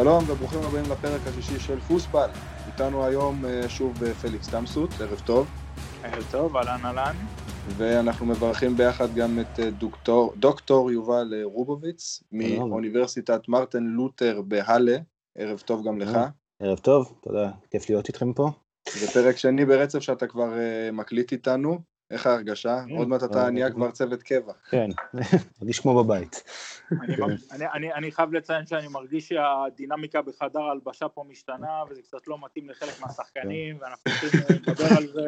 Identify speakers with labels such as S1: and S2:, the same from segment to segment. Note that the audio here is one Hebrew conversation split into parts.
S1: שלום וברוכים הבאים לפרק השישי של פוסבל. איתנו היום שוב פליקס טמסות, ערב טוב.
S2: ערב טוב, אהלן.
S1: ואנחנו מברכים ביחד גם את דוקטור יובל רובוביץ, מאוניברסיטת מרטין לותר בהלה. ערב טוב גם לך.
S3: ערב טוב, תודה, כיף להיות איתכם פה.
S1: זה פרק שני ברצף שאתה כבר מקליט איתנו. איך ההרגשה? עוד מעט אתה נהיה כבר צוות קבע.
S3: כן, מרגיש כמו בבית.
S2: אני חייב לציין שאני מרגיש שהדינמיקה בחדר ההלבשה פה משתנה, וזה קצת לא מתאים לחלק מהשחקנים, ואנחנו צריכים לדבר על זה.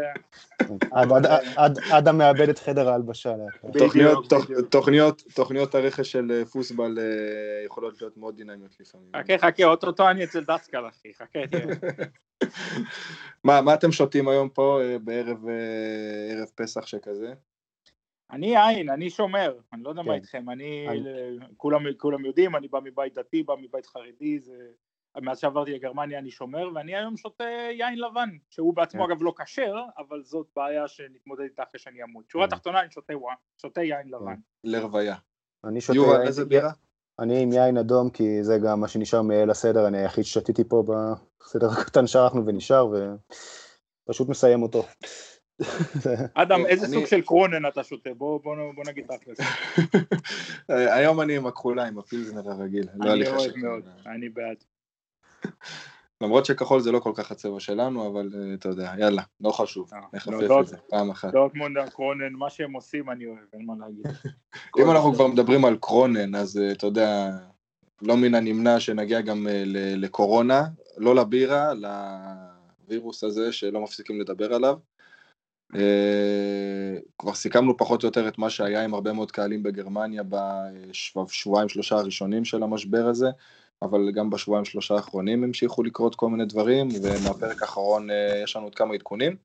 S3: אדם מאבד את חדר ההלבשה.
S1: תוכניות הרכש של פוסבל יכולות להיות מאוד דינמיות לפעמים.
S2: חכה, אוטוטו אני אצל דסקל, אחי, חכה.
S1: מה אתם שותים היום פה בערב פסח שכזה?
S2: אני עין, אני שומר, אני לא יודע מה איתכם, כולם יודעים, אני בא מבית דתי, בא מבית חרדי, מאז שעברתי לגרמניה אני שומר, ואני היום שותה יין לבן, שהוא בעצמו אגב לא כשר, אבל זאת בעיה שנתמודד איתה אחרי שאני אמות. שורה תחתונה אני שותה יין לבן.
S1: לרוויה.
S3: יובל, איזה בירה? אני עם יין אדום, כי זה גם מה שנשאר מאל הסדר, אני היחיד ששתיתי פה בסדר הקטן שערכנו ונשאר, ופשוט מסיים אותו.
S2: אדם, איזה סוג של קרונן אתה שותה? בוא נגיד תכלס.
S1: היום אני עם הכחולה, עם הפילזנר הרגיל.
S2: אני אוהב מאוד, אני בעד.
S1: למרות שכחול זה לא כל כך הצבע שלנו, אבל אתה יודע, יאללה, לא חשוב, נחפף את זה פעם אחת.
S2: דורטמונד, קרונן, מה שהם עושים אני אוהב, אין מה להגיד.
S1: אם אנחנו כבר מדברים על קרונן, אז אתה יודע, לא מן הנמנע שנגיע גם לקורונה, לא לבירה, לווירוס הזה שלא מפסיקים לדבר עליו. כבר סיכמנו פחות או יותר את מה שהיה עם הרבה מאוד קהלים בגרמניה בשבועיים שלושה הראשונים של המשבר הזה, אבל גם בשבועיים שלושה האחרונים המשיכו לקרות כל מיני דברים, ומהפרק האחרון יש לנו עוד כמה עדכונים.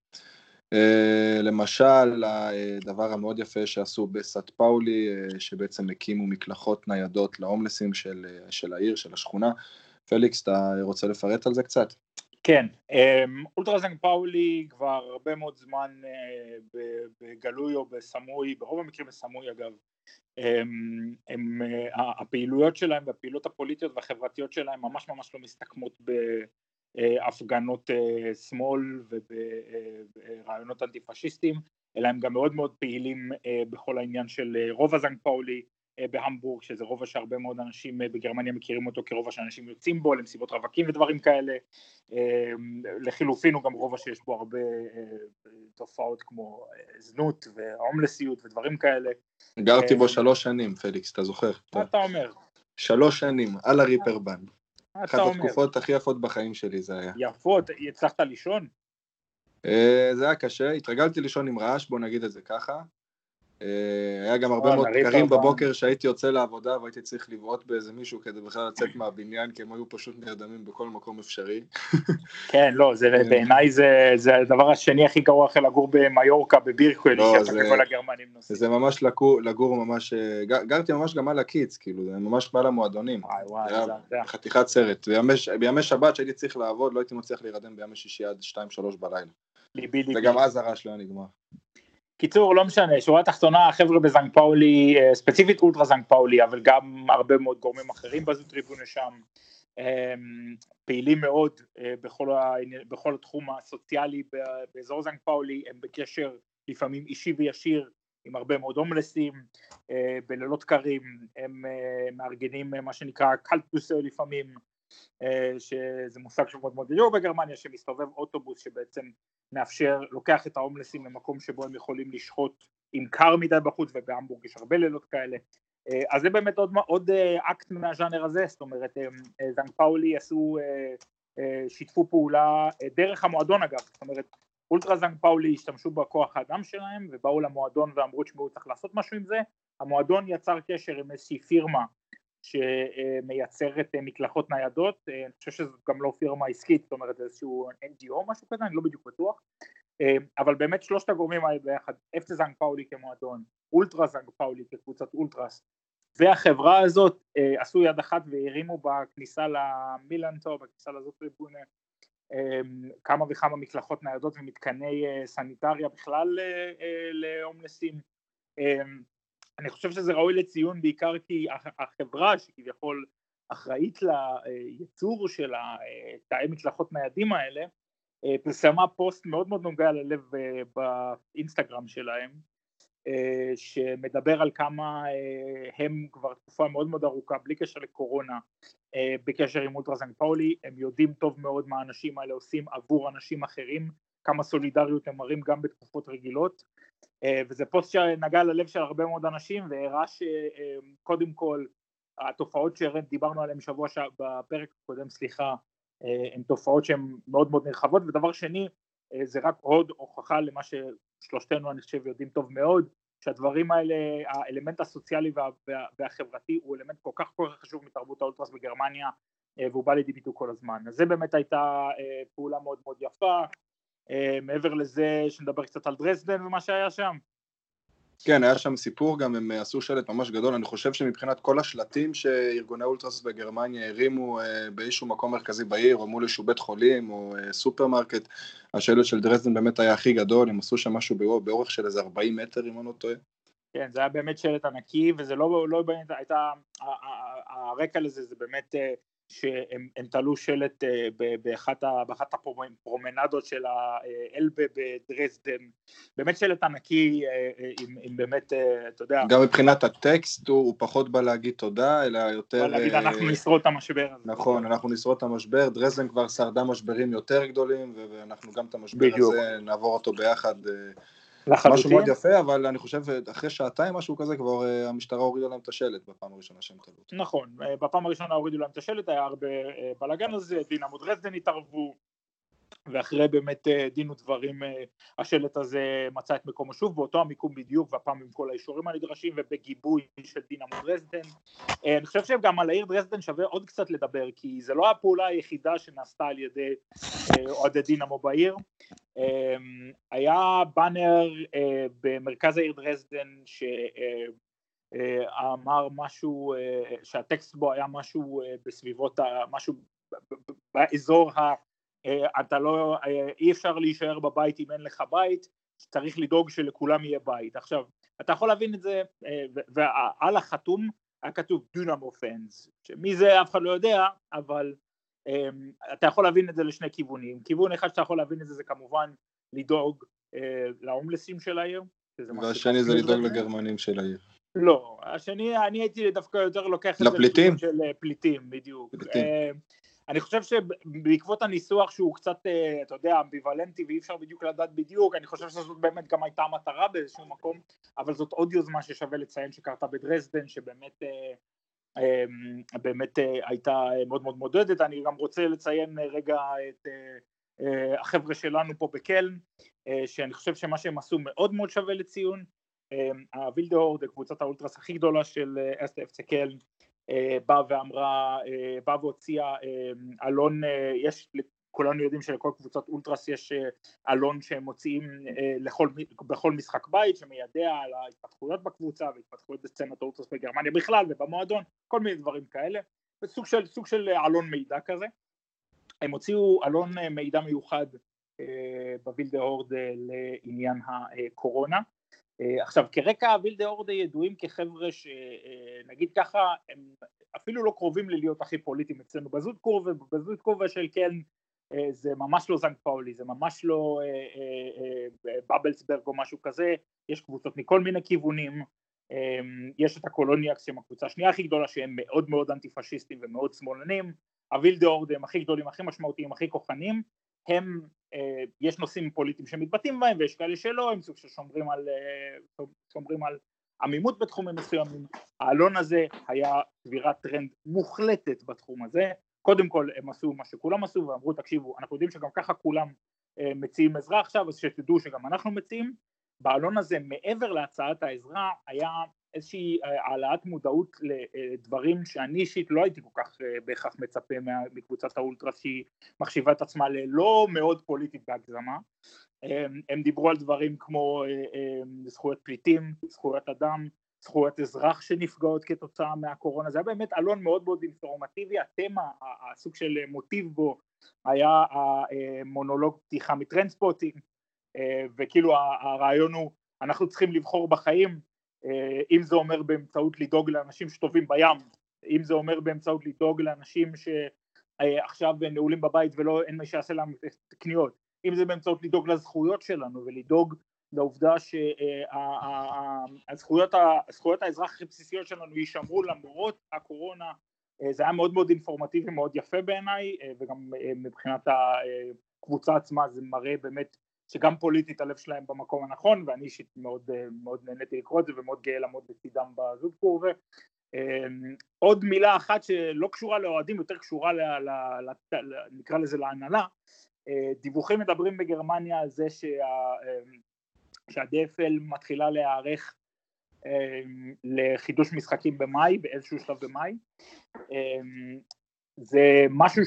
S1: למשל, הדבר המאוד יפה שעשו בסט פאולי, שבעצם הקימו מקלחות ניידות להומלסים של העיר, של השכונה. פליקס, אתה רוצה לפרט על זה קצת?
S2: כן, אולטרה סן פאולי כבר הרבה מאוד זמן בגלוי או בסמוי, ברוב המקרים בסמוי אגב, הפעילויות שלהם והפעילות הפוליטיות והחברתיות שלהם ממש לא מסתכמות בהפגנות שמאל וברעיונות אנטי-פשיסטים, אלא הם גם מאוד פעילים בכל העניין של רובע סן פאולי בהמבורג, שזה רובע שהרבה מאוד אנשים בגרמניה מכירים אותו כרובע שאנשים יוצאים בו למסיבות רווקים ודברים כאלה. לחילופין הוא גם רובע שיש בו הרבה תופעות כמו זנות והומלסיות ודברים כאלה.
S1: גרתי בו 3 שנים, פליקס, אתה זוכר?
S2: מה אתה אומר?
S1: 3 שנים, על הריפרבן. אחת התקופות הכי יפות בחיים שלי זה היה.
S2: יפות, הצלחת לישון?
S1: זה היה קשה, התרגלתי לישון עם רעש, בוא נגיד את זה ככה. היה גם הרבה מאוד קרים בבוקר שהייתי יוצא לעבודה והייתי צריך לבעוט באיזה מישהו כדי בכלל לצאת מהבניין, כי הם היו פשוט נרדמים בכל מקום אפשרי.
S2: כן, לא, בעיניי זה הדבר השני הכי גרוע אחרי לגור במיורקה, בבירקוול, שכל הגרמנים נוסעים.
S1: זה ממש לגור ממש, גרתי ממש גם על הקיץ, כאילו, זה ממש בא למועדונים. זה חתיכת סרט. בימי שבת שהייתי צריך לעבוד, לא הייתי מצליח להירדם בימי שישי עד 2-3 בלילה. וגם אז הרעש לא נגמר.
S2: קיצור, לא משנה, שורה תחתונה, החבר'ה בזן פאולי, ספציפית אולטרה זן פאולי, אבל גם הרבה מאוד גורמים אחרים בזו טריבונה שם, פעילים מאוד בכל התחום הסוציאלי באזור זן פאולי, הם בקשר לפעמים אישי וישיר עם הרבה מאוד הומלסים, בלילות קרים, הם מארגנים מה שנקרא קלטבוס לפעמים, שזה מושג שמאוד מאוד ידוע בגרמניה, שמסתובב אוטובוס שבעצם מאפשר, לוקח את ההומלסים למקום שבו הם יכולים לשחוט עם קר מדי בחוץ, ובהמבורג יש הרבה לילות כאלה. אז זה באמת עוד אקט מהז'אנר הזה, זאת אומרת, זן פאולי שיתפו פעולה דרך המועדון אגב, זאת אומרת, אולטרה זן פאולי השתמשו בכוח האדם שלהם, ובאו למועדון ואמרו שהוא צריך לעשות משהו עם זה. המועדון יצר קשר עם איזושהי פירמה, שמייצרת מקלחות ניידות, אני חושב שזאת גם לא פירמה עסקית, זאת אומרת איזשהו NGO משהו כזה, אני לא בדיוק בטוח, אבל באמת שלושת הגורמים האלה ביחד, FC זן פאולי כמועדון, אולטרה זן פאולי כקבוצת אולטרס, והחברה הזאת עשו יד אחת והרימו בכניסה למילנטו, בכניסה לזאת טריבונה, כמה וכמה מקלחות ניידות ומתקני סניטריה בכלל להומלסים. אני חושב שזה ראוי לציון בעיקר כי החברה שכביכול אחראית לייצור של תאי מקלחות ניידים האלה, פרסמה פוסט מאוד מאוד נוגע ללב באינסטגרם שלהם, שמדבר על כמה הם כבר תקופה מאוד מאוד ארוכה, בלי קשר לקורונה, בקשר עם אולטרה סן פאולי, הם יודעים טוב מאוד מה האנשים האלה עושים עבור אנשים אחרים, כמה סולידריות הם מראים גם בתקופות רגילות, וזה פוסט שנגע ללב של הרבה מאוד אנשים, והראה שקודם כל, התופעות שדיברנו עליהן בפרק הקודם, הן תופעות שהן מאוד מאוד נרחבות, ודבר שני, זה רק עוד הוכחה למה ששלושתנו אני חושב יודעים טוב מאוד, שהדברים האלה, האלמנט הסוציאלי והחברתי הוא אלמנט כל כך חשוב מתרבות האולטרס בגרמניה, והוא בא לידי ביטוי כל הזמן. אז זה באמת הייתה פעולה מאוד מאוד יפה. מעבר לזה שנדבר קצת על דרזדן ומה שהיה שם.
S1: כן, היה שם סיפור, גם הם עשו שלט ממש גדול, אני חושב שמבחינת כל השלטים שארגוני אולטרס בגרמניה הרימו באיזשהו מקום מרכזי בעיר, או מול איזשהו בית חולים, או סופרמרקט, השלט של דרזדן באמת היה הכי גדול, הם עשו שם משהו באורך של איזה 40 מטר, אם אני לא טועה. כן,
S2: זה היה באמת שלט ענקי, וזה לא באמת, הייתה, הרקע לזה זה באמת, שהם תלו שלט באחת הפרומנדות של האלבה בדרזדן, באמת שלט ענקי, עם באמת, אתה יודע...
S1: גם מבחינת הטקסט הוא פחות בא להגיד תודה, אלא יותר...
S2: בא להגיד אנחנו נשרוד את המשבר הזה.
S1: נכון, אנחנו נשרוד את המשבר, דרזדן כבר שרדה משברים יותר גדולים, ואנחנו גם את המשבר הזה נעבור אותו ביחד. משהו מאוד יפה, אבל אני חושב אחרי שעתיים משהו כזה כבר המשטרה הורידה להם את השלט בפעם הראשונה שהם תלו.
S2: נכון, בפעם הראשונה הורידו להם את השלט, היה הרבה בלגן הזה, דינמו דרזדן התערבו, ואחרי באמת דין ודברים השלט הזה מצא את מקומו שוב באותו המיקום בדיוק, והפעם עם כל האישורים הנדרשים ובגיבוי של דינמו דרזדן. אני חושב שגם על העיר דרזדן שווה עוד קצת לדבר, כי זה לא הפעולה היחידה שנעשתה על ידי אוהדי דינמו בעיר. היה באנר במרכז העיר דרזדן שאמר משהו, שהטקסט בו היה משהו בסביבות, משהו באזור אתה לא, אי אפשר להישאר בבית אם אין לך בית, צריך לדאוג שלכולם יהיה בית. עכשיו, אתה יכול להבין את זה, ועל החתום היה כתוב דינמו פאנס, שמי זה אף אחד לא יודע, אבל אתה יכול להבין את זה לשני כיוונים. כיוון אחד שאתה יכול להבין את זה, זה כמובן לדאוג להומלסים של העיר.
S1: והשני זה לדאוג לגרמנים של העיר.
S2: לא, השני, אני הייתי דווקא יותר לוקח את זה
S1: לפליטים?
S2: של פליטים, בדיוק. אני חושב שבעקבות הניסוח שהוא קצת, אתה יודע, אמביוולנטי ואי אפשר בדיוק לדעת בדיוק, אני חושב שזאת באמת גם הייתה מטרה באיזשהו מקום, אבל זאת עוד יוזמה ששווה לציין שקרתה בדרזדן, שבאמת באמת הייתה מאוד מאוד מודדת. אני גם רוצה לציין רגע את החבר'ה שלנו פה בקלן, שאני חושב שמה שהם עשו מאוד מאוד שווה לציון. הווילדהורד, קבוצת האולטרס הכי גדולה של אסטפצה קלן, באה והוציאה אלון, יש, כולנו יודעים שלכל קבוצת אולטרס יש אלון שהם מוציאים בכל משחק בית, שמיידע על ההתפתחויות בקבוצה והתפתחויות בסצנת האולטרס בגרמניה בכלל ובמועדון, כל מיני דברים כאלה, סוג של אלון מידע כזה. הם הוציאו אלון מידע מיוחד בווילדהורד לעניין הקורונה. עכשיו, כרקע הווילדהורד ידועים כחבר'ה שנגיד ככה, הם אפילו לא קרובים להיות הכי פוליטיים אצלנו בזוד קורבה של קלן, זה ממש לא זנק פאולי, זה ממש לא בבלסברג או משהו כזה, יש קבוצות מכל מיני כיוונים, יש את הקולוניאקס שהם הקבוצה השנייה הכי גדולה שהם מאוד מאוד אנטי-פשיסטים ומאוד שמאלנים, הווילדהורד הם הכי גדולים, הכי משמעותיים, הכי כוחניים, הם, יש נושאים פוליטיים שמתבטאים בהם ויש כאלה שלא, הם סוג ששומרים על עמימות בתחומים מסוימים. האלון הזה היה שבירת טרנד מוחלטת בתחום הזה. קודם כל הם עשו מה שכולם עשו ואמרו תקשיבו, אנחנו יודעים שגם ככה כולם מציעים עזרה עכשיו, אז שתדעו שגם אנחנו מציעים. באלון הזה מעבר להצעת העזרה היה איזושהי העלאת מודעות לדברים שאני אישית לא הייתי כל כך בהכרח מצפה מקבוצת האולטרס שהיא מחשיבה את עצמה ללא מאוד פוליטית בהגזמה. הם דיברו על דברים כמו זכויות פליטים, זכויות אדם, זכויות אזרח שנפגעות כתוצאה מהקורונה. זה היה באמת אלון מאוד מאוד אינפורמטיבי, התמה, הסוג של מוטיב בו היה המונולוג פתיחה מטרנספוטינג, וכאילו הרעיון הוא אנחנו צריכים לבחור בחיים, אם זה אומר באמצעות לדאוג לאנשים שטובים בים, אם זה אומר באמצעות לדאוג לאנשים שעכשיו נעולים בבית ואין מי שיעשה להם קניות, אם זה באמצעות לדאוג לזכויות שלנו ולדאוג לעובדה שהזכויות האזרח הכי בסיסיות שלנו יישמרו למרות הקורונה. זה היה מאוד מאוד אינפורמטיבי, מאוד יפה בעיניי, וגם מבחינת הקבוצה עצמה זה מראה באמת שגם פוליטית הלב שלהם במקום הנכון, ואני אישית מאוד, מאוד נהניתי לקרוא את זה ומאוד גאה לעמוד בצדם בזאת קורבה. עוד מילה אחת שלא קשורה לאוהדים, יותר קשורה נקרא לזה להנהלה. דיווחים מדברים בגרמניה על זה שה-DFL מתחילה להיערך לחידוש משחקים במאי, באיזשהו שלב במאי. זה משהו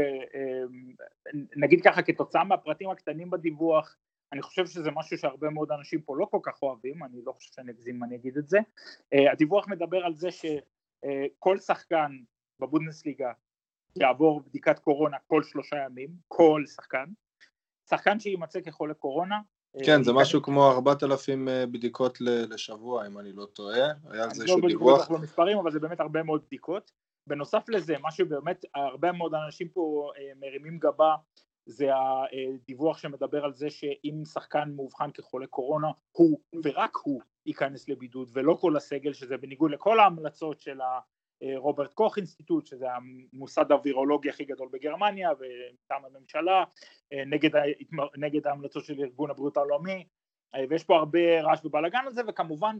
S2: שנגיד ככה כתוצאה מהפרטים הקטנים בדיווח, אני חושב שזה משהו שהרבה מאוד אנשים פה לא כל כך אוהבים, אני לא חושב שאני אגזים אני אגיד את זה. הדיווח מדבר על זה שכל שחקן בבונדסליגה יעבור בדיקת קורונה כל 3 ימים, כל שחקן שימצא כחולה קורונה.
S1: כן, זה משהו כמו 4,000 בדיקות לשבוע, אם אני לא טועה, היה על זה איזשהו דיווח.
S2: אני לא מספרים, אבל זה באמת הרבה מאוד בדיקות. בנוסף לזה, מה שבאמת הרבה מאוד אנשים פה מרימים גבה, זה הדיווח שמדבר על זה שאם שחקן מאובחן כחולה קורונה, הוא ורק הוא ייכנס לבידוד, ולא כל הסגל, שזה בניגוד לכל ההמלצות של רוברט קוך אינסטיטוט, שזה המוסד הווירולוגי הכי גדול בגרמניה, ומטעם הממשלה, נגד ההמלצות של ארגון הבריאות העולמי, ויש פה הרבה רעש ובלגן על זה, וכמובן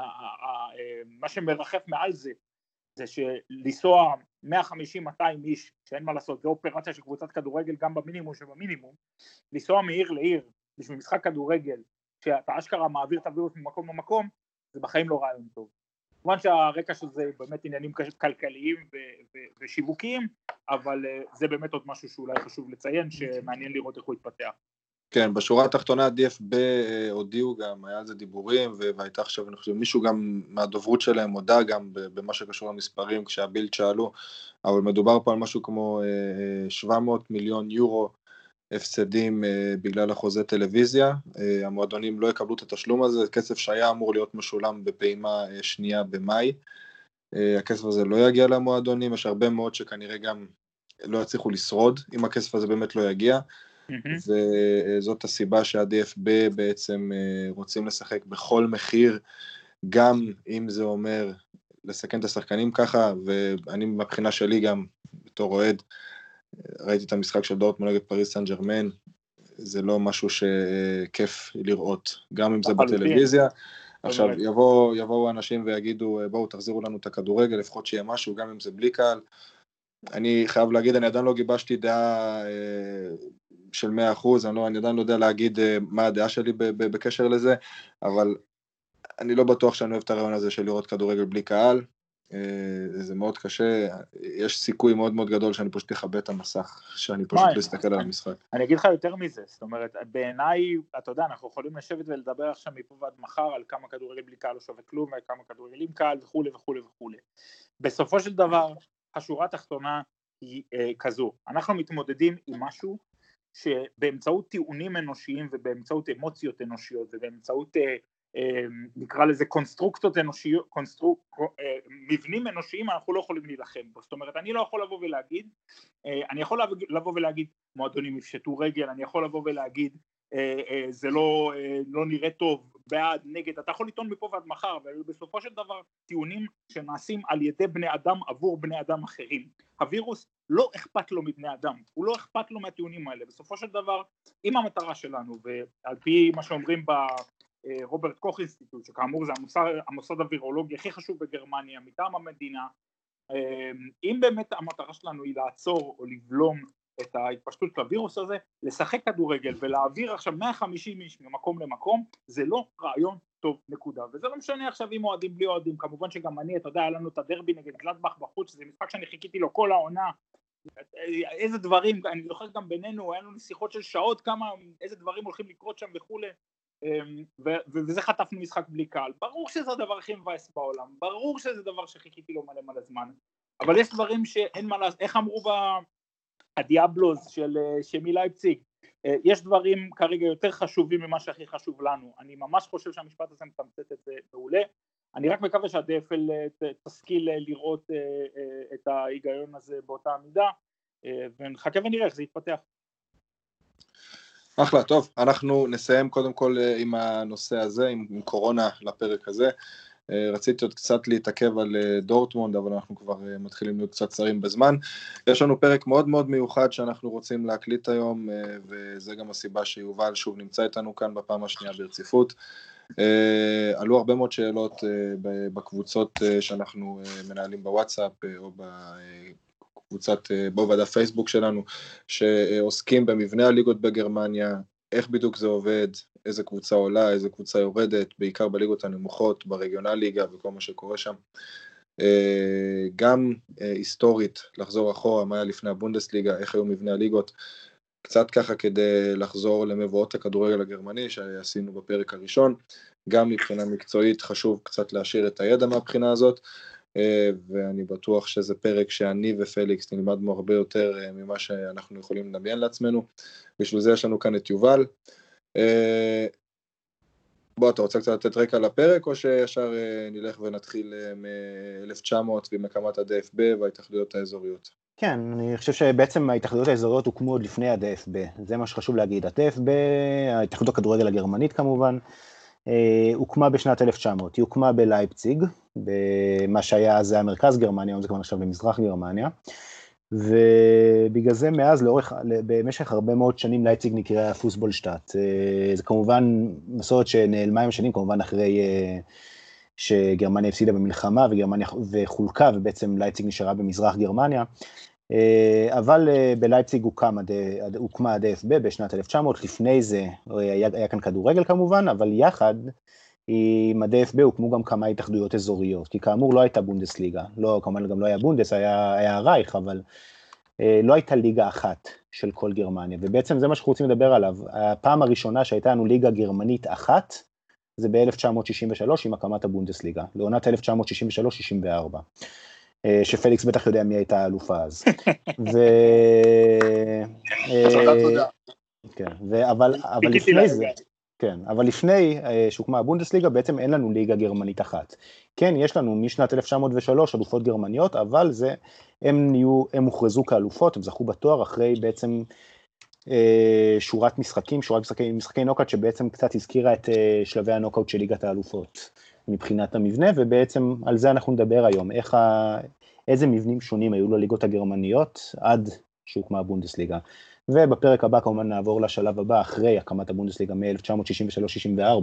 S2: שמה שמרחף מעל זה, זה שלנסוע 150-200 איש, שאין מה לעשות, זה אופרציה של קבוצת כדורגל גם במינימום שבמינימום, לנסוע מעיר לעיר בשביל משחק כדורגל, שאתה אשכרה מעביר את הווירוס ממקום למקום, זה בחיים לא רעיון טוב. כמובן שהרקע של זה באמת עניינים כלכליים ושיווקיים, אבל זה באמת עוד משהו שאולי חשוב לציין, שמעניין לראות איך הוא יתפתח.
S1: כן, בשורה התחתונה DFB הודיעו גם, היה על זה דיבורים, והייתה עכשיו, אני חושב, מישהו גם מהדוברות שלהם הודע גם במה שקשור למספרים, כשהבילד שאלו, אבל מדובר פה על משהו כמו 700 מיליון יורו הפסדים בגלל החוזה טלוויזיה, המועדונים לא יקבלו את התשלום הזה, כסף שהיה אמור להיות משולם בפעימה שנייה במאי, הכסף הזה לא יגיע למועדונים, יש הרבה מאוד שכנראה גם לא יצליחו לשרוד, אם הכסף הזה באמת לא יגיע, וזאת הסיבה שה-DFB בעצם רוצים לשחק בכל מחיר, גם אם זה אומר לסכן את השחקנים ככה, ואני מבחינה שלי גם בתור אוהד, ראיתי את המשחק של דורטמונד נגד פריז סן ז'רמן, זה לא משהו שכיף לראות, גם אם זה בטלוויזיה. עכשיו יבואו אנשים ויגידו, בואו תחזירו לנו את הכדורגל, לפחות שיהיה משהו, גם אם זה בלי קהל. אני חייב להגיד, אני עדיין לא גיבשתי דעה של 100%, אני עדיין לא יודע להגיד מה הדעה שלי בקשר לזה, אבל אני לא בטוח שאני אוהב את הרעיון הזה של לראות כדורגל בלי קהל, זה מאוד קשה, יש סיכוי מאוד מאוד גדול שאני פשוט אכבה את המסך, שאני פשוט להסתכל על המשחק.
S2: אני אגיד לך יותר מזה, זאת אומרת, בעיניי, אתה יודע, אנחנו יכולים לשבת ולדבר עכשיו מפה ועד מחר על כמה כדורגל בלי קהל לא שווה כלום, וכמה כדורגל עם קהל וכו' וכו' וכו'. בסופו של דבר, השורה התחתונה היא כזו, אנחנו מתמודדים עם משהו שבאמצעות טיעונים אנושיים ובאמצעות אמוציות אנושיות ובאמצעות נקרא לזה קונסטרוקטות אנושיות, מבנים אנושיים אנחנו לא יכולים להילחם בו, זאת אומרת אני לא יכול לבוא ולהגיד, אני יכול לבוא ולהגיד מועדונים יפשטו רגל, אני יכול לבוא ולהגיד זה לא נראה טוב, בעד, נגד, אתה יכול לטעון מפה ועד מחר, אבל בסופו של דבר טיעונים שנעשים על ידי בני אדם עבור בני אדם אחרים. הווירוס לא אכפת לו מבני אדם, הוא לא אכפת לו מהטיעונים האלה, בסופו של דבר, אם המטרה שלנו, ועל פי מה שאומרים ברוברט קוך אינסטיטוט, שכאמור זה המוסד הווירולוגי הכי חשוב בגרמניה, מטעם המדינה, אם באמת המטרה שלנו היא לעצור או לבלום את ההתפשטות של הווירוס הזה, לשחק כדורגל ולהעביר עכשיו 150 איש ממקום למקום, זה לא רעיון טוב, נקודה. וזה לא משנה עכשיו אם אוהדים בלי אוהדים, כמובן שגם אני, אתה יודע, היה לנו את הדרבי נגד גלדבך בחוץ, שזה משחק שאני חיכיתי לו כל העונה, איזה דברים, אני זוכר גם בינינו, היה לנו שיחות של שעות, איזה דברים הולכים לקרות שם וכו', וזה חטפנו משחק בלי קהל. ברור שזה הדבר הכי מבאס בעולם, ברור שזה דבר שחיכיתי לו מלא מלא זמן, אבל יש דברים שאין מה לעשות, איך אמרו הדיאבלוז של מלייפציג, יש דברים כרגע יותר חשובים ממה שהכי חשוב לנו, אני ממש חושב שהמשפט הזה מתמצת את זה מעולה, אני רק מקווה שה-DFL תשכיל לראות את ההיגיון הזה באותה מידה, ונחכה ונראה איך זה יתפתח.
S1: אחלה, טוב, אנחנו נסיים קודם כל עם הנושא הזה, עם קורונה לפרק הזה. רציתי עוד קצת להתעכב על דורטמונד, אבל אנחנו כבר מתחילים להיות קצת צרים בזמן. יש לנו פרק מאוד מאוד מיוחד שאנחנו רוצים להקליט היום, וזה גם הסיבה שיובל שוב נמצא איתנו כאן בפעם השנייה ברציפות. עלו הרבה מאוד שאלות בקבוצות שאנחנו מנהלים בוואטסאפ, או בקבוצת, בדף פייסבוק שלנו, שעוסקים במבנה הליגות בגרמניה, איך בדיוק זה עובד, איזה קבוצה עולה, איזה קבוצה יורדת, בעיקר בליגות הנמוכות, ברגional ליגה וכל מה שקורה שם. גם היסטורית, לחזור אחורה, מה היה לפני הבונדסליגה, איך היו מבנה הליגות, קצת ככה כדי לחזור למבואות הכדורגל הגרמני שעשינו בפרק הראשון, גם מבחינה מקצועית חשוב קצת להשאיר את הידע מהבחינה הזאת, ואני בטוח שזה פרק שאני ופליקס נלמד בו הרבה יותר ממה שאנחנו יכולים לדמיין לעצמנו. בשביל זה יש לנו כאן את יובל. בוא, אתה רוצה קצת לתת רקע לפרק, או שישר נלך ונתחיל מ-1900 ועם הקמת ה-DFB וההתאחדויות האזוריות?
S3: כן, אני חושב שבעצם ההתאחדויות האזוריות הוקמו עוד לפני ה-DFB, זה מה שחשוב להגיד. ה-DFB, ההתאחדות הכדורגל הגרמנית כמובן, הוקמה בשנת 1900, היא הוקמה בלייפציג, במה שהיה אז המרכז גרמניה, היום זה כבר נחשב במזרח גרמניה, ובגלל זה מאז במשך הרבה מאוד שנים לייפציג נקרא פוסבולשטאט. זה כמובן מסורת שנעלמה עם השנים, כמובן אחרי שגרמניה הפסידה במלחמה וחולקה, ובעצם לייפציג נשארה במזרח גרמניה, אבל בלייפציג הוקמה ה-DFB בשנת 1900, לפני זה היה כאן כדורגל כמובן, אבל יחד עם ה-DFB הוקמו גם כמה התאחדויות אזוריות, כי כאמור לא הייתה בונדסליגה, כמובן גם לא היה בונדס, היה רייך, אבל לא הייתה ליגה אחת של כל גרמניה, ובעצם זה מה שאנחנו רוצים לדבר עליו. הפעם הראשונה שהייתה לנו ליגה גרמנית אחת, זה ב-1963 עם הקמת הבונדסליגה, לעונת 1963-64. שפליקס בטח יודע מי הייתה האלופה אז.
S1: תודה.
S3: כן, אבל לפני זה, כן, אבל לפני שהוקמה הבונדסליגה, בעצם אין לנו ליגה גרמנית אחת. כן, יש לנו משנת 1903 אלופות גרמניות, אבל הם הוכרזו כאלופות, הם זכו בתואר אחרי בעצם שורת משחקי נוקאוט, שבעצם קצת הזכירה את שלבי הנוקאוט של ליגת האלופות. מבחינת המבנה, ובעצם על זה אנחנו נדבר היום, איזה מבנים שונים היו לליגות הגרמניות עד שהוקמה הבונדסליגה. ובפרק הבא כמובן נעבור לשלב הבא, אחרי הקמת הבונדסליגה מ-1963-64.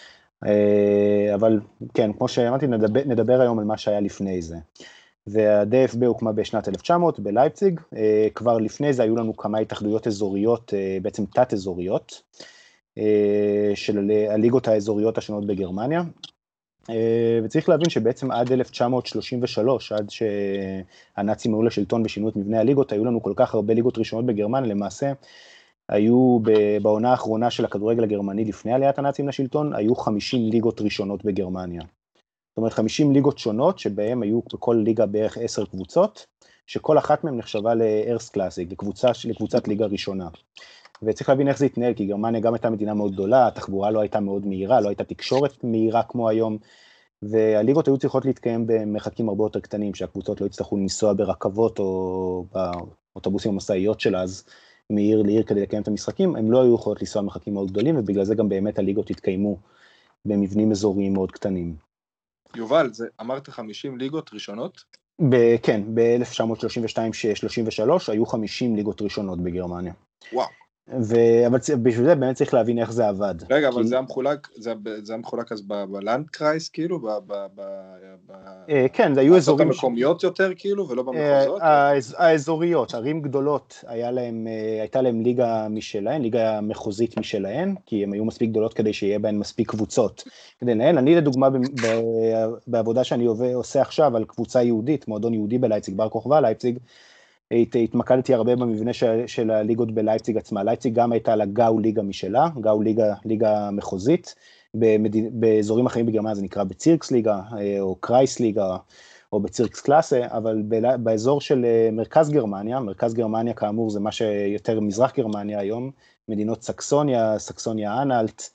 S3: אבל כן, כמו שאמרתי, נדבר היום על מה שהיה לפני זה. וה-DFB הוקמה בשנת 1900 בלייפציג, כבר לפני זה היו לנו כמה התאחדויות אזוריות, בעצם תת-אזוריות, של הליגות האזוריות השונות בגרמניה, וצריך להבין שבעצם עד 1933, עד שהנאצים היו לשלטון ושינו את מבנה הליגות, היו לנו כל כך הרבה ליגות ראשונות בגרמניה, למעשה היו בעונה האחרונה של הכדורגל הגרמני לפני עליית הנאצים לשלטון, היו 50 ליגות ראשונות בגרמניה. זאת אומרת 50 ליגות שונות, שבהם היו בכל ליגה בערך 10 קבוצות, שכל אחת מהן נחשבה לארסט קלאסיק, לקבוצת ליגה ראשונה. וצריך להבין איך זה התנהל, כי גרמניה גם הייתה מדינה מאוד גדולה, התחבורה לא הייתה מאוד מהירה, לא הייתה תקשורת מהירה כמו היום, והליגות היו צריכות להתקיים במרחקים הרבה יותר קטנים, שהקבוצות לא יצטרכו לנסוע ברכבות או באוטובוסים המסעיות של אז, מעיר לעיר כדי לקיים את המשחקים, הם לא היו יכולות לנסוע מרחקים מאוד גדולים, ובגלל זה גם באמת הליגות התקיימו במבנים אזוריים מאוד קטנים.
S1: יובל, אמרת 50 ליגות ראשונות?
S3: כן, ב-1932-33 היו 50 ליגות ראשונות בגרמניה.
S1: וואו.
S3: אבל בשביל זה באמת צריך להבין איך זה עבד.
S1: רגע, אבל זה היה מחולק אז בלנדקרייס, כאילו?
S3: כן, זה היו אזורים...
S1: המקומיות יותר, כאילו, ולא במחוזות?
S3: האזוריות, ערים גדולות, הייתה להם ליגה משלהן, ליגה מחוזית משלהן, כי הן היו מספיק גדולות כדי שיהיה בהן מספיק קבוצות. כדי לנהל, אני לדוגמה, בעבודה שאני עושה עכשיו על קבוצה יהודית, מועדון יהודי בלייפציג, בר כוכבא לייפציג, התמקדתי הרבה במבנה של הליגות בלייפציג עצמה. לייפציג גם הייתה לה גאו ליגה משלה, גאו ליגה מחוזית, באזורים אחרים בגרמניה זה נקרא בצירקס ליגה, או קרייס ליגה, או בצירקס קלאסה, אבל באזור של מרכז גרמניה כאמור זה מה שיותר מזרח גרמניה היום, מדינות סקסוניה אנלט,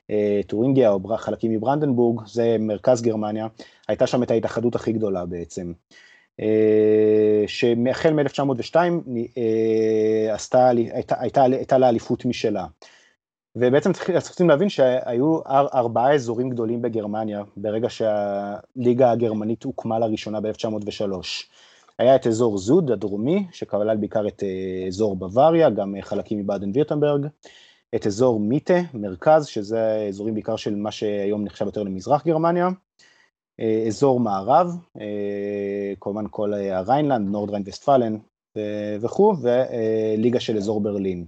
S3: טורינגיה או חלקים מברנדנבורג, זה מרכז גרמניה, הייתה שם את ההתאחדות הכי גדולה בעצם. שמחל מ-1902 הייתה לה אליפות משלה. ובעצם צריכים להבין שהיו 4 אזורים גדולים בגרמניה, ברגע שהליגה הגרמנית הוקמה לראשונה ב-1903. היה את אזור זוד הדרומי, שכלל בעיקר את אזור בוואריה, גם חלקים מבאדן וירטמברג, את אזור מיטה, מרכז, שזה אזורים בעיקר של מה שהיום נחשב יותר למזרח גרמניה, אזור מערב, כמובן כל הריינלנד, נורדריין וסטפלן וכו', וליגה של אזור ברלין.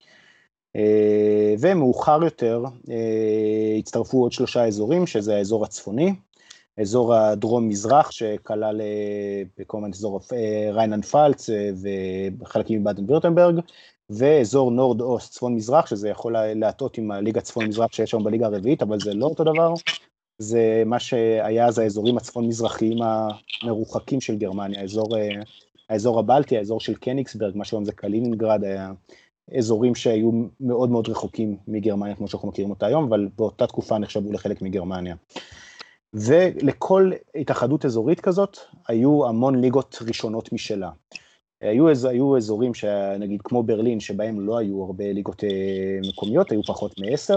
S3: ומאוחר יותר הצטרפו עוד 3 אזורים, שזה האזור הצפוני, אזור הדרום-מזרח, שכלל כמובן אזור ריינלנד פלץ וחלקים מבאדן וירטמברג, ואזור נורד-אוסט, צפון-מזרח, שזה יכול להטעות עם הליגה צפון-מזרח שיש שם בליגה הרביעית, אבל זה לא אותו דבר. זה מה שהיה אז האזורים הצפון-מזרחיים המרוחקים של גרמניה, האזור הבלטי, האזור של קניגסברג, מה שהיום זה קלינינגרד, היה אזורים שהיו מאוד מאוד רחוקים מגרמניה, כמו שאנחנו מכירים אותה היום, אבל באותה תקופה נחשבו לחלק מגרמניה. ולכל התאחדות אזורית כזאת, היו המון ליגות ראשונות משלה. היו אזורים שנגיד כמו ברלין, שבהם לא היו הרבה ליגות מקומיות, היו פחות מ10,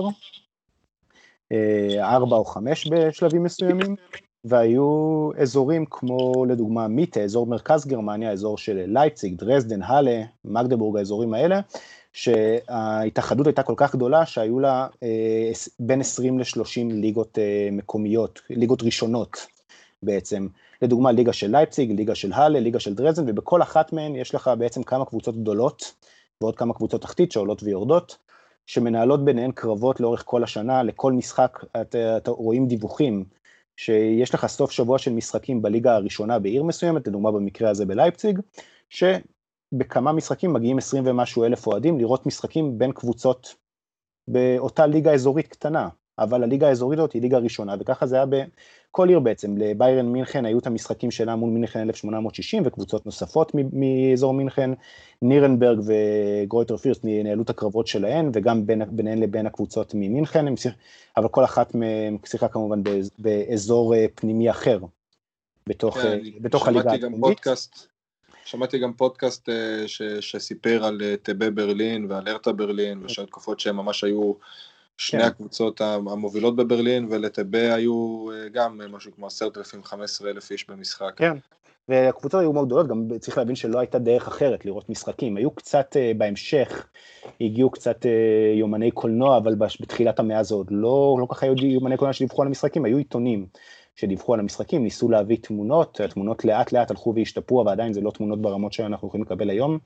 S3: 4 או 5 בשלבים מסוימים, והיו אזורים כמו לדוגמה מיטה, אזור מרכז גרמניה, אזור של לייפציג, דרזדן, הלה, מגדבורג, האזורים האלה, שההתאחדות הייתה כל כך גדולה, שהיו לה בין 20 ל-30 ליגות מקומיות, ליגות ראשונות בעצם, לדוגמה ליגה של לייפציג, ליגה של הלה, ליגה של דרזדן, ובכל אחת מהן יש לך בעצם כמה קבוצות גדולות, ועוד כמה קבוצות תחתית שעולות ויורדות, שמנהלות ביניהן קרבות לאורך כל השנה, לכל משחק אתה רואים דיווחים, שיש לך סוף שבוע של משחקים בליגה הראשונה בעיר מסוימת, לדוגמה במקרה הזה בלייפציג, שבכמה משחקים מגיעים 20 ומשהו אלף אוהדים, לראות משחקים בין קבוצות באותה ליגה אזורית קטנה, אבל הליגה האזורית הזאת היא ליגה ראשונה, וככה זה היה בכל עיר בעצם, לביירן מינכן היו את המשחקים שלה מול מינכן 1860, וקבוצות נוספות מאזור מינכן, נירנברג וגרויטר פירסט נהלו את הקרבות שלהן, וגם ביניהן לבין הקבוצות ממינכן, אבל כל אחת מהן שיחקה כמובן באזור פנימי אחר, בתוך הליגה הפנימית.
S1: שמעתי גם פודקאסט שסיפר על טבה ברלין ועל הרטה ברלין, ושהתקופות שהן ממש היו שני הקבוצות המובילות בברלין, ולטבה היו גם משהו כמו 10,000-15,000 איש במשחק.
S3: כן, והקבוצות היו מאוד גדולות, גם צריך להבין שלא הייתה דרך אחרת לראות משחקים, היו קצת בהמשך, הגיעו קצת יומני קולנוע, אבל בתחילת המאה הזו עוד לא ככה היו יומני קולנוע שדיווחו על המשחקים, היו עיתונים שדיווחו על המשחקים, ניסו להביא תמונות, התמונות לאט לאט הלכו והשתפרו, ועדיין זה לא תמונות ברמות שאנחנו יכולים לקבל היום,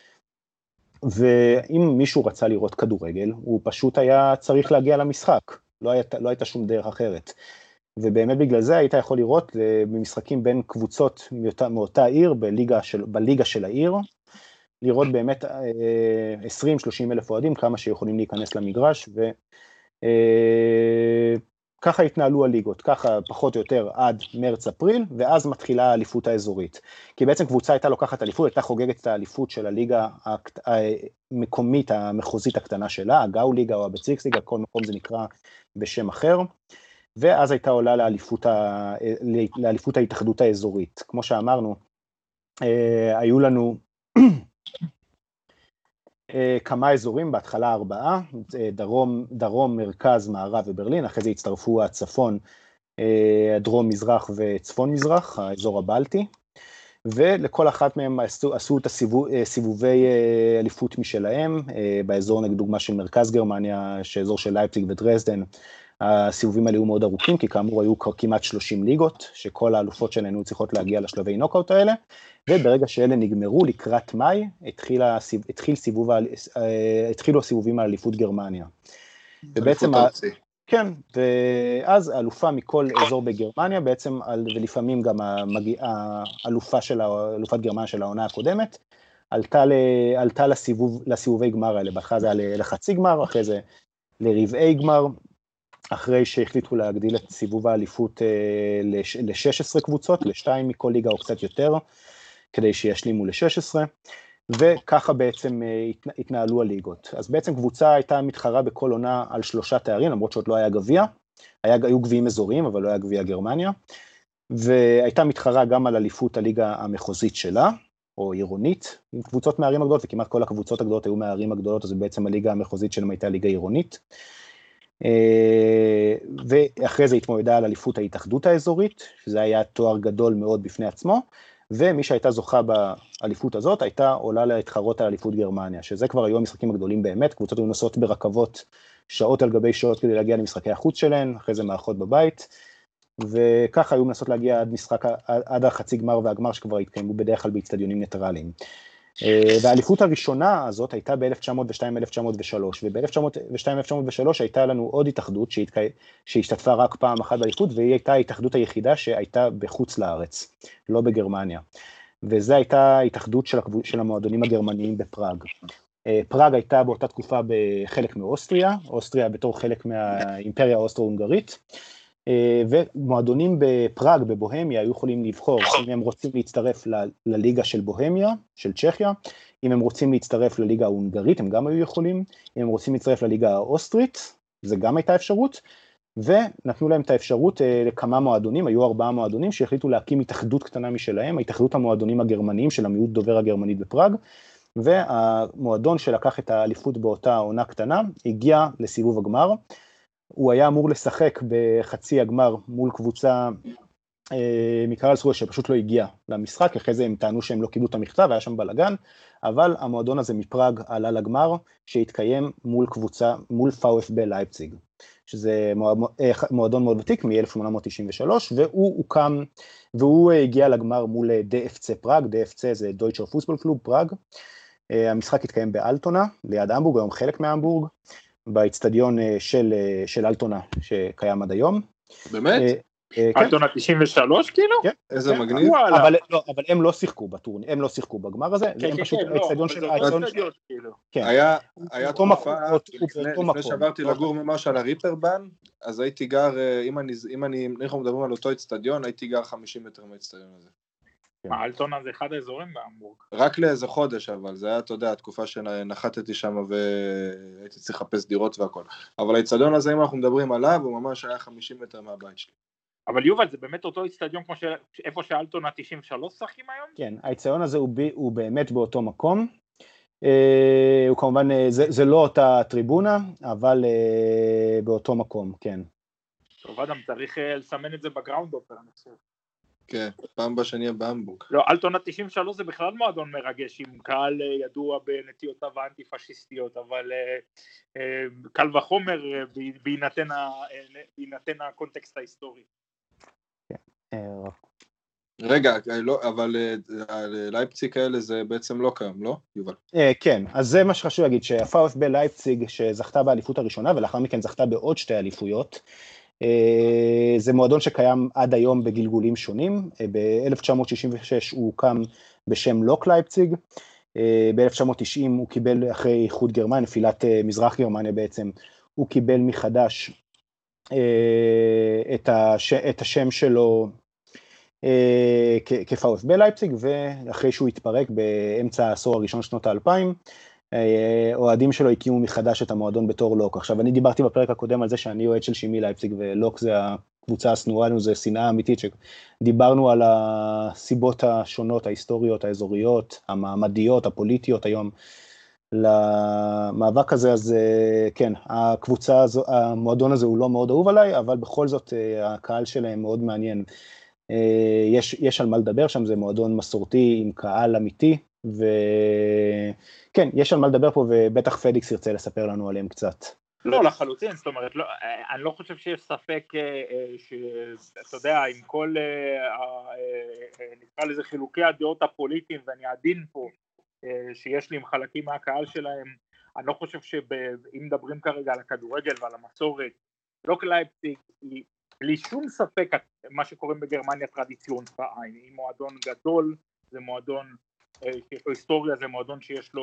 S3: ואם מישהו רצה לראות כדורגל, הוא פשוט היה צריך להגיע למשחק, לא הייתה שום דרך אחרת, ובאמת בגלל זה היית יכול לראות במשחקים בין קבוצות מאותה עיר, בליגה של העיר, לראות באמת 20-30 אלף אוהדים, כמה שיכולים להיכנס למגרש, ככה התנהלו הליגות, ככה פחות או יותר עד מרץ-אפריל, ואז מתחילה האליפות האזורית. כי בעצם קבוצה הייתה לוקחת אליפות, הייתה חוגגת את האליפות של הליגה המקומית, המחוזית הקטנה שלה, הגאו ליגה או הבציקס ליגה, כל מקום זה נקרא בשם אחר, ואז הייתה עולה לאליפות ההתאחדות האזורית. כמו שאמרנו, היו לנו כמה אזורים, בהתחלה 4, דרום, מרכז, מערב וברלין, אחרי זה הצטרפו הצפון, הדרום, מזרח וצפון מזרח, האזור הבלטי, ולכל אחת מהם עשו את הסיבובי אליפות משלהם, באזור נגד דוגמה של מרכז גרמניה, שאזור של לייפציג ודרזדן, הסיבובים האלה היו מאוד ארוכים, כי כאמור היו כמעט 30 ליגות, שכל האלופות שלנו היו צריכות להגיע לשלבי נוקאוט האלה, וברגע שאלה נגמרו לקראת מאי, התחילו הסיבובים על אליפות גרמניה. ובעצם, כן, ואז האלופה מכל אזור בגרמניה, בעצם, ולפעמים גם אלופת גרמניה של העונה הקודמת, עלתה לסיבובי גמר האלה, בהתחלה זה היה לחצי גמר, אחרי זה לרבעי גמר, אחרי שהחליטו להגדיל את סיבוב האליפות ל-16 קבוצות, ל2 מכל ליגה או קצת יותר, כדי שישלימו ל-16, וככה בעצם התנהלו הליגות. אז בעצם קבוצה הייתה מתחרה בכל עונה על 3 תארים, למרות שעוד לא היה גביע, היו גביעים אזוריים, אבל לא היה גביע גרמניה, והייתה מתחרה גם על אליפות הליגה המחוזית שלה, או עירונית, עם קבוצות מהערים הגדולות, וכמעט כל הקבוצות הגדולות היו מהערים הגדולות, אז בעצם הליגה המחוזית שלהם הייתה ליגה עירונית, ואחרי זה התמודדה על אליפות ההתאחדות האזורית, שזה היה תואר גדול מאוד בפני עצמו, ומי שהייתה זוכה באליפות הזאת, הייתה עולה להתחרות על אליפות גרמניה, שזה כבר היו המשחקים הגדולים באמת, קבוצות היו נוסעות ברכבות שעות על גבי שעות כדי להגיע למשחקי החוץ שלהן, אחרי זה מערכות בבית, וככה היו מנסות להגיע עד החצי גמר והגמר שכבר התקיימו בדרך כלל באצטדיונים ניטרליים. והאליפות הראשונה הזאת הייתה ב-1902-1903, וב-1902-1903 הייתה לנו עוד התאחדות שהשתתפה רק פעם אחת באליפות, והיא הייתה ההתאחדות היחידה שהייתה בחוץ לארץ, לא בגרמניה. וזו הייתה התאחדות של המועדונים הגרמניים בפראג. פראג הייתה באותה תקופה בחלק מאוסטריה, אוסטריה בתור חלק מהאימפריה האוסטרו-הונגרית, ומועדונים בפראג, בבוהמיה, היו יכולים לבחור אם הם רוצים להצטרף לליגה של בוהמיה, של צ'כיה, אם הם רוצים להצטרף לליגה ההונגרית, הם גם היו יכולים, אם הם רוצים להצטרף לליגה האוסטרית, זה גם הייתה אפשרות, ונתנו להם את האפשרות לכמה מועדונים, היו 4 מועדונים שהחליטו להקים התאחדות קטנה משלהם, התאחדות המועדונים הגרמניים של המיעוט דובר הגרמנית בפראג, והמועדון שלקח את האליפות באותה עונה קטנה, הגיע לסיבוב הגמר, הוא היה אמור לשחק בחצי הגמר מול קבוצה מקרלסרוי שפשוט לא הגיע למשחק, אחרי זה הם טענו שהם לא קיבלו את המכתב, היה שם בלגן, אבל המועדון הזה מפראג עלה לגמר שהתקיים מול VfB לייפציג, שזה מועדון מאוד ותיק מ-1893, והוא הוקם, והוא הגיע לגמר מול DFC פראג, DFC זה דויטשר פוטבול קלוב פראג, המשחק התקיים באלטונה, ליד המבורג, היום חלק מהמבורג, באצטדיון של אלטונה שקיים עד היום.
S1: באמת?
S2: אלטונה 93 כאילו?
S3: כן.
S1: איזה מגניב.
S3: אבל הם לא שיחקו בטורניר, הם לא שיחקו בגמר הזה, הם פשוט האצטדיון של האצטדיון.
S1: היה תקופה, לפני שעברתי לגור ממש על הריפרבן, אז הייתי גר, אם אנחנו מדברים על אותו אצטדיון, הייתי גר 50 מטר מהאצטדיון הזה.
S2: מה, אלטונה זה אחד האזורים בהמבורג?
S1: רק לאיזה חודש, אבל זה היה, אתה יודע, התקופה שנחתתי שם והייתי צריך לחפש דירות והכל. אבל האצטדיון הזה, אם אנחנו מדברים עליו, הוא ממש היה 50 מטר מהבית שלי.
S2: אבל יובל, זה באמת אותו אצטדיון כמו איפה שאלטונה 93 שחקים היום?
S3: כן, האצטדיון הזה הוא באמת באותו מקום. הוא כמובן, זה לא אותה טריבונה, אבל באותו מקום, כן.
S2: טוב, אדם, צריך לסמן את זה בגראונד אופר, אני חושב.
S1: כן, פעם בשני בהמבורג.
S2: לא, אלטונה 93 זה בכלל מועדון מרגש, עם קהל ידוע בנטיותיו האנטי-פשיסטיות, אבל קל וחומר בהינתן הקונטקסט ההיסטורי.
S1: רגע, אבל לייפציג האלה זה בעצם לא קיים, לא, יובל?
S3: כן, אז זה מה שחשוב להגיד, שהVfB לייפציג שזכתה באליפות הראשונה, ולאחר מכן זכתה בעוד 2 אליפויות, זה מועדון שקיים עד היום בגלגולים שונים, ב-1966 הוא הוקם בשם לוק לייפציג, ב-1990 הוא קיבל אחרי איחוד גרמניה, נפילת מזרח גרמניה בעצם, הוא קיבל מחדש את השם שלו כVfB לייפציג, ואחרי שהוא התפרק באמצע העשור הראשון שנות ה-2000, אוהדים שלו הקימו מחדש את המועדון בתור לוק. עכשיו, אני דיברתי בפרק הקודם על זה שאני אוהד של שימי לייפציג, ולוק זה הקבוצה השנואה לנו, זה שנאה אמיתית, שדיברנו על הסיבות השונות, ההיסטוריות, האזוריות, המעמדיות, הפוליטיות היום, למאבק הזה, אז כן, הקבוצה הזו, המועדון הזה הוא לא מאוד אהוב עליי, אבל בכל זאת הקהל שלהם מאוד מעניין. יש על מה לדבר שם, זה מועדון מסורתי עם קהל אמיתי, וכן, יש על מה לדבר פה, ובטח פדיקס ירצה לספר לנו עליהם קצת.
S2: לא, לחלוטין, זאת אומרת, אני לא חושב שיש ספק שאתה יודע, עם כל, נקרא לזה חילוקי הדעות הפוליטיים, ואני עדין פה, שיש לי עם חלקים מהקהל שלהם, אני לא חושב שאם מדברים כרגע על הכדורגל ועל המסורת, לוק לייפציג היא בלי שום ספק מה שקוראים בגרמניה טרדיציון פעין, היא מועדון גדול, זה מועדון שיש לו היסטוריה, זה מועדון שיש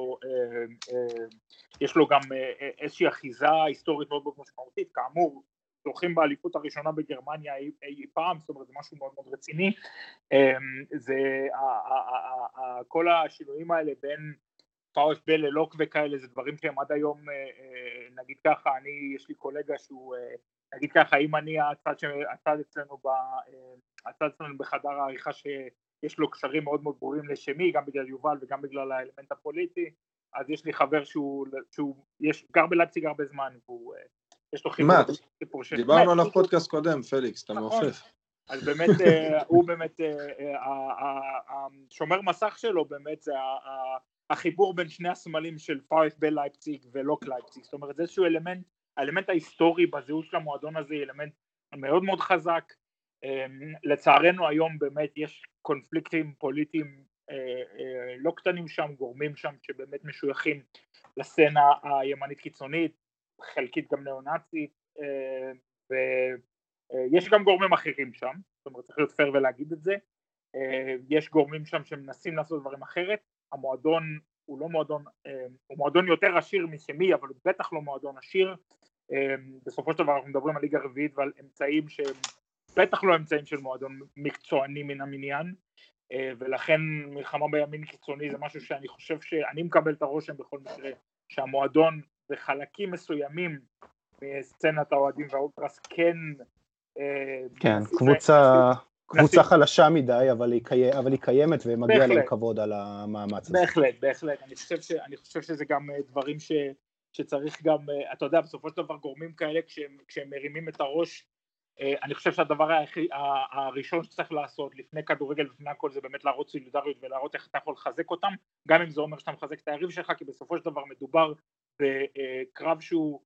S2: לו גם איזושהי אחיזה היסטורית מאוד מאוד משמעותית, כאמור, זוכים באליפות הראשונה בגרמניה אי פעם, זאת אומרת זה משהו מאוד מאוד רציני, זה כל השינויים האלה בין VfB ללוק וכאלה, זה דברים שהם עד היום, נגיד ככה, יש לי קולגה שהוא, נגיד ככה, אם אני הצד אצלנו בחדר העריכה שיש לו קשרים מאוד מאוד ברורים לשמי, גם בגלל יובל וגם בגלל האלמנט הפוליטי, אז יש לי חבר שהוא גר בלייפציג הרבה זמן, יש לו
S1: חיבור של... דיברנו עליו פודקאסט קודם, פליקס, אתה מעופף.
S2: אז באמת, הוא באמת, השומר מסך שלו באמת זה החיבור בין שני הסמלים של VfB לייפציג ולוק לייפציג, זאת אומרת זה איזשהו אלמנט, האלמנט ההיסטורי בזהות של המועדון הזה, אלמנט מאוד מאוד חזק, לצערנו היום באמת יש קונפליקטים פוליטיים לא קטנים שם, גורמים שם שבאמת משויכים לסצנה הימנית קיצונית, חלקית גם נאו-נאצית, ויש גם גורמים אחרים שם, זאת אומרת צריך להיות פייר ולהגיד את זה, יש גורמים שם שמנסים לעשות דברים אחרת, המועדון הוא לא מועדון, הוא מועדון יותר עשיר משמי, אבל הוא בטח לא מועדון עשיר, בסופו של דבר אנחנו מדברים על ליגה רביעית ועל אמצעים שהם בטח לא אמצעים של מועדון מקצועני מן המניין, ולכן מלחמה בימין קיצוני זה משהו שאני חושב שאני מקבל את הרושם בכל מקרה, שהמועדון בחלקים מסוימים מסצנת האוהדים והאולטרס
S3: כן, קבוצה חלשה מדי, אבל היא קיימת ומגיע להם כבוד על המאמץ הזה.
S2: בהחלט, אני חושב שזה גם דברים שצריך גם, אתה יודע, בסופו של דבר גורמים כאלה כשהם מרימים את הראש, אני חושב שהדבר הראשון שצריך לעשות לפני כדורגל ולפני הכל זה באמת להראות סולידריות ולהראות איך אתה יכול לחזק אותם, גם אם זה אומר שאתה מחזק את היריב שלך, כי בסופו של דבר מדובר בקרב שהוא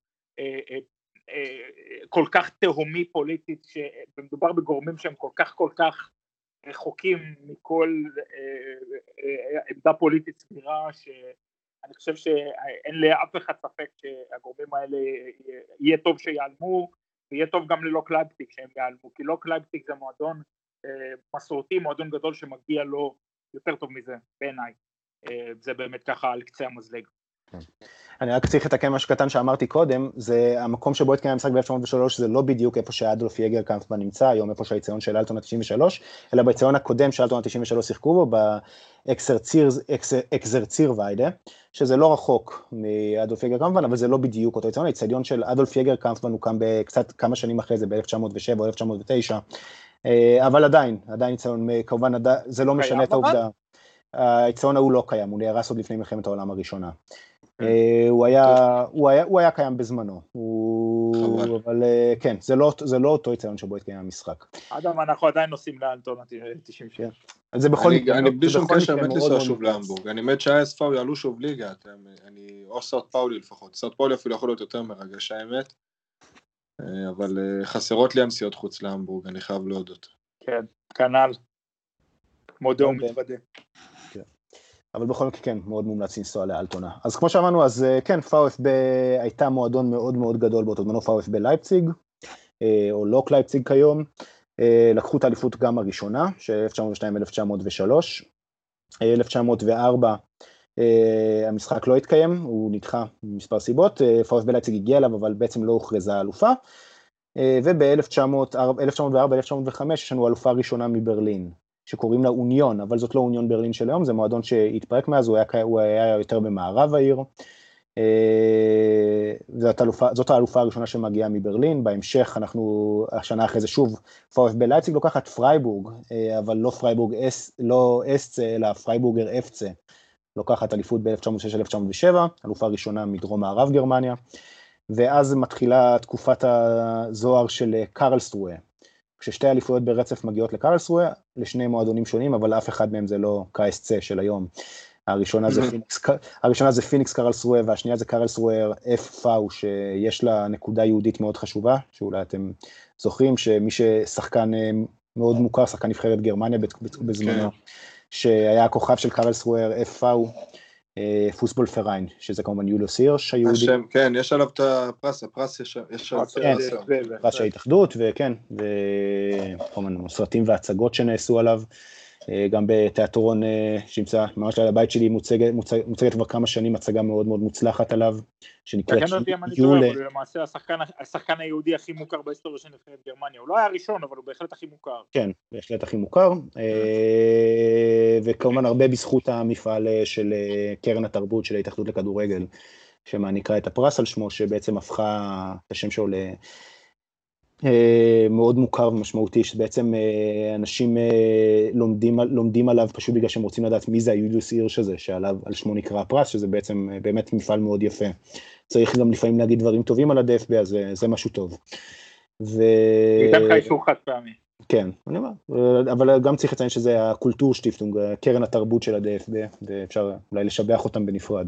S2: כל כך תהומי פוליטית, ומדובר בגורמים שהם כל כך רחוקים מכל עמדה פוליטית סבירה, שאני חושב שאין לאף אחד ספק שהגורמים האלה יהיה טוב שיעלמו, ויהיה טוב גם ללוק לייפציג שהם יעלמו, כי לוק לייפציג זה מועדון מסורתי, מועדון גדול שמגיע לו יותר טוב מזה בעיניי, זה באמת ככה על קצה המזלג.
S3: אני רק צריך לתקן משהו קטן שאמרתי קודם, זה המקום שבו התקיים המשחק ב-1903, זה לא בדיוק איפה שאדולף יגר-קמפמן נמצא, היום איפה שהיציון של אלטונה 93, אלא ביציון הקודם של אלטונה 93 שיחקו בו, באקזרציר ויידה, שזה לא רחוק מאדולף יגר-קמפמן, אבל זה לא בדיוק אותו יציון, היציון של אדולף יגר-קמפמן הוא קם קצת כמה שנים אחרי זה, ב-1907 או 1909, אבל עדיין יציון, כמובן, זה לא משנה את העובדה. היציון ההוא לא קיים, הוא נהרס עוד לפני מלחמת העולם הראשונה. הוא היה קיים בזמנו, אבל כן, זה לא אותו יציון שבו התקיים המשחק.
S2: אדם, אנחנו עדיין נוסעים לאלטונה 97.
S1: אני בלי שום קשר מת לנסוע שוב להמבורג, אני מת שהאספאו יעלו שוב ליגה, או סאוט פאולי לפחות, סאוט פאולי אפילו יכול להיות יותר מרגש האמת, אבל חסרות לי הנסיעות חוץ להמבורג, אני חייב להודות.
S2: כן, כנ"ל, מודה ומתוודה.
S3: אבל בכל מקרה כן, מאוד מומלץ לנסוע לאלטונה. אז כמו שאמרנו, אז כן, VfB הייתה מועדון מאוד מאוד גדול באותו זמנו, VfB לייפציג, או לוק לייפציג כיום, לקחו את האליפות גם הראשונה, ש-1902-1903, 1904 המשחק לא התקיים, הוא נדחה ממספר סיבות, VfB לייפציג הגיע אליו, אבל בעצם לא הוכרזה אלופה, וב-1904-1905 יש לנו אלופה ראשונה מברלין, שקוראים לה אוניון, אבל זאת לא אוניון ברלין של היום, זה מועדון שהתפרק מאז, הוא היה יותר במערב העיר, זאת האלופה הראשונה שמגיעה מברלין, בהמשך השנה אחרי זה שוב, VfB לייפציג לוקחת פרייבורג, אבל לא פרייבורג לא אסצה, אלא פרייבורגר אפצה, לוקחת אליפות ב-1906-1907, אלופה ראשונה מדרום מערב גרמניה, ואז מתחילה תקופת הזוהר של קרלסרואה, כששתי אליפויות ברצף מגיעות לקרלסרואה, לשני מועדונים שונים, אבל אף אחד מהם זה לא KSC של היום. הראשונה זה פיניקס קרלסרואה, והשנייה זה קרלסרואה FV, שיש לה נקודה יהודית מאוד חשובה, שאולי אתם זוכרים, שמי ששחקן מאוד מוכר, שחקן נבחרת גרמניה בזמנו, שהיה הכוכב של קרלסרואה FV, פוסבול פריין, שזה כמובן יוליוס הירש היהודי.
S1: כן, יש עליו את הפרס, יש עליו
S3: פרס ההתאחדות, וכן, וכמובן סרטים והצגות שנעשו עליו, גם בתיאטרון שנמצא ממש על הבית שלי, מוצגת כבר כמה שנים הצגה מאוד מאוד מוצלחת עליו, שנקראת
S2: יולה. אבל למעשה השחקן היהודי הכי מוכר בהיסטוריה של נבחרת גרמניה, הוא לא היה הראשון, אבל הוא בהחלט הכי מוכר.
S3: כן, בהחלט הכי מוכר, וכמובן הרבה בזכות המפעל של קרן התרבות של ההתאחדות לכדורגל, שמעניקה את הפרס על שמו, שבעצם הפכה את השם שלו מאוד מוכר ומשמעותי, שבעצם אנשים לומדים עליו פשוט בגלל שהם רוצים לדעת מי זה היוליוס הירש הזה, שעליו על שמו נקרא הפרס, שזה בעצם באמת מפעל מאוד יפה. צריך גם לפעמים להגיד דברים טובים על ה-DFB, אז זה משהו טוב.
S2: ייתן לך אישור חד פעמי.
S3: כן, אני אומר, אבל גם צריך לציין שזה הקולטורשטיפטונג, קרן התרבות של ה-DFB, ואפשר אולי לשבח אותם בנפרד.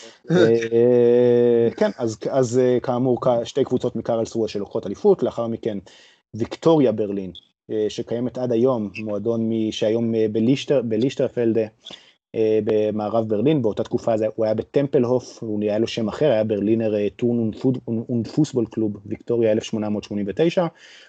S3: כן, אז כאמור, שתי קבוצות מקרלסרוה שלוקחות אליפות, לאחר מכן ויקטוריה ברלין, שקיימת עד היום, מועדון שהיום בלישטרפלדה, במערב ברלין, באותה תקופה הוא היה בטמפלהוף, הוא היה לו שם אחר, היה ברלינר טורן ופוסבול קלוב, ויקטוריה 1889,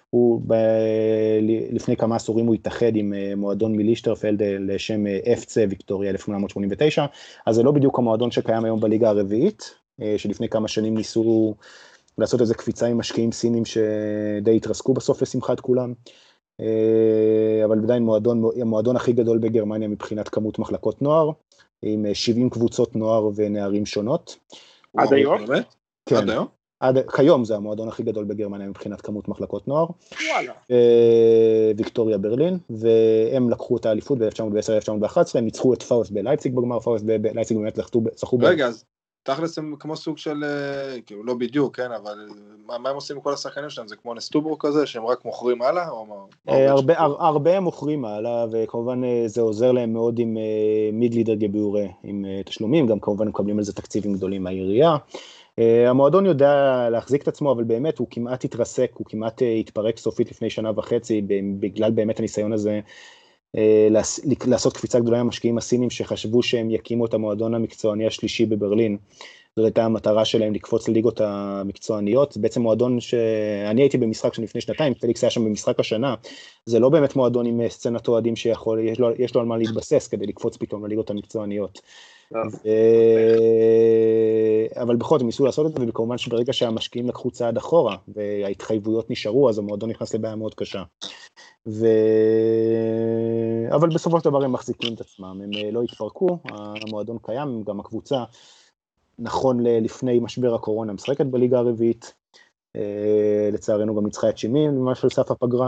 S3: לפני כמה עשורים הוא התאחד עם מועדון מלישטרפלד לשם FC ויקטוריה 1889, אז זה לא בדיוק המועדון שקיים היום בליגה הרביעית, שלפני כמה שנים ניסו לעשות איזה קפיצה עם משקיעים סינים שדי התרסקו בסוף לשמחת כולם, אבל עדיין המועדון הכי גדול בגרמניה מבחינת כמות מחלקות נוער, עם 70 קבוצות נוער ונערים שונות.
S2: עד היום?
S3: כן. עד היום? כיום זה המועדון הכי גדול בגרמניה מבחינת כמות מחלקות נוער.
S2: וואלה.
S3: ויקטוריה ברלין, והם לקחו את האליפות ב-1910-1911, הם ניצחו את פאוסט בלייפציג בגמר, פאוסט בלייפציג באמת זכו
S1: רגע, אז תכלס הם כמו סוג של, כאילו לא בדיוק, כן, אבל מה הם עושים עם כל השחקנים שלהם? זה כמו נסטוברו כזה, שהם רק מוכרים הלאה?
S3: הרבה הם מוכרים הלאה, וכמובן זה עוזר להם מאוד עם מידלידר גביורה, עם תשלומים, גם כמובן מקבלים על זה תקציבים גדולים מהעירייה. המועדון יודע להחזיק את עצמו, אבל באמת הוא כמעט התרסק, הוא כמעט התפרק סופית לפני שנה וחצי, בגלל באמת הניסיון הזה לעשות קפיצה גדולה עם המשקיעים הסינים שחשבו שהם יקימו את המועדון המקצועני השלישי בברלין. זאת הייתה המטרה שלהם לקפוץ לליגות המקצועניות, זה בעצם מועדון שאני הייתי במשחק לפני שנתיים, פליקס היה שם במשחק השנה, זה לא באמת מועדון עם סצנת אוהדים יש לו על מה להתבסס כדי לקפוץ פתאום לליגות המקצועניות. אבל בכל זאת הם ניסו לעשות את זה, וכמובן שברגע שהמשקיעים לקחו צעד אחורה וההתחייבויות נשארו, אז המועדון נכנס לבעיה מאוד קשה. אבל בסופו של דבר הם מחזיקים את עצמם, הם לא התפרקו, המועדון קיים, גם הקבוצה נכון לפני משבר הקורונה משחקת בליגה הרביעית, לצערנו גם ניצחה את שימין ממש על סף הפגרה,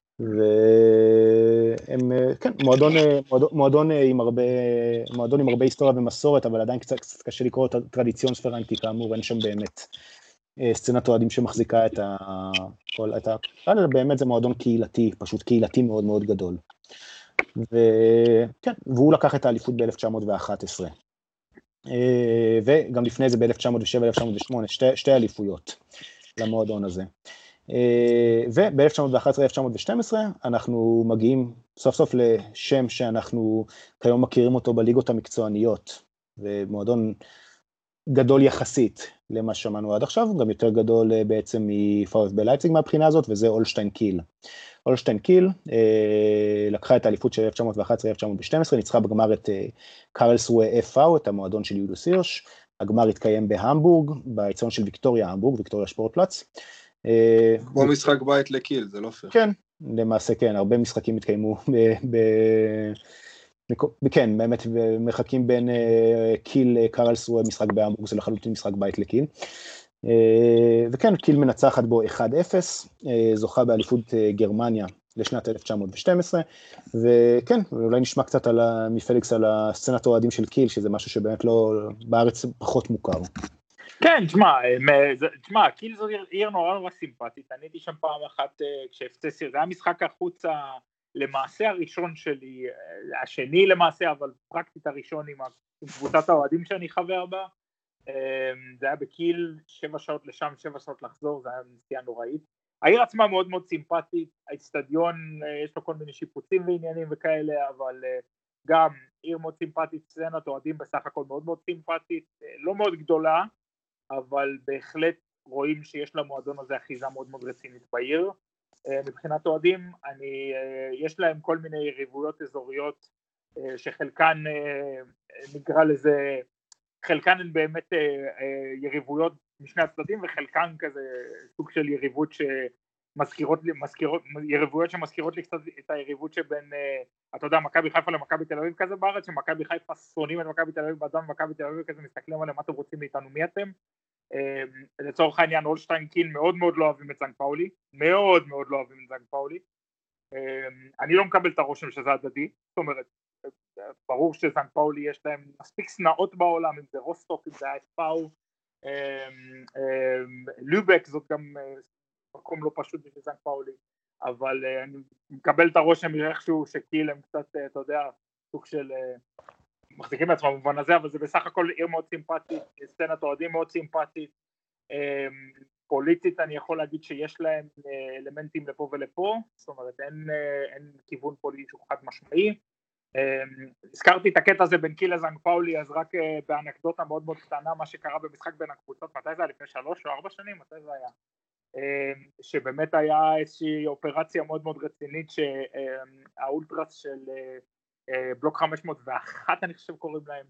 S3: והם, כן, מועדון עם הרבה היסטוריה ומסורת, אבל עדיין קצת קשה לקרוא את הטרדיציון ספרנטי, כאמור, אין שם באמת סצנת אוהדים שמחזיקה את באמת זה מועדון קהילתי, פשוט קהילתי מאוד מאוד גדול. וכן, והוא לקח את האליפות ב-1911. וגם לפני זה ב-1907-1908, שתי אליפויות למועדון הזה. וב-1911-1912 אנחנו מגיעים סוף סוף לשם שאנחנו כיום מכירים אותו בליגות המקצועניות, ומועדון גדול יחסית למה שמענו עד עכשיו, גם יותר גדול בעצם מפאוסט בלייפציג מהבחינה הזאת, וזה הולשטיין קיל. הולשטיין קיל לקחה את האליפות של 1911-1912, ניצחה בגמר את קרלסרוה FV, את המועדון של יוליוס הירש, הגמר התקיים בהמבורג, באצטדיון של ויקטוריה המבורג, ויקטוריה שפורטפלץ.
S1: כמו משחק בית לקיל, זה לא פייר.
S3: כן, למעשה כן, הרבה משחקים התקיימו כן, באמת מרחקים בין קיל קרלסרוה, משחק בהמבורג, זה לחלוטין משחק בית לקיל. וכן, קיל מנצחת בו 1-0, זוכה באליפות גרמניה לשנת 1912, וכן, אולי נשמע קצת מפליקס על הסצנת אוהדים של קיל, שזה משהו שבאמת לא, בארץ פחות מוכר.
S2: כן, תשמע, קיל זו עיר נורא סימפטית, אני הייתי שם פעם אחת כשהפצסי, זה היה משחק החוץ למעשה הראשון שלי, השני למעשה, אבל פרקטית הראשון עם קבוצת האוהדים שאני חבר בה, זה היה בקיל 7 שעות לשם, 7 שעות לחזור, זה היה נסיעה נוראית. העיר עצמה מאוד מאוד סימפטית, האצטדיון יש לו כל מיני שיפוצים ועניינים וכאלה, אבל גם עיר מאוד סימפטית, סצנת אוהדים בסך הכל מאוד מאוד סימפטית, לא מאוד גדולה, אבל בהחלט רואים שיש למועדון הזה אחיזה מאוד מאוד רצינית בעיר, מבחינת אוהדים, יש להם כל מיני יריבויות אזוריות, שחלקן נקרא לזה, חלקן הן באמת יריבויות משני הצדדים, וחלקן כזה סוג של יריבות יריבויות שמזכירות לי קצת את היריבות שבין, אתה יודע, מכבי חיפה למכבי תל אביב כזה בארץ, שמכבי חיפה שונאים את מכבי תל אביב באדם, ומכבי תל אביב כזה מסתכלים עליהם, מה אתם רוצים מאיתנו, מי אתם? לצורך העניין, הולשטיין קין מאוד מאוד לא אוהבים את סנט פאולי, מאוד מאוד לא אוהבים את סנט פאולי, אני לא מקבל את הרושם שזה הדדי, זאת אומרת, ברור שסנט פאולי יש להם מספיק סנאות בעולם, אם זה רוסטוק, אם זה האספאו, לובק זאת גם מקום לא פשוט בשביל סנט פאולי, אבל אני מקבל את הרושם איכשהו שקיל הם קצת, אתה יודע, סוג של מחזיקים לעצמם במובן הזה, אבל זה בסך הכל עיר מאוד סימפטית, סצנת אוהדים מאוד סימפטית, פוליטית אני יכול להגיד שיש להם אלמנטים לפה ולפה, זאת אומרת אין כיוון פוליטי שהוא חד משמעי. הזכרתי את הקטע הזה בין קיל לסנט פאולי, אז רק באנקדוטה מאוד מאוד קטנה, מה שקרה במשחק בין הקבוצות, מתי זה היה? לפני 3 או 4 שנים? מתי זה היה? שבאמת היה איזושהי אופרציה מאוד מאוד רצינית, שהאולטרס של בלוק 501 אני חושב קוראים להם,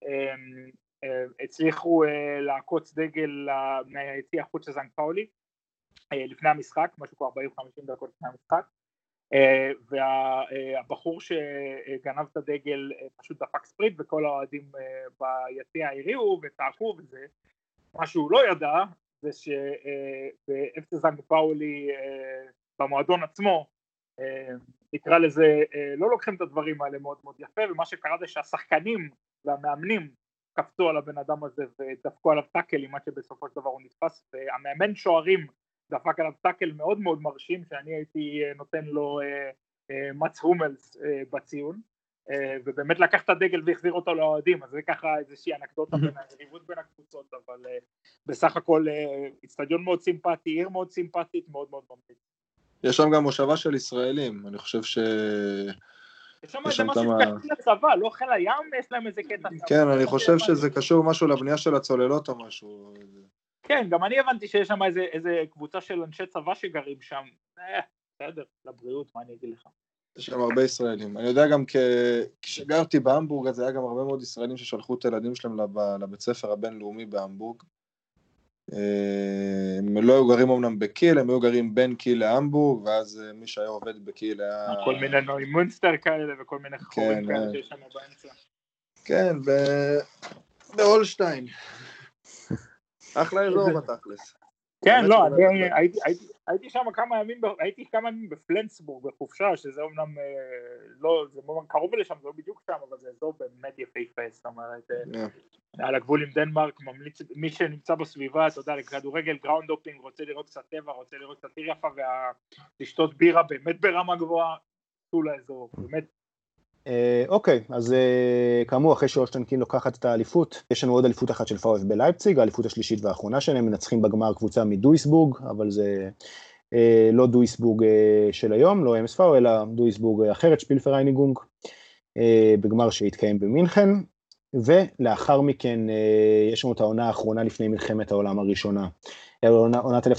S2: הצליחו לעקוץ דגל מהיציע החוץ של סנט פאולי לפני המשחק, משהו כמו 40-50 דקות לפני המשחק, והבחור שגנב את הדגל פשוט דפק ספריט, וכל האוהדים ביציע הריעו וצעקו, וזה מה שהוא לא ידע זה שבאפס סנט פאולי במועדון עצמו נקרא לזה, לא לוקחים את הדברים האלה מאוד מאוד יפה, ומה שקרה זה שהשחקנים והמאמנים קפצו על הבן אדם הזה ודפקו עליו טאקל, עד שבסופו של דבר הוא נתפס, והמאמן שוערים דפק עליו טאקל מאוד מאוד מרשים, שאני הייתי נותן לו מאץ הומלס בציון, ובאמת לקח את הדגל והחזיר אותו לאוהדים, אז זה ככה איזושהי אנקדוטה בין היריבות בין הקבוצות, אבל בסך הכל אצטדיון מאוד סימפטי, עיר מאוד סימפטית, מאוד מאוד ממליץ.
S1: יש שם גם מושבה של ישראלים, אני חושב ש...
S2: יש שם איזה משהו שקשור לצבא, לא חיל הים, יש להם איזה קטע.
S1: כן, אני חושב שזה קשור משהו לבנייה של הצוללות או משהו.
S2: כן, גם אני הבנתי שיש שם איזה קבוצה של אנשי צבא שגרים שם. בסדר, לבריאות, מה אני אגיד לך?
S1: יש שם הרבה ישראלים. אני יודע גם כשגרתי בהמבורג, אז היה גם הרבה מאוד ישראלים ששלחו את הילדים שלהם לבית ספר הבינלאומי בהמבורג. הם לא היו גרים אמנם בקיל, הם היו גרים בין קיל להמבורג, ואז מי שהיה עובד בקיל היה...
S2: כל מיני נוי מונסטר כאלה, וכל מיני חורים כאלה שיש שם באמצע.
S1: כן, בהולשטיין. אחלה אזור בתכלס.
S2: כן, לא, אני הייתי שם כמה ימים, הייתי כמה ימים בפלנסבורג, בחופשה, שזה אומנם לא, זה קרוב לשם, זה לא בדיוק שם, אבל זה אזור באמת יפהפה, זאת אומרת, על הגבול עם דנמרק, ממליץ, מי שנמצא בסביבה, אתה יודע, לכדורגל, גראונד הופינג, רוצה לראות קצת טבע, רוצה לראות קצת עיר יפה, ולשתות בירה באמת ברמה גבוהה, תו לאזור, באמת.
S3: אוקיי, אז כאמור, אחרי שהולשטיין קין לוקחת את האליפות, יש לנו עוד אליפות אחת של VfB לייפציג, האליפות השלישית והאחרונה שלהם, מנצחים בגמר קבוצה מדויסבורג, אבל זה לא דויסבורג של היום, לא MSV, אלא דויסבורג אחרת, שפילפרייניגונג, בגמר שהתקיים במינכן, ולאחר מכן יש לנו את העונה האחרונה לפני מלחמת העולם הראשונה, עונת 1913-1914,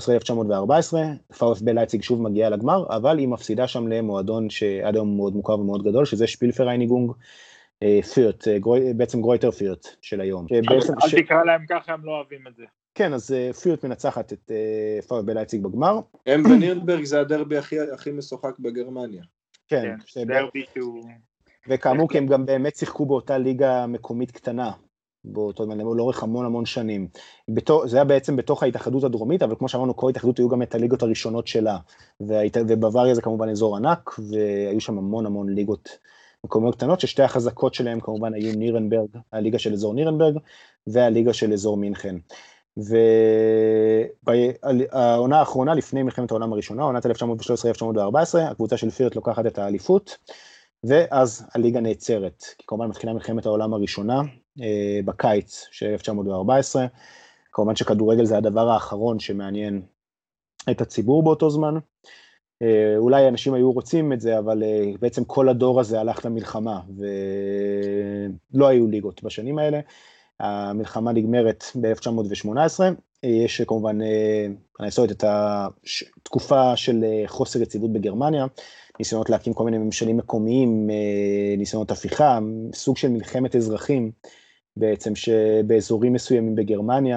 S3: VfB לייפציג שוב מגיעה לגמר, אבל היא מפסידה שם למועדון שעד היום מאוד מוכר ומאוד גדול, שזה שפילפרייניגונג פירט, בעצם גרויטר פירט של היום.
S2: אל תקרא להם ככה, הם לא אוהבים את זה.
S3: כן, אז פירט מנצחת את VfB לייפציג בגמר.
S1: הם בנירנברג זה הדרבי הכי משוחק בגרמניה.
S3: כן,
S2: דרבי שהוא...
S3: וכאמור, כי הם גם באמת שיחקו באותה ליגה מקומית קטנה. באותו זמן, לאורך המון שנים. זה היה בעצם בתוך ההתאחדות הדרומית, אבל כמו שאמרנו, כל ההתאחדות היו גם את הליגות הראשונות שלה, ובוואריה זה כמובן אזור ענק, והיו שם המון ליגות מקומיות קטנות, ששתי החזקות שלהם כמובן היו נירנברג, הליגה של אזור נירנברג, והליגה של אזור מינכן. והעונה האחרונה, לפני מלחמת העולם הראשונה, עונת 1913-1914, הקבוצה של פירט לוקחת את האליפות, ואז הליגה נעצרת, כי כמובן מתחילה מלחמת העולם הראשונה, בקיץ של 1914, כמובן שכדורגל זה הדבר האחרון שמעניין את הציבור באותו זמן, אולי אנשים היו רוצים את זה, אבל בעצם כל הדור הזה הלך למלחמה, ולא היו ליגות בשנים האלה, המלחמה נגמרת ב-1918, יש כמובן, לעשות את התקופה של חוסר יציבות בגרמניה, ניסיונות להקים כל מיני ממשלים מקומיים, ניסיונות הפיכה, סוג של מלחמת אזרחים, בעצם שבאזורים מסוימים בגרמניה,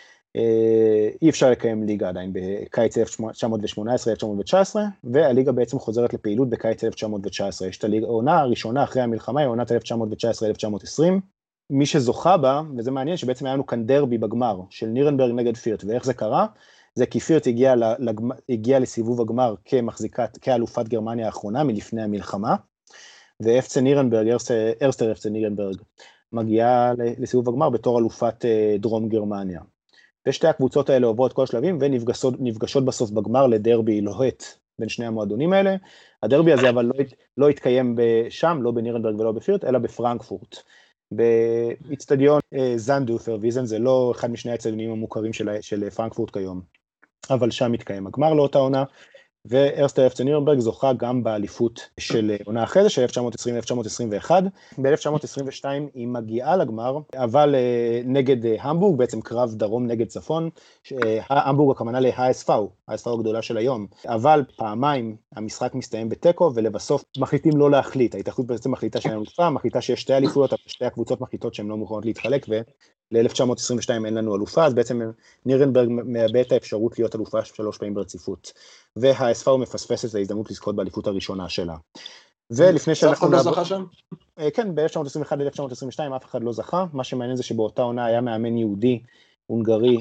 S3: אי אפשר לקיים ליגה עדיין בקיץ 1918-1919, והליגה בעצם חוזרת לפעילות בקיץ 1919, יש את העונה הראשונה אחרי המלחמה, היא עונת 1919-1920, מי שזוכה בה, וזה מעניין שבעצם היה לנו כאן דרבי בגמר של נירנברג נגד פירט, ואיך זה קרה? זה כי פירט הגיע לסיבוב הגמר כאלופת גרמניה האחרונה מלפני המלחמה, ואפצה נירנברג, ארסטר אפצה נירנברג, מגיעה לסיבוב הגמר בתור אלופת דרום גרמניה. ושתי הקבוצות האלה עוברות כל השלבים ונפגשות בסוף בגמר לדרבי לוהט בין שני המועדונים האלה. הדרבי הזה אבל לא התקיים שם, לא בנירנברג ולא בפירט, אלא בפרנקפורט. באצטדיון זנדהופר ויזן, זה לא אחד משני האצטדיונים המוכרים של פרנקפורט כיום, אבל שם מתקיים הגמר לאותה עונה, וארסטר אפצה נירנברג זוכה גם באליפות של עונה אחרי זה, של 1920-1921, ב-1922 היא מגיעה לגמר, אבל נגד המבורג, בעצם קרב דרום נגד צפון, המבורג הכוונה ל-HSV, HSV הגדולה של היום, אבל פעמיים המשחק מסתיים בטקו, ולבסוף מחליטים לא להחליט, ההתאחדות בעצם מחליטה שאין אלופה, מחליטה שיש שתי אליפויות, אבל שתי הקבוצות מחליטות שהן לא מוכנות להתחלק, ל-1922 אין לנו אלופה, אז בעצם נירנברג מאבד את האפשרות להיות אלופה 3 פעמים ברציפות, והאספה הוא מפספס את ההזדמנות לזכות באליפות הראשונה שלה. ולפני
S1: שאנחנו לא זכה שם?
S3: כן, ב-1921-1922 אף אחד לא זכה, מה שמעניין זה שבאותה עונה היה מאמן יהודי הונגרי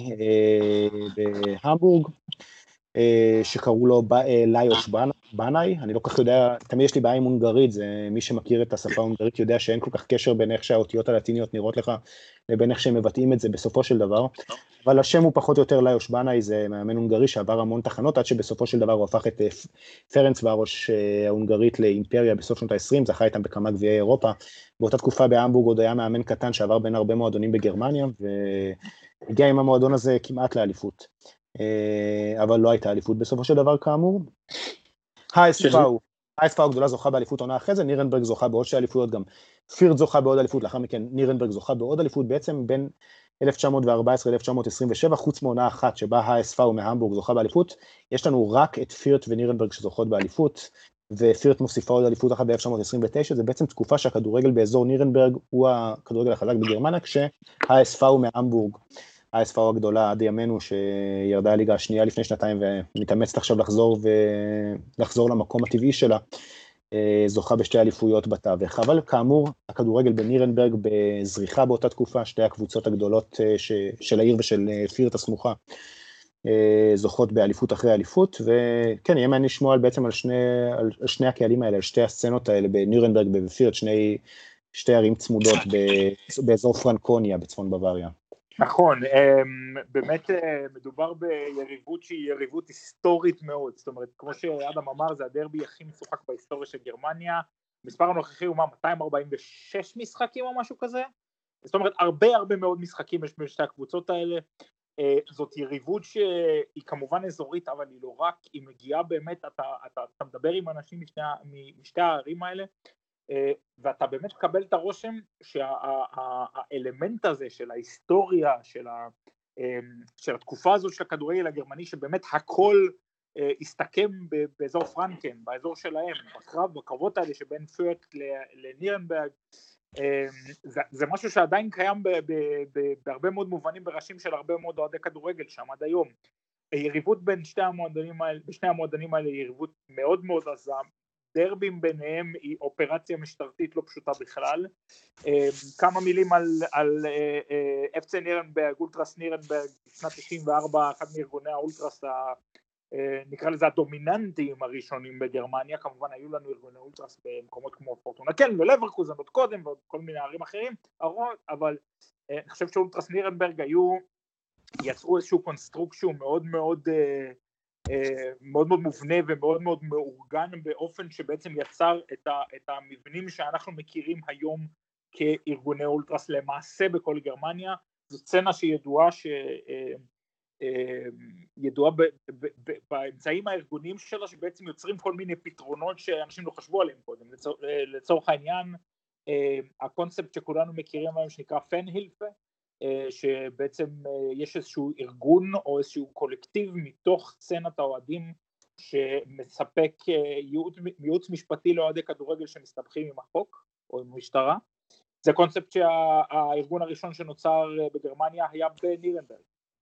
S3: בהמבורג, שקראו לו ליוש בנאי, אני לא כך יודע, תמיד יש לי בעיה עם הונגרית, זה מי שמכיר את השפה ההונגרית יודע שאין כל כך קשר בין איך שהאותיות הלטיניות נראות לך, לבין איך שהם מבטאים את זה בסופו של דבר, אבל השם הוא פחות או יותר ליוש בנאי, זה מאמן הונגרי שעבר המון תחנות, עד שבסופו של דבר הוא הפך את פרנץ ורוש ההונגרית לאימפריה בסוף שנות ה-20, זכה איתם בכמה גביעי אירופה, באותה תקופה בהמבורג עוד היה מאמן קטן שעבר בין הרבה מועדונים בגרמניה, והגיע עם המועדון הזה כמעט לאליפות. אבל לא הייתה אליפות בסופו של דבר כאמור. HSV הגדולה זוכה באליפות עונה אחרי זה, נירנברג זוכה בעוד שתי אליפויות, גם פירט זוכה בעוד אליפות, לאחר מכן נירנברג זוכה בעוד אליפות, בעצם בין 1914-1927, חוץ מעונה אחת שבה HSV מהמבורג זוכה באליפות, יש לנו רק את פירט ונירנברג שזוכות באליפות, ופירט מוסיפה עוד אליפות אחת ב-1929, זה בעצם תקופה שהכדורגל באזור נירנברג הוא הכדורגל החזק בגרמניה, כש-HSV מהמבורג, HSV הגדולה עד ימינו שירדה הליגה השנייה לפני שנתיים ומתאמצת עכשיו לחזור למקום הטבעי שלה, זוכה בשתי אליפויות בתווך, אבל כאמור הכדורגל בנירנברג בזריחה באותה תקופה, שתי הקבוצות הגדולות של העיר ושל פירט הסמוכה, זוכות באליפות אחרי אליפות, וכן, יהיה מעניין לשמוע בעצם על שני הקהלים האלה, על שתי הסצנות האלה בנירנברג ובפירט, שתי ערים צמודות באזור פרנקוניה בצפון בוואריה.
S2: נכון, באמת מדובר ביריבות שהיא יריבות היסטורית מאוד, זאת אומרת, כמו שאדם אמר, זה הדרבי הכי משוחק בהיסטוריה של גרמניה, מספר הנוכחי הוא 246 משחקים או משהו כזה, זאת אומרת, הרבה מאוד משחקים יש בשתי הקבוצות האלה, זאת יריבות שהיא כמובן אזורית, אבל היא לא רק, היא מגיעה באמת, אתה מדבר עם אנשים משתי הערים האלה, ואתה באמת מקבל את הרושם שהאלמנט הזה של ההיסטוריה, של התקופה הזו של הכדורגל הגרמני, שבאמת הכל הסתכם באזור פרנקן, באזור שלהם, בקרבות האלה שבין פירט לנירנברג, זה משהו שעדיין קיים בהרבה מאוד מובנים בראשים של הרבה מאוד אוהדי כדורגל שם עד היום. היריבות בין שני המועדונים האלה היא יריבות מאוד מאוד עזה, דרבים ביניהם היא אופרציה משטרתית לא פשוטה בכלל. כמה מילים על FC נירנברג, אולטרס נירנברג, בשנת 94, אחד מארגוני האולטרס, נקרא לזה הדומיננטיים הראשונים בגרמניה, כמובן היו לנו ארגוני אולטרס במקומות כמו פורטונה קלן ולברקוזן עוד קודם, ועוד כל מיני ערים אחרים, אבל אני חושב שאולטרס נירנברג יצרו איזשהו קונסטרוקט שהוא מאוד מאוד מובנה ומאוד מאוד מאורגן באופן שבעצם יצר את המבנים שאנחנו מכירים היום כארגוני אולטרס למעשה בכל גרמניה. זו סצנה שידועה באמצעים הארגוניים שלה, שבעצם יוצרים כל מיני פתרונות שאנשים לא חשבו עליהם קודם. לצורך העניין, הקונספט שכולנו מכירים היום שנקרא פנהילפה, שבעצם יש איזשהו ארגון או איזשהו קולקטיב מתוך סצנת האוהדים שמספק ייעוץ משפטי לאוהדי כדורגל שמסתבכים עם החוק או עם המשטרה. זה קונספט שהארגון הראשון שנוצר בגרמניה היה בנירנברג,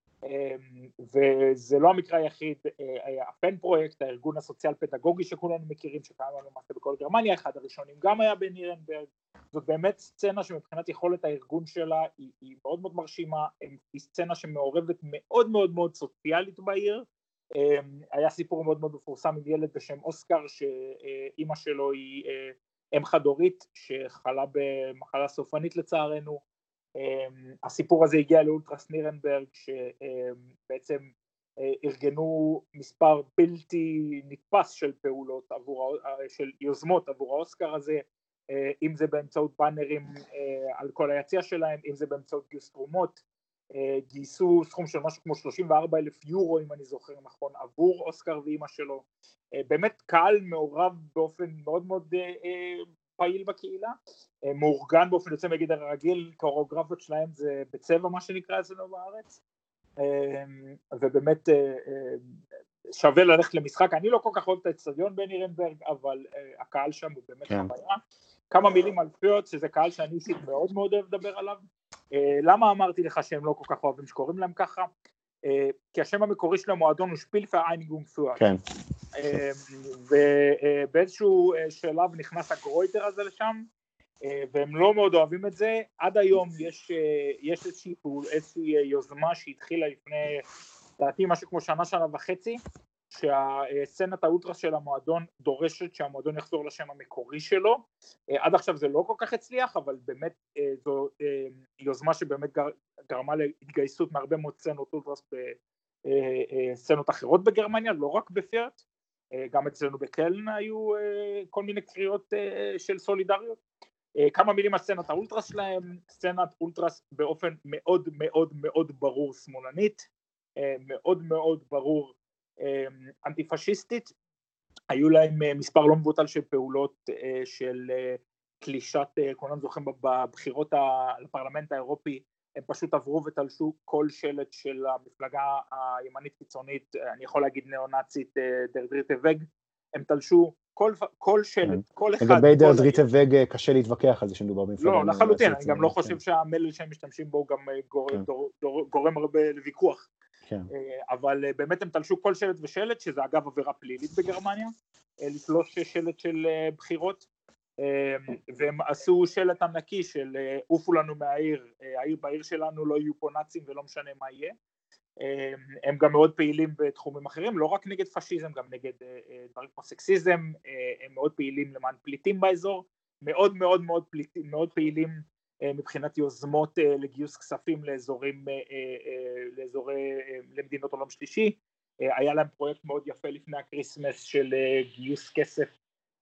S2: וזה לא המקרה היחיד. הפן פרויקט, הארגון הסוציאל פדגוגי שכולנו מכירים שקיים למעשה בכל גרמניה, אחד הראשונים גם היה בנירנברג. זאת באמת סצנה שמבחינת יכולת הארגון שלה היא מאוד מאוד מרשימה, היא סצנה שמעורבת מאוד מאוד מאוד סוציאלית בעיר. היה סיפור מאוד מאוד מפורסם עם ילד בשם אוסקר שאימא שלו היא אם חד-הורית שחלה במחלה סופנית לצערנו. הסיפור הזה הגיע לאולטרס נירנברג שבעצם ארגנו מספר בלתי נתפס של פעולות, של יוזמות עבור האוסקר הזה, אם זה באמצעות באנרים על כל היציע שלהם, אם זה באמצעות גיוס תרומות. גייסו סכום של משהו כמו 34,000 יורו אם אני זוכר נכון עבור אוסקר ואימא שלו. באמת קהל מעורב באופן מאוד מאוד פעיל בקהילה, מאורגן באופן יוצא מגדר הרגיל, קוריאוגרפיות שלהם זה בצבע מה שנקרא אצלנו בארץ, ובאמת שווה ללכת למשחק. אני לא כל כך אוהב את האצטדיון בנירנברג, אבל הקהל שם הוא באמת חוויה. כמה מילים על פיוט, שזה קהל שאני אישית מאוד מאוד אוהב לדבר עליו. למה אמרתי לך שהם לא כל כך אוהבים שקוראים להם ככה? כי השם המקורי של המועדון הוא Spielvereinigung Fürth. כן. ובאיזשהו שלב נכנס הגרויטר הזה לשם, והם לא מאוד אוהבים את זה. עד היום יש איזושהי יוזמה שהתחילה לפני, לדעתי משהו כמו שנה וחצי, שהסצנת האולטרס של המועדון דורשת שהמועדון יחזור לשם המקורי שלו. עד עכשיו זה לא כל כך הצליח, אבל באמת זו יוזמה שבאמת גרמה להתגייסות מהרבה מאוד סצנות אולטרס בסצנות אחרות בגרמניה, לא רק בפירט, גם אצלנו בקלן היו כל מיני קריאות של סולידריות. כמה מילים על סצנת האולטרס שלהם. סצנת אולטרס באופן מאוד מאוד מאוד ברור שמאלנית, מאוד מאוד ברור אנטי-פשיסטית. היו להם מספר לא מבוטל של פעולות של קלישת, כולם זוכרים בבחירות לפרלמנט האירופי, הם פשוט עברו ותלשו כל שלט של המפלגה הימנית קיצונית, אני יכול להגיד נאו-נאצית, דר דריטה וג, הם תלשו כל שלט, כל אחד.
S3: לגבי דר דריטה וג קשה להתווכח על זה שמדובר במפלגה.
S2: לא, לחלוטין, אני גם לא חושב שהמלל שהם משתמשים בו גם גורם הרבה לוויכוח. אבל באמת הם תלשו כל שלט ושלט, שזה אגב עבירה פלילית בגרמניה, לתלוש שלט של בחירות, והם עשו שלט ענקי של עופו לנו מהעיר, בעיר שלנו לא יהיו פה נאצים ולא משנה מה יהיה. הם גם מאוד פעילים בתחומים אחרים, לא רק נגד פשיזם, גם נגד דברים כמו סקסיזם, הם מאוד פעילים למען פליטים באזור, מאוד מאוד מאוד פעילים מבחינת יוזמות לגיוס כספים למדינות עולם שלישי. היה להם פרויקט מאוד יפה לפני הקריסמס של גיוס כסף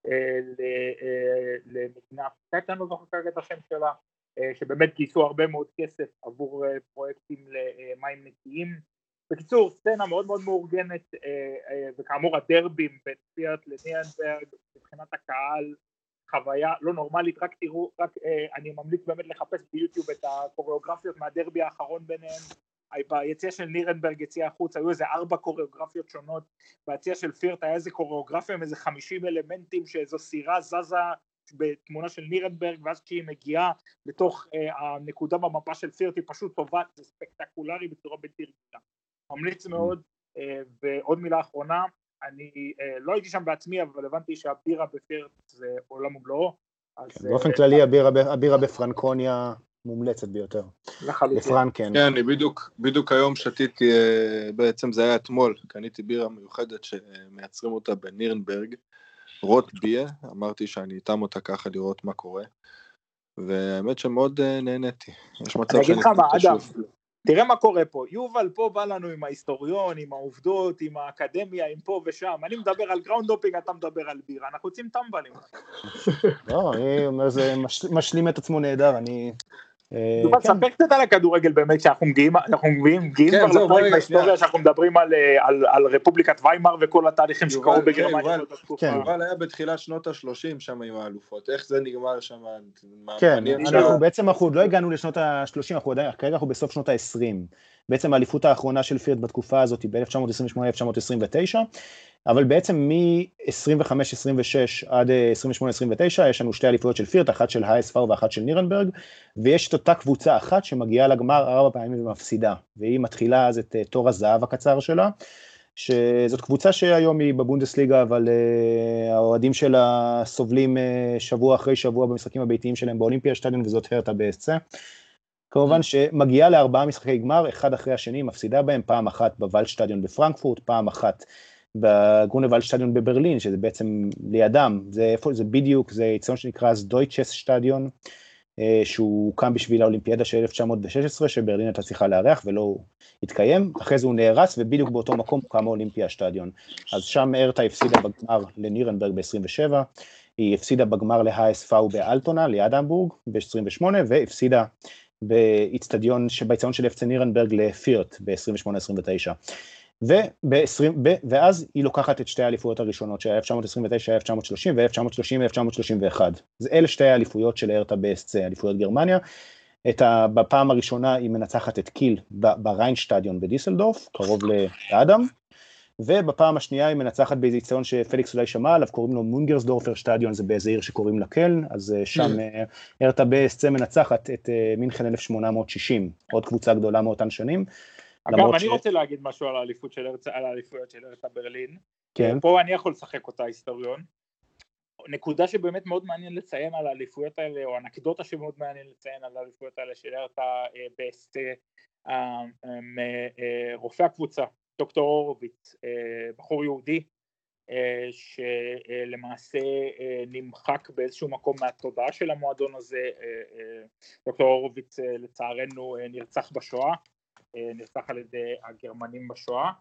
S2: למדינה אפריקאית, אני לא זוכר כרגע את השם שלה, שבאמת גייסו הרבה מאוד כסף עבור פרויקטים למים נקיים. בקיצור, סצנה מאוד מאוד מאורגנת, וכאמור הדרבים בין פירט לנירנברג מבחינת הקהל, חוויה לא נורמלית. רק תראו, אני ממליץ באמת לחפש ביוטיוב את הקוריאוגרפיות מהדרבי האחרון ביניהם. ביציאה של נירנברג, יציאה החוץ, היו איזה 4 קוריאוגרפיות שונות, ביציאה של פירט היה איזה קוריאוגרפיה עם איזה 50 אלמנטים, שאיזו סירה זזה בתמונה של נירנברג, ואז כשהיא מגיעה לתוך הנקודה במפה של פירט, היא פשוט טובה, זה ספקטקולרי בצורה בלתי רגילה. ממליץ מאוד. ועוד מילה אחרונה, אני לא הייתי שם בעצמי, אבל הבנתי שהבירה בפירט זה עולם ומלואו.
S3: באופן כללי הבירה בפרנקוניה מומלצת ביותר.
S2: בפרנקן.
S1: כן, אני בדיוק היום שתיתי, בעצם זה היה אתמול, קניתי בירה מיוחדת שמייצרים אותה בנירנברג, רוט ביה, אמרתי שאני איתם אותה ככה לראות מה קורה, והאמת שמאוד נהניתי. יש מצב שאני
S2: אתן שוב. תראה מה קורה פה, יובל פה בא לנו עם ההיסטוריון, עם העובדות, עם האקדמיה, עם פה ושם, אני מדבר על גראונד הופינג, אתה מדבר על בירה, אנחנו יוצאים טמבלים.
S3: לא, אני אומר, זה משלים את עצמו נהדר,
S2: ספר קצת על הכדורגל באמת, שאנחנו מגיעים כבר לפרק בהיסטוריה, שאנחנו מדברים על רפובליקת ויימאר וכל התהליכים שקרו בגרמניה.
S1: יובל היה בתחילת שנות ה-30 שם עם האלופות, איך זה נגמר שם?
S3: כן, אנחנו בעצם עוד לא הגענו לשנות ה-30, כרגע אנחנו בסוף שנות ה-20, בעצם האליפות האחרונה של פירט בתקופה הזאת היא ב-1928-1929, אבל בעצם מ-25-26 עד 28-29 יש לנו שתי אליפויות של פירט, אחת של HSV ואחת של נירנברג, ויש את אותה קבוצה אחת שמגיעה לגמר 4 פעמים ומפסידה, והיא מתחילה אז את תור הזהב הקצר שלה, שזאת קבוצה שהיום היא בבונדסליגה, אבל האוהדים שלה סובלים שבוע אחרי שבוע במשחקים הביתיים שלהם באולימפיה שטדיון, וזאת הרטה BSC. כמובן שמגיעה ל4 משחקי גמר, אחד אחרי השני, מפסידה בהם, פעם אחת בוולדשטדיון בפרנקפורט, פעם אחת בגרונוולדשטדיון בברלין, שזה בעצם לידם, זה בדיוק, זה יציון שנקרא דויטשס שטדיון, שהוא הוקם בשביל האולימפיאדה של 1916, שברלין הייתה צריכה לארח ולא התקיים, אחרי זה הוא נהרס, ובדיוק באותו מקום הוקם האולימפיה שטדיון. אז שם הרטה הפסידה בגמר לנירנברג ב-27, היא הפסידה בגמר ל-HSV באלטונה, ליד המבורג, ב-28, והפסידה באצטדיון שבאצטדיון של FC נירנברג לפירט ב-28-29. ואז היא לוקחת את שתי האליפויות הראשונות, שהיה 1929, 1930 ו-1930, 1931. זה אלה שתי האליפויות של הרטה BSC, אליפויות גרמניה. בפעם הראשונה היא מנצחת את קיל בריינשטדיון בדיסלדורף, קרוב לאדם, ובפעם השנייה היא מנצחת באיזה אצטדיון שפליקס אולי שמע עליו, קוראים לו מונגרסדורפר שטדיון, זה באיזה עיר שקוראים לה קלן, אז שם הרטה BSC מנצחת את מינכן 1860, עוד קבוצה גדולה מאותן שנים.
S2: אגב, אני רוצה להגיד משהו על האליפויות של הרטה ברלין. פה אני יכול לשחק אותה היסטוריון. נקודה שבאמת מאוד מעניין לציין על האליפויות האלה, או אנקדוטה שמאוד מעניין לציין על האליפויות האלה של הרטה BSC, רופא הקבוצה, דוקטור הורוביץ, בחור יהודי, שלמעשה נמחק באיזשהו מקום מהתודעה של המועדון הזה. דוקטור הורוביץ לצערנו נרצח בשואה, נרצח על ידי הגרמנים בשואה,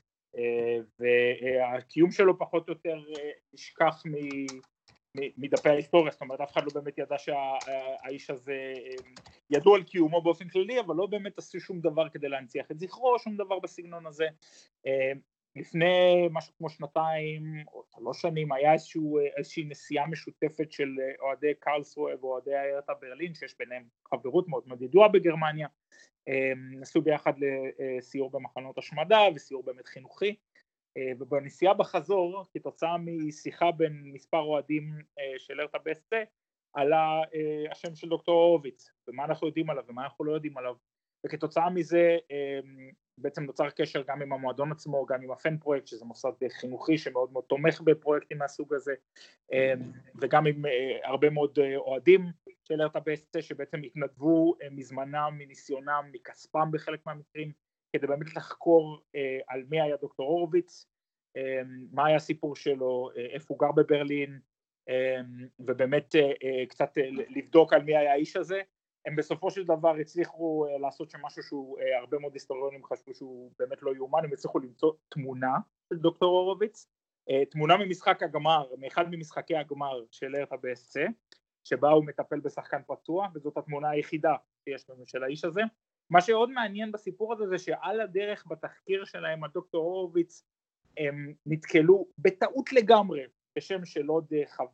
S2: והקיום שלו פחות או יותר נשכח מדפי ההיסטוריה, זאת אומרת אף אחד לא באמת ידע שהאיש הזה ידוע על קיומו באופן כללי, אבל לא באמת עשו שום דבר כדי להנציח את זכרו, שום דבר בסגנון הזה. לפני משהו כמו 2 או 3 שנים היה איזושהי נסיעה משותפת של אוהדי קרלסרוה ואוהדי הרטה ברלין, שיש ביניהם חברות מאוד מאוד ידועה בגרמניה, נסעו ביחד לסיור במחנות השמדה וסיור באמת חינוכי, ובנסיעה בחזור, כתוצאה משיחה בין מספר אוהדים של הרטה BSC, עלה השם של דוקטור הורוביץ, ומה אנחנו יודעים עליו ומה אנחנו לא יודעים עליו, וכתוצאה מזה בעצם נוצר קשר גם עם המועדון עצמו, גם עם הפן פרויקט, שזה מוסד חינוכי שמאוד מאוד תומך בפרויקטים מהסוג הזה, וגם עם הרבה מאוד אוהדים של הרטה BSC שבעצם התנדבו מזמנם, מניסיונם, מכספם בחלק מהמקרים, כדי באמת לחקור על מי היה דוקטור הורוביץ, מה היה הסיפור שלו, איפה הוא גר בברלין, ובאמת קצת לבדוק על מי היה האיש הזה. הם בסופו של דבר הצליחו לעשות שם משהו שהוא הרבה מאוד היסטוריונים חשבו שהוא באמת לא יאומן, הם הצליחו למצוא תמונה של דוקטור הורוביץ, תמונה ממשחק הגמר, מאחד ממשחקי הגמר של הרטה BSC, שבה הוא מטפל בשחקן פצוע, וזאת התמונה היחידה שיש לנו של האיש הזה. מה שעוד מעניין בסיפור הזה זה שעל הדרך בתחקיר שלהם הדוקטור הורוביץ הם נתקלו בטעות לגמרי בשם של עוד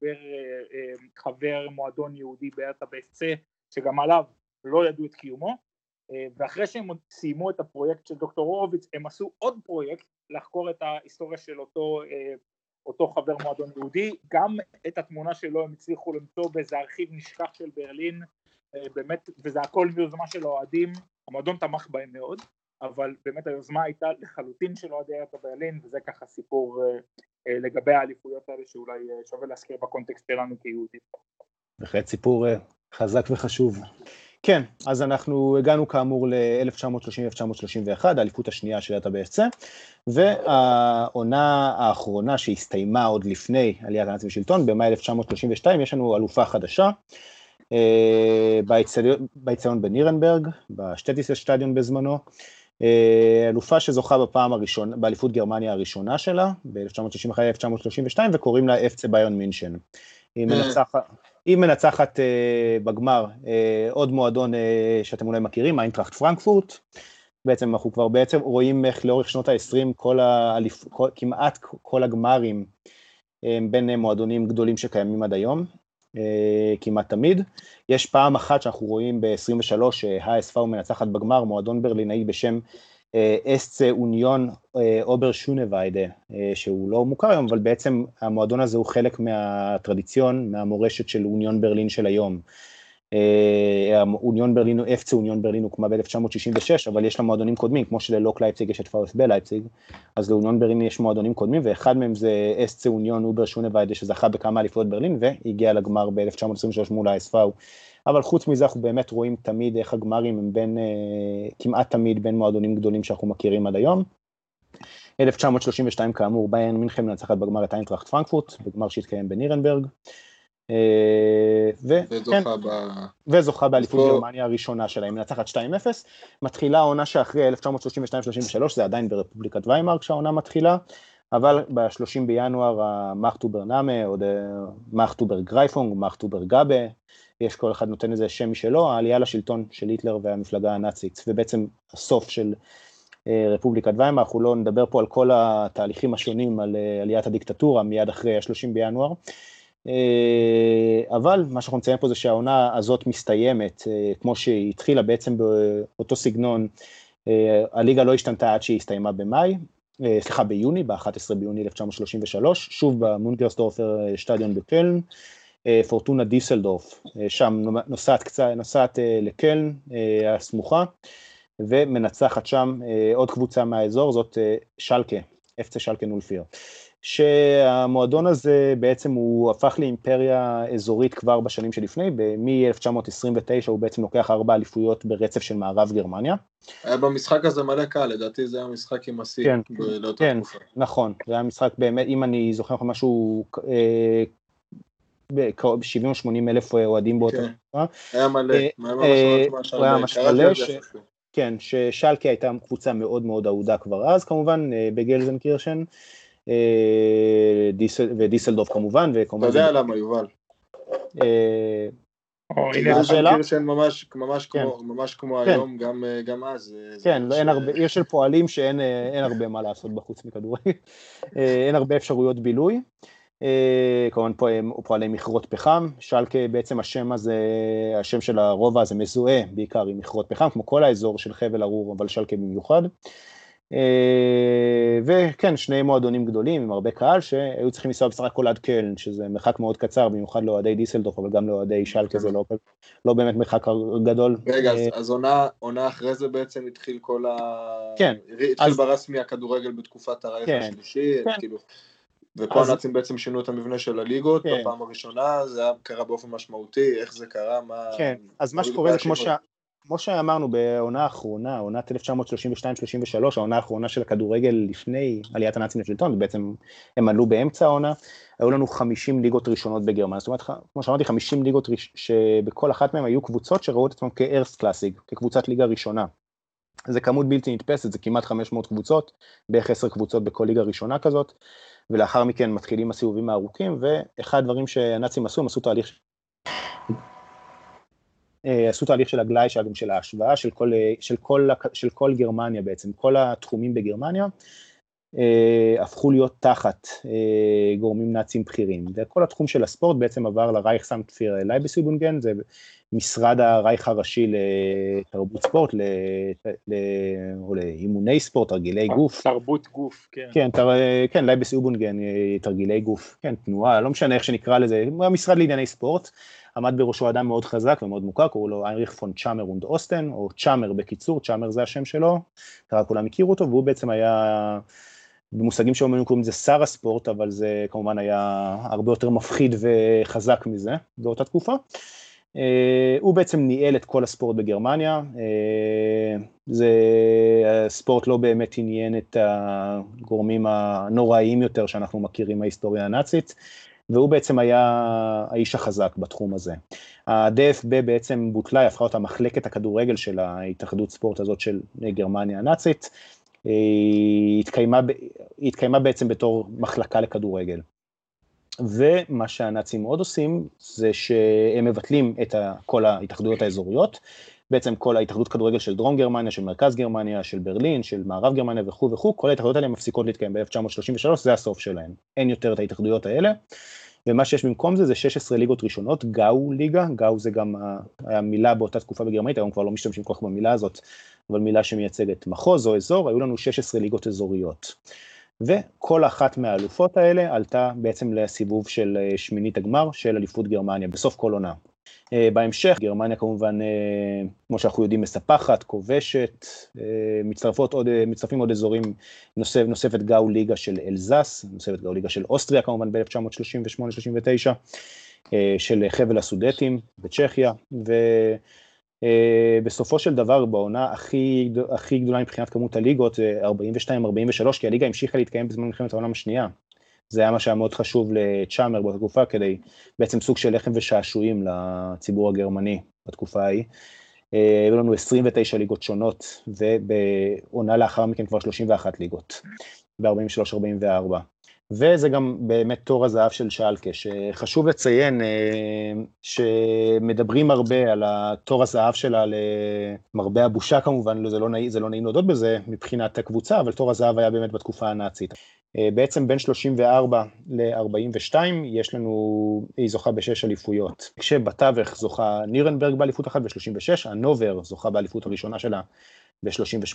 S2: חבר מועדון יהודי בהרטה BSC, שגם עליו לא ידעו את קיומו, ואחרי שהם סיימו את הפרויקט של דוקטור הורוביץ, הם עשו עוד פרויקט לחקור את ההיסטוריה של אותו חבר מועדון יהודי, גם את התמונה שלו הם הצליחו למצוא באיזה ארכיב נשכח של ברלין, באמת, וזה הכל מיוזמה של אוהדים, המועדון תמך בהם מאוד, אבל באמת היוזמה הייתה לחלוטין של אוהדי הרטה ברלין, וזה ככה סיפור לגבי האליפויות האלה שאולי שווה להזכיר בקונטקסט שלנו כיהודים.
S3: בהחלט סיפור חזק וחשוב. כן, אז אנחנו הגענו כאמור ל-1930-1931, האליפות השנייה של הרטה BSC, והעונה האחרונה שהסתיימה עוד לפני עליית הנאצים לשלטון, במאי 1932, יש לנו אלופה חדשה, באצטדיון בנירנברג, בשטטיס שטדיון בזמנו, אלופה שזוכה בפעם הראשונה, באליפות גרמניה הראשונה שלה, ב-1931-1932, וקוראים לה FC ביירן מינכן. היא מנצחת... היא מנצחת בגמר עוד מועדון שאתם אולי מכירים, איינטראכט פרנקפורט, בעצם אנחנו כבר רואים איך לאורך שנות ה-20 כמעט כל הגמרים בין מועדונים גדולים שקיימים עד היום, כמעט תמיד. יש פעם אחת שאנחנו רואים ב-23 ה-SV מנצחת בגמר, מועדון ברלינאי בשם אסצה אוניון אובר שונוויידה, שהוא לא מוכר היום, אבל בעצם המועדון הזה הוא חלק מהטרדיציון, מהמורשת של אוניון ברלין של היום. אוניון ברלין, אפצה אוניון ברלין הוקמה ב-1966, אבל יש לה מועדונים קודמים, כמו שללוק לייפציג יש את VfB לייפציג, אז לאוניון ברלין יש מועדונים קודמים, ואחד מהם זה אסצה אוניון אובר שונוויידה, שזכה בכמה אליפויות ברלין, והגיע לגמר ב-1923 מול ה-SV. אבל חוץ מזה אנחנו באמת רואים תמיד איך הגמרים הם כמעט תמיד בין מועדונים גדולים שאנחנו מכירים עד היום. 1932 כאמור, ביירן מינכן מנצחת בגמר את איינטראכט פרנקפורט, בגמר שהתקיים בנירנברג. וזוכה באליפות גרמניה הראשונה שלהם, מנצחת 2-0, מתחילה העונה שאחרי 1932-33, זה עדיין ברפובליקת ויימאר כשהעונה מתחילה, אבל ב-30 בינואר המאכטובר נאמה, או מאכטובר גרייפונג, מאכטובר גאבה, יש כל אחד נותן איזה שם משלו, העלייה לשלטון של היטלר והמפלגה הנאצית, ובעצם הסוף של רפובליקת ויימאר, אנחנו לא נדבר פה על כל התהליכים השונים, על עליית הדיקטטורה מיד אחרי ה-30 בינואר, אבל מה שאנחנו נציין פה זה שהעונה הזאת מסתיימת, כמו שהיא התחילה בעצם באותו סגנון, הליגה לא השתנתה עד שהיא הסתיימה ביוני, ב-11 ביוני 1933, שוב במונגרסדורפר שטדיון בקלן, פורטונה דיסלדורף, שם נוסעת לקלן הסמוכה, ומנצחת שם עוד קבוצה מהאזור, זאת שלקה, אפצה שלקה 04. שהמועדון הזה בעצם הוא הפך לאימפריה אזורית כבר בשנים שלפני, מ-1929 הוא בעצם לוקח 4 אליפויות ברצף של מערב גרמניה.
S1: היה במשחק הזה מלא קל, לדעתי זה היה משחק עם השיא, לאותה תקופה.
S3: נכון, זה היה משחק באמת, אם אני זוכר לך משהו, 70-80 אלף אוהדים באותה תקופה.
S1: היה מלא,
S3: ממש מלא, כן, ששלקה הייתה קבוצה מאוד מאוד אהודה כבר אז, כמובן, בגלזנקירשן, ודיסלדורף כמובן,
S1: אתה יודע למה יובל? גלזנקירשן ממש כמו היום, גם אז.
S3: כן, יש של פועלים שאין הרבה מה לעשות בחוץ מכדורגל, אין הרבה אפשרויות בילוי, כמובן פועלי מכרות פחם, שלקה בעצם השם הזה, השם של הרובע הזה מזוהה בעיקר עם מכרות פחם, כמו כל האזור של חבל ארור, אבל שלקה במיוחד. וכן, שני מועדונים גדולים עם הרבה קהל שהיו צריכים לנסוע בסך הכל עד קלן, שזה מרחק מאוד קצר, במיוחד לאוהדי דיסלדורף, אבל גם לאוהדי שלקה, זה לא באמת מרחק גדול.
S1: רגע, אז עונה אחרי זה בעצם התחיל התחיל ברסמי הכדורגל בתקופת הרייך השלישי, ופה הנאצים בעצם שינו את המבנה של הליגות, בפעם הראשונה, זה קרה באופן משמעותי, איך זה קרה,
S3: כן, אז מה שקורה זה כמו שאמרנו בעונה האחרונה, עונת 1932-33, העונה האחרונה של הכדורגל לפני עליית הנאצים לשלטון, בעצם הם עלו באמצע העונה, היו לנו 50 ליגות ראשונות בגרמניה, זאת אומרת, כמו שאמרתי, 50 ליגות שבכל אחת מהן היו קבוצות שראו את עצמם כארסט קלאסיג, כקבוצת ליגה ראשונה. זה כמות בלתי נתפסת, זה כמעט 500 קבוצות, בערך 10 קבוצות בכל ליגה ראשונה כזאת, ולאחר מכן מתחילים הסיבובים הארוכים, ואחד הדברים שהנאצים עשו, הם עשו תהליך של הגלאי, של ההשוואה, של כל גרמניה בעצם, כל התחומים בגרמניה, הפכו להיות תחת גורמים נאצים בכירים, וכל התחום של הספורט בעצם עבר לרייכסאמטפיר לייבסויבונגן, זה משרד הרייך הראשי לתרבות ספורט, או לאימוני ספורט, תרגילי גוף.
S2: תרבות גוף, כן.
S3: כן, לייבסויבונגן, תרגילי גוף, כן, תנועה, לא משנה איך שנקרא לזה, המשרד לענייני ספורט, עמד בראשו אדם מאוד חזק ומאוד מוכר, קראו לו איינריך פון צ'אמר אונד אוסטן, או צ'אמר בקיצור, צ'אמר זה השם שלו, כולם הכירו אותו, והוא בעצם היה, במושגים שאומרים קוראים לזה שר הספורט, אבל זה כמובן היה הרבה יותר מפחיד וחזק מזה, באותה תקופה. הוא בעצם ניהל את כל הספורט בגרמניה, הספורט לא באמת עניין את הגורמים הנוראיים יותר שאנחנו מכירים מההיסטוריה הנאצית, והוא בעצם היה האיש החזק בתחום הזה. ה-DFB בעצם בוטלה, הפכה אותה מחלקת הכדורגל של ההתאחדות ספורט הזאת של גרמניה הנאצית, היא התקיימה בעצם בתור מחלקה לכדורגל. ומה שהנאצים עוד עושים, זה שהם מבטלים את כל ההתאחדויות האזוריות, בעצם כל ההתאחדות כדורגל של דרום גרמניה, של מרכז גרמניה, של ברלין, של מערב גרמניה וכו', כל ההתאחדויות האלה מפסיקות להתקיים ב-1933, זה הסוף שלהם. אין יותר את ההתאחדויות האלה, ומה שיש במקום זה 16 ליגות ראשונות, גאו ליגה, גאו זה גם המילה באותה תקופה בגרמנית, היום כבר לא משתמשים כל כך במילה הזאת, אבל מילה שמייצגת מחוז או אזור, היו לנו 16 ליגות אזוריות. וכל אחת מהאלופות האלה עלתה בעצם לסיבוב של שמינית הגמר של אליפות גרמניה, בסוף כל עונה. בהמשך, גרמניה כמובן, כמו שאנחנו יודעים, מספחת, כובשת, מצטרפים עוד אזורים, נוספת גאו ליגה של אלזס, נוספת גאו ליגה של אוסטריה כמובן ב-1938-39, של חבל הסודטים בצ'כיה, ובסופו של דבר בעונה הכי גדולה מבחינת כמות הליגות, 42-43, כי הליגה המשיכה להתקיים בזמן מלחמת העולם השנייה. זה היה מה שהיה מאוד חשוב לצ'אמר באותה תקופה, כדי בעצם סוג של לחם ושעשועים לציבור הגרמני בתקופה ההיא. היו לנו 29 ליגות שונות, ובעונה לאחר מכן כבר 31 ליגות, ב-43-44. וזה גם באמת תור הזהב של שאלקה, שחשוב לציין שמדברים הרבה על התור הזהב שלה, למרבה הבושה כמובן, זה לא נעים להודות בזה מבחינת הקבוצה, אבל תור הזהב היה באמת בתקופה הנאצית. בעצם בין 34 ל-42 יש לנו, היא זוכה ב6 אליפויות, כשבתווך זוכה נירנברג באליפות אחת ב-36, הנובר זוכה באליפות הראשונה שלה ב-38,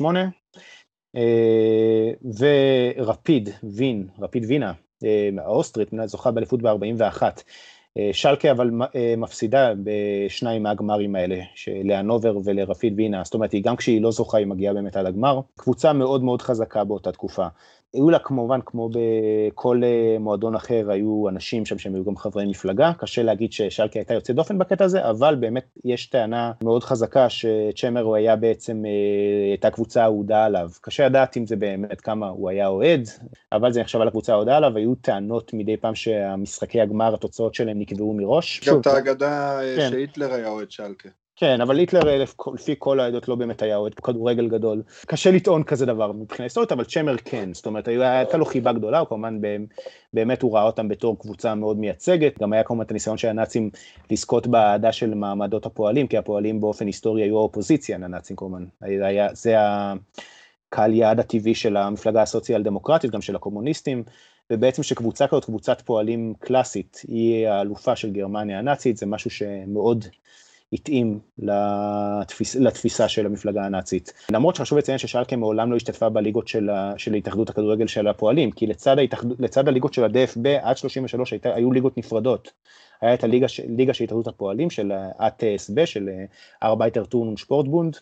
S3: ורפיד וינה, האוסטרית, זוכה באליפות ב-41, שלקה אבל מפסידה בשניים מהגמרים האלה, להנובר ולרפיד וינה, זאת אומרת, גם כשהיא לא זוכה, היא מגיעה באמת עד הגמר, קבוצה מאוד מאוד חזקה באותה תקופה. היו לה כמובן, כמו בכל מועדון אחר, היו אנשים שם שהם היו גם חברי מפלגה, קשה להגיד ששלקה הייתה יוצא דופן בקטע הזה, אבל באמת יש טענה מאוד חזקה שצ'מר הוא היה בעצם, הייתה קבוצה אהודה עליו, קשה לדעת אם זה באמת כמה הוא היה אוהד, אבל זה נחשב על הקבוצה אהודה עליו, היו טענות מדי פעם שהמשחקי הגמר, התוצאות שלהם נקבעו מראש.
S1: גם את האגדה שהיטלר היה אוהד שלקה.
S3: כן, אבל היטלר לפי כל העדות לא באמת היה אוהד כדורגל גדול. קשה לטעון כזה דבר מבחינה היסטורית, אבל צ'מר כן, זאת אומרת, הייתה לו חיבה גדולה, הוא כמובן באמת הוא ראה אותם בתור קבוצה מאוד מייצגת, גם היה כמובן את הניסיון של הנאצים לזכות באהדה של מעמדות הפועלים, כי הפועלים באופן היסטורי היו האופוזיציה, הנאצים כמובן, זה הקהל יעד הטבעי של המפלגה הסוציאל דמוקרטית, גם של הקומוניסטים, ובעצם שקבוצה כזאת, קבוצת פועלים קלאסית, היא האלופה של גרמניה הנאצית, זה משהו שמאוד התאים לתפיסה של המפלגה הנאצית. למרות שחשוב לציין ששלקה מעולם לא השתתפה בליגות של התאחדות הכדורגל של הפועלים, כי לצד הליגות של ה-DFB עד 33 היו ליגות נפרדות. היה את הליגה של התאחדות הפועלים, של ה-TSB, של ארבייטר-טורן ושפורטבונד,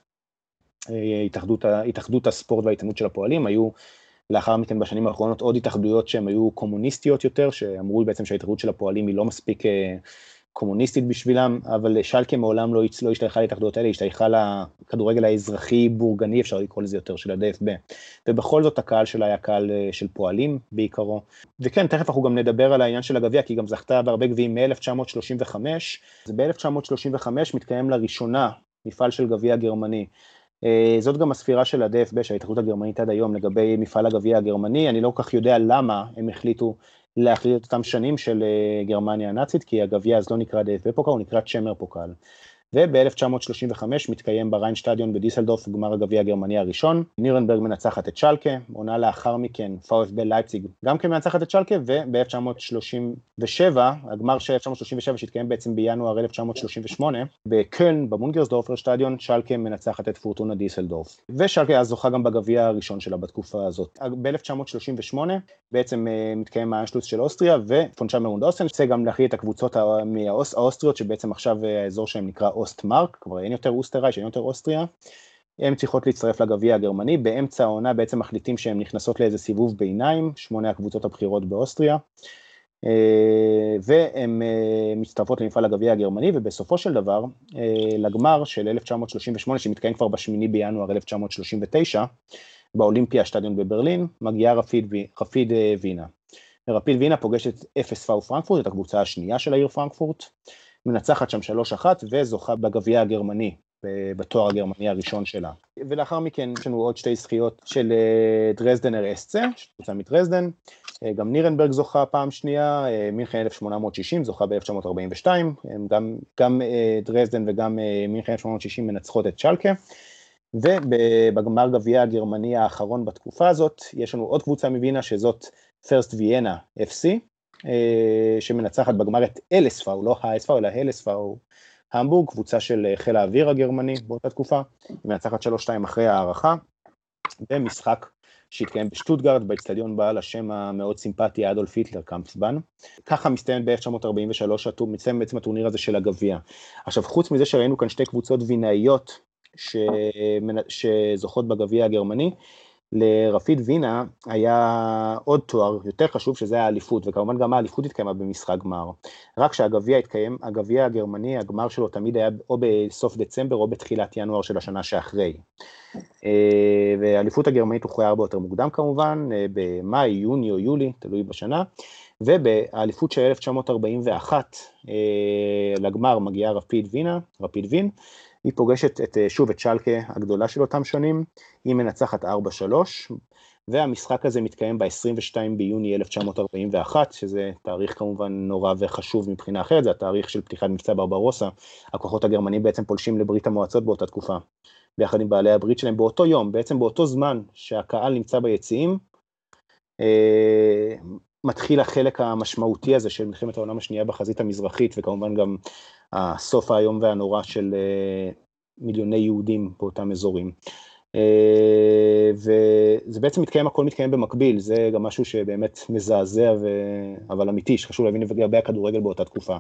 S3: התאחדות הספורט וההתאמנות של הפועלים, היו לאחר מכן בשנים האחרונות עוד התאחדויות שהן היו קומוניסטיות יותר, שאמרו בעצם שההתאחדות של הפועלים היא לא מספיק קומוניסטית בשבילם, אבל שלקה מעולם לא השתייכה להתאחדויות האלה, השתייכה לכדורגל האזרחי בורגני, אפשר לקרוא לזה יותר, של ה-DFB, ובכל זאת הקהל שלה היה קהל של פועלים בעיקרו, וכן, תכף אנחנו גם נדבר על העניין של הגביע, כי היא גם זכתה בהרבה גביעים מ-1935, אז ב-1935 מתקיים לראשונה מפעל של גביע גרמני, זאת גם הספירה של ה-DFB, שההתאחדות הגרמנית עד היום, לגבי מפעל הגביע הגרמני, אני לא כל כך יודע למה הם החליטו להחליט את אותם שנים של גרמניה הנאצית, כי הגביע אז לא נקרא DFB פוקל, הוא נקרא צ'מר פוקל. וב-1935 מתקיים בריינשטדיון בדיסלדורף גמר הגביע הגרמני הראשון, נירנברג מנצחת את שלקה, עונה לאחר מכן VfB לייפציג גם כן מנצחת את שלקה, וב-1937, הגמר של 1937 שהתקיים בעצם בינואר 1938, בקלן, במונגרסדורפר שטדיון, שלקה מנצחת את פורטונה דיסלדורף. ושלקה אז זוכה גם בגביע הראשון שלה בתקופה הזאת. ב-1938 בעצם מתקיים האנשלוס של אוסטריה, ופון צ'מר und אוסטן, זה גם להחליט את הקבוצות האוסטריות, שבעצם עכשיו האזור שלהם נקרא אוסטמרק, כבר אין יותר אוסטרייץ', אין יותר אוסטריה, הן צריכות להצטרף לגביע הגרמני, באמצע העונה בעצם מחליטים שהן נכנסות לאיזה סיבוב ביניים, 8 הקבוצות הבכירות באוסטריה, והן מצטרפות למפעל הגביע הגרמני, ובסופו של דבר, לגמר של 1938, שמתקיים כבר ב8 בינואר 1939, באולימפיה שטדיון בברלין, מגיעה רפיד וינה. רפיד וינה פוגשת FSV פרנקפורט, את הקבוצה השנייה של העיר פרנקפורט, מנצחת שם 3-1 וזוכה בגביע הגרמני, בתואר הגרמני הראשון שלה. ולאחר מכן יש לנו עוד שתי זכיות של דרזדנר אסצה, קבוצה מדרזדן, גם נירנברג זוכה פעם שנייה, מינכן 1860 זוכה ב-1942, גם דרזדן וגם מינכן 1860 מנצחות את שלקה, ובגמר גביע הגרמני האחרון בתקופה הזאת, יש לנו עוד קבוצה מווינה שזאת פרסט ויאנה FC, שמנצחת בגמר את LSV, לא ה-SV אלא LSV המבורג, קבוצה של חיל האוויר הגרמני באותה תקופה, היא מנצחת 3-2 אחרי הערכה, במשחק שהתקיים בשטוטגרד, באצטדיון בעל השם המאוד סימפטי אדולף היטלר קמפפבאן. ככה מסתיים ב-1943, מסתיים בעצם הטורניר הזה של הגביע. עכשיו, חוץ מזה שראינו כאן שתי קבוצות וינאיות שזוכות בגביע הגרמני, לרפיד וינה היה עוד תואר יותר חשוב שזה היה האליפות, וכמובן גם האליפות התקיימה במשחק גמר. רק שהגביע התקיים, הגביע הגרמני, הגמר שלו תמיד היה או בסוף דצמבר או בתחילת ינואר של השנה שאחרי. והאליפות הגרמנית הוכרעה הרבה יותר מוקדם כמובן, במאי, יוני או יולי, תלוי בשנה, ובאליפות של 1941 לגמר מגיעה רפיד וין, היא פוגשת שוב את שלקה הגדולה של אותם שנים, היא מנצחת 4-3, והמשחק הזה מתקיים ב-22 ביוני 1941, שזה תאריך כמובן נורא וחשוב מבחינה אחרת, זה התאריך של פתיחת מבצע ברברוסה, הכוחות הגרמנים בעצם פולשים לברית המועצות באותה תקופה, ביחד עם בעלי הברית שלהם באותו יום, בעצם באותו זמן שהקהל נמצא ביציעים, מתחיל החלק המשמעותי הזה של מלחמת העולם השנייה בחזית המזרחית, וכמובן גם הסוף היום והנורא של מיליוני יהודים באותם אזורים. וזה בעצם הכל מתקיים במקביל, זה גם משהו שבאמת מזעזע, אבל אמיתי, שחשוב להבין לגבי הכדורגל באותה תקופה.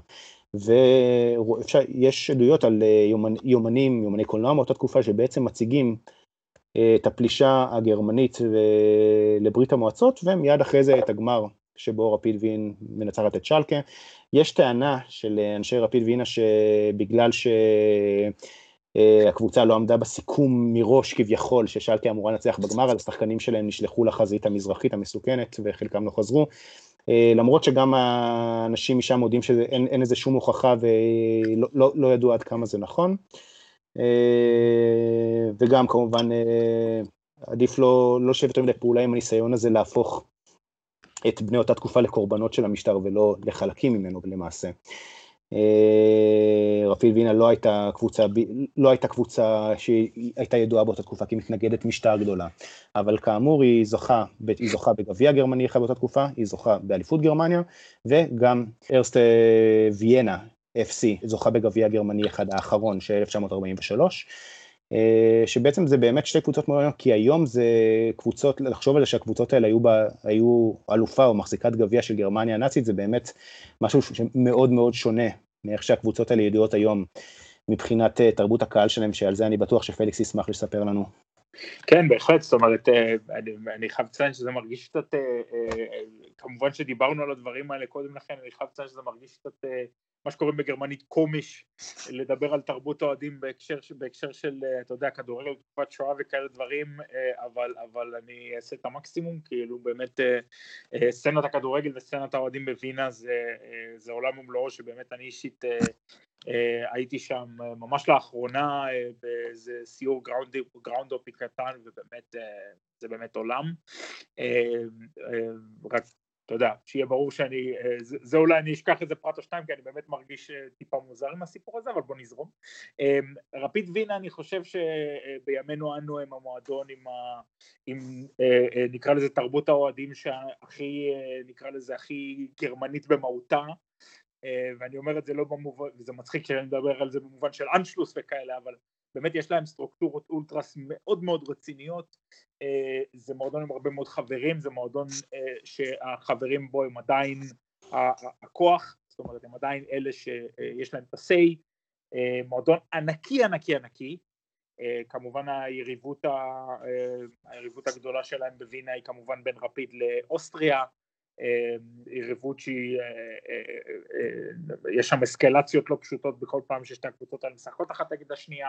S3: ויש עדויות על יומני קולנוע מאותה תקופה, שבעצם מציגים את הפלישה הגרמנית לברית המועצות, ומיד אחרי זה את הגמר, שבו רפיד וין מנצחת את שלקה. יש טענה של אנשי רפיד וינה שבגלל שהקבוצה לא עמדה בסיכום מראש כביכול, ששלקה אמורה לנצח בגמר, אז השחקנים שלהם נשלחו לחזית המזרחית המסוכנת, וחלקם לא חזרו. למרות שגם האנשים משם מודים שאין איזה שום הוכחה, ולא ידעו עד כמה זה נכון. וגם כמובן עדיף לא לשבת יותר לפעולה עם הניסיון הזה להפוך את בני אותה תקופה לקורבנות של המשטר ולא לחלקים ממנו למעשה. רפיד וינה לא הייתה קבוצה שהייתה ידועה באותה תקופה כמתנגדת משטר גדולה, אבל כאמור היא זוכה בגביע גרמני אחד באותה תקופה, היא זוכה באליפות גרמניה, וגם פרסט ויאנה FC זוכה בגביע גרמני אחד האחרון של 1943, שבעצם זה באמת שתי קבוצות מאוד, כי היום זה קבוצות, לחשוב על זה שהקבוצות האלה היו אלופה או מחזיקת גביע של גרמניה הנאצית, זה באמת משהו שמאוד מאוד שונה מאיך שהקבוצות האלה ידועות היום, מבחינת תרבות הקהל שלהם, שעל זה אני בטוח שפליקס ישמח לספר לנו.
S2: כן, בהחלט, זאת אומרת, אני חייב לציין שזה מרגיש קצת, כמובן שדיברנו על הדברים האלה קודם לכן, אני חייב לציין שזה מרגיש קצת, מה שקוראים בגרמנית קומיש, לדבר על תרבות אוהדים בהקשר של, אתה יודע, כדורגל, תקופת שואה וכאלה דברים, אבל אני אעשה את המקסימום, כאילו באמת סצנת הכדורגל וסצנת האוהדים בווינה זה עולם ומלואו, שבאמת אני אישית הייתי שם ממש לאחרונה באיזה סיור גראונדופי קטן, ובאמת זה באמת עולם. רק אתה יודע, שיהיה ברור זה אולי אני אשכח את זה פרט או שניים, כי אני באמת מרגיש טיפה מוזר עם הסיפור הזה, אבל בוא נזרום. רפיד וינה, אני חושב שבימינו אנו הם המועדון עם נקרא לזה תרבות האוהדים שהכי, נקרא לזה הכי גרמנית במהותה, ואני אומר את זה לא במובן, וזה מצחיק שאני מדבר על זה במובן של אנשלוס וכאלה, אבל באמת יש להם סטרוקטורות אולטרס מאוד מאוד רציניות, זה מועדון עם הרבה מאוד חברים, זה מועדון שהחברים בו הם עדיין הכוח, זאת אומרת הם עדיין אלה שיש להם פסי, מועדון ענקי ענקי ענקי, כמובן היריבות הגדולה שלהם בווינה היא כמובן בין רפיד לאוסטריה, יריבות שהיא, יש שם אסקלציות לא פשוטות בכל פעם ששתי הקבוצות האלה משחקות אחת נגד השנייה.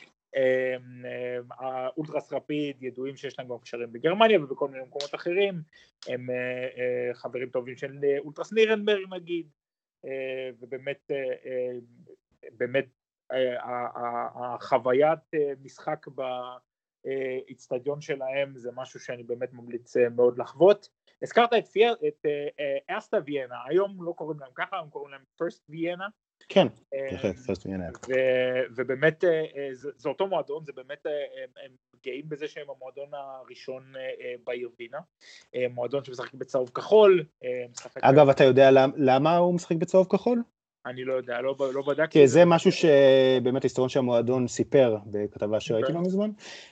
S2: האולטרס רפיד ידועים שיש להם גם קשרים בגרמניה ובכל מיני מקומות אחרים, הם חברים טובים של אולטרס נירנברג נגיד, ובאמת החוויית משחק אצטדיון שלהם זה משהו שאני באמת ממליץ מאוד לחוות. הזכרת את אסטה ויאנה, היום לא קוראים להם ככה, הם קוראים להם פרסט ויאנה.
S3: כן, פרסט ויאנה.
S2: ובאמת זה אותו מועדון, זה באמת, הם גאים בזה שהם המועדון הראשון בעיר וינה, מועדון שמשחק בצהוב כחול.
S3: אגב, אתה יודע למה הוא משחק בצהוב כחול?
S2: אני לא יודע, לא בדקתי.
S3: כי זה משהו שבאמת היסטוריון של המועדון סיפר בכתבה שראיתי לא מזמן,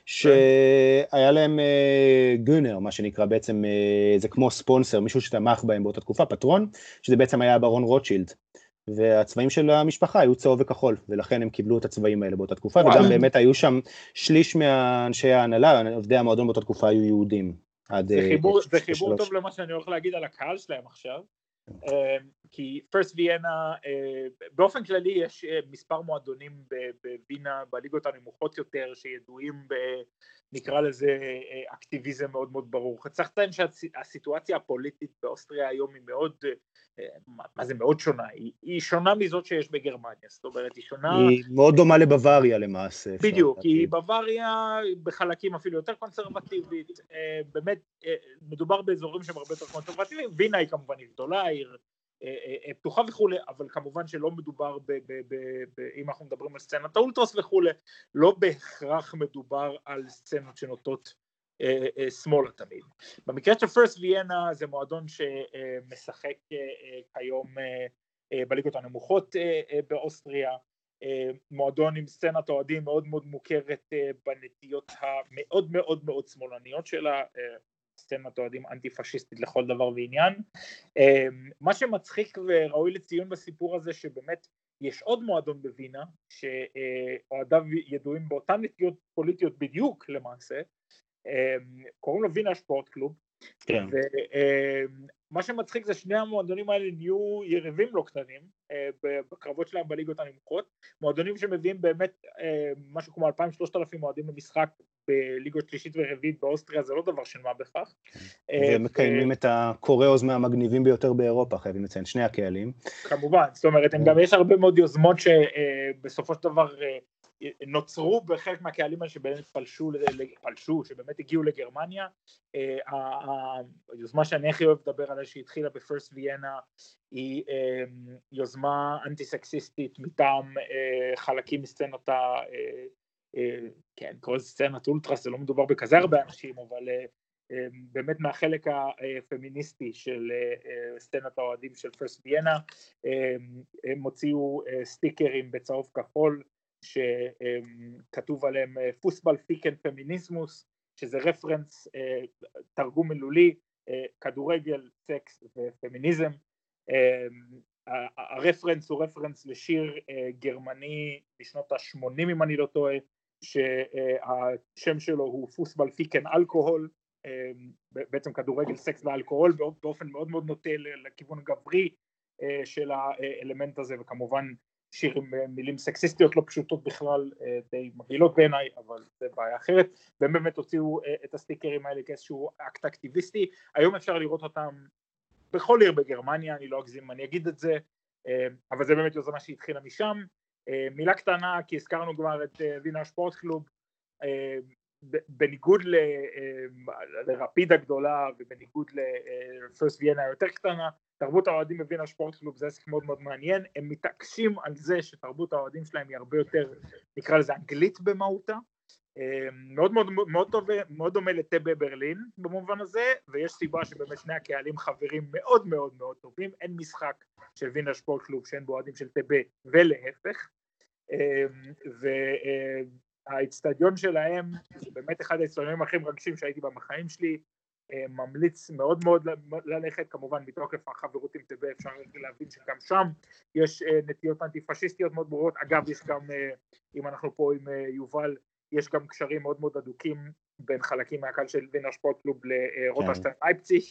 S3: שהיה להם גונר, מה שנקרא בעצם, זה כמו ספונסר, מישהו שתמך בהם באותה תקופה, פטרון, שזה בעצם היה ברון רוטשילד, והצבעים של המשפחה היו צהוב וכחול, ולכן הם קיבלו את הצבעים האלה באותה תקופה, וגם באמת היו שם שליש מהאנשי ההנהלה, עובדי המועדון באותה תקופה היו יהודים.
S2: זה חיבור טוב למה שאני הולך להגיד על הקהל שלהם עכשיו, כי פרסט ויאנה, באופן כללי יש מספר מועדונים בווינה, בליגות הנמוכות יותר, שידועים נקרא לזה אקטיביזם מאוד מאוד ברור. צריך לציין שהסיטואציה הפוליטית באוסטריה היום היא מאוד, מה זה מאוד שונה, היא שונה מזאת שיש בגרמניה, זאת אומרת היא שונה...
S3: היא מאוד דומה לבוואריה למעשה.
S2: בדיוק, כי בוואריה בחלקים אפילו יותר קונסרבטיבית, באמת מדובר באזורים שהם הרבה יותר קונסרבטיביים, וינה היא כמובן היא גדולה, היא פתוחה וכולי, אבל כמובן שלא מדובר, אם אנחנו מדברים על סצנת האולטרס וכולי, לא בהכרח מדובר על סצנות שנוטות שמאלה תמיד. במקרה של פרסט ויאנה זה מועדון שמשחק כיום בליגות הנמוכות באוסטריה, מועדון עם סצנת אוהדים מאוד מאוד מוכרת בנטיות המאוד מאוד מאוד שמאלניות שלה, סצנת אוהדים אנטי-פשיסטית לכל דבר ועניין. מה שמצחיק וראוי לציון בסיפור הזה שבאמת יש עוד מועדון בווינה שאוהדיו ידועים באותן נטיות פוליטיות בדיוק למעשה, קוראים לו וינה ספורט קלוב, ומה שמצחיק זה שני המועדונים האלה נהיו יריבים לא קטנים בקרבות שלהם בליגות הנמוכות, מועדונים שמביאים באמת משהו כמו 2,000-3,000 מועדים למשחק בליגות שלישית ורביעית באוסטריה, זה לא דבר של מה בכך.
S3: ומקיימים את הקוריאוז מהמגניבים ביותר באירופה, חייבים לציין, שני הקהלים.
S2: כמובן, זאת אומרת, גם יש הרבה מאוד יוזמות שבסופו של דבר נוצרו בחלק מהקהלים האלה שבאמת פלשו, שבאמת הגיעו לגרמניה. היוזמה שאני הכי אוהב לדבר עליה שהתחילה בפרסט ויאנה, היא יוזמה אנטי-סקסיסטית מטעם חלקים מסצנות כן, כל סצנת אולטרס, זה לא מדובר בכזה הרבה אנשים, אבל באמת מהחלק הפמיניסטי של סצנת האוהדים של פרסט ויאנה, הם הוציאו סטיקרים בצהוב כחול, שכתוב עליהם פוסבל פיקן פמיניזמוס, שזה רפרנס, תרגום מילולי, כדורגל, סקס ופמיניזם. הרפרנס הוא רפרנס לשיר גרמני בשנות ה-80 אם אני לא טועה, שהשם שלו הוא פוסבל פיקן אלכוהול, בעצם כדורגל, סקס ואלכוהול, באופן מאוד מאוד נוטה לכיוון הגברי של האלמנט הזה, וכמובן שיר עם מילים סקסיסטיות לא פשוטות בכלל, די מגעילות בעיניי, אבל זה בעיה אחרת, והם באמת הוציאו את הסטיקרים האלה כאיזשהו אקט אקטיביסטי. היום אפשר לראות אותם בכל עיר בגרמניה, אני לא אגזים, אני אגיד את זה, אבל זה באמת יוזמה שהתחילה משם. מילה קטנה, כי הזכרנו כבר את וינה ספורט קלוב, בניגוד לרפיד הגדולה ובניגוד לפרסט ויאנה היותר קטנה, תרבות האוהדים בווינה ספורט קלוב זה עסק מאוד מאוד מעניין, הם מתעקשים על זה שתרבות האוהדים שלהם היא הרבה יותר, נקרא לזה אנגלית במהותה, מאוד מאוד מאוד טוב, מאוד דומה לטבה ברלין במובן הזה, ויש סיבה שבאמת שני הקהלים חברים מאוד מאוד מאוד טובים, אין משחק של וינה ספורט קלוב שאין בו אוהדים של טבה ולהפך, והאצטדיון שלהם זה באמת אחד האצטדיונים הכי מרגשים שהייתי בחיים שלי, ממליץ מאוד מאוד ללכת, כמובן מתוקף החברות עם טבה אפשר להבין שגם שם יש נטיות אנטי-פשיסטיות מאוד ברורות. אגב יש גם, אם אנחנו פה עם יובל, יש גם קשרים מאוד מאוד אדוקים בין חלקים מהקהל של וינה ספורט קלוב לרוטשטיין לייפציג,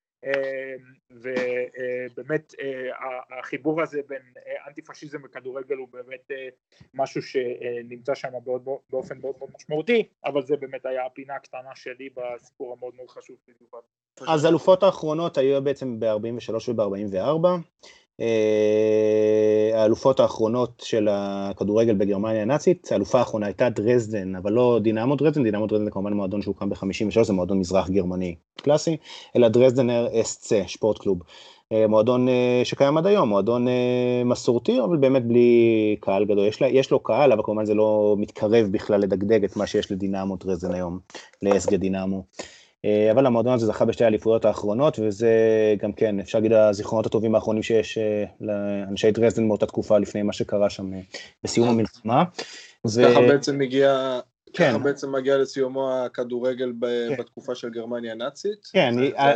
S2: ובאמת החיבור הזה בין אנטי-פשיזם וכדורגל הוא באמת משהו שנמצא שם באופן מאוד מאוד משמעותי, אבל זה באמת היה הפינה הקטנה שלי בסיפור המאוד מאוד חשוב.
S3: אז אלופות האחרונות היו בעצם ב-43 וב-44, האלופות האחרונות של הכדורגל בגרמניה הנאצית, האלופה האחרונה הייתה דרזדן, אבל לא דינמו דרזדן, דינמו דרזדן זה כמובן מועדון שהוקם ב-53, זה מועדון מזרח גרמני קלאסי, אלא דרזדנר SC, ספורט קלוב, מועדון שקיים עד היום, מועדון מסורתי, אבל באמת בלי קהל גדול, יש לו קהל, אבל כמובן זה לא מתקרב בכלל לדגדג את מה שיש לדינמו דרזדן היום, לאסגה דינמו. אבל המועדון הזה זכה בשתי האליפויות האחרונות, וזה גם כן, אפשר להגיד, הזיכרונות הטובים האחרונים שיש לאנשי דרזדן מאותה תקופה לפני מה שקרה שם בסיום המלחמה.
S1: אז ככה בעצם מגיע לסיומו הכדורגל בתקופה של גרמניה הנאצית.
S3: כן,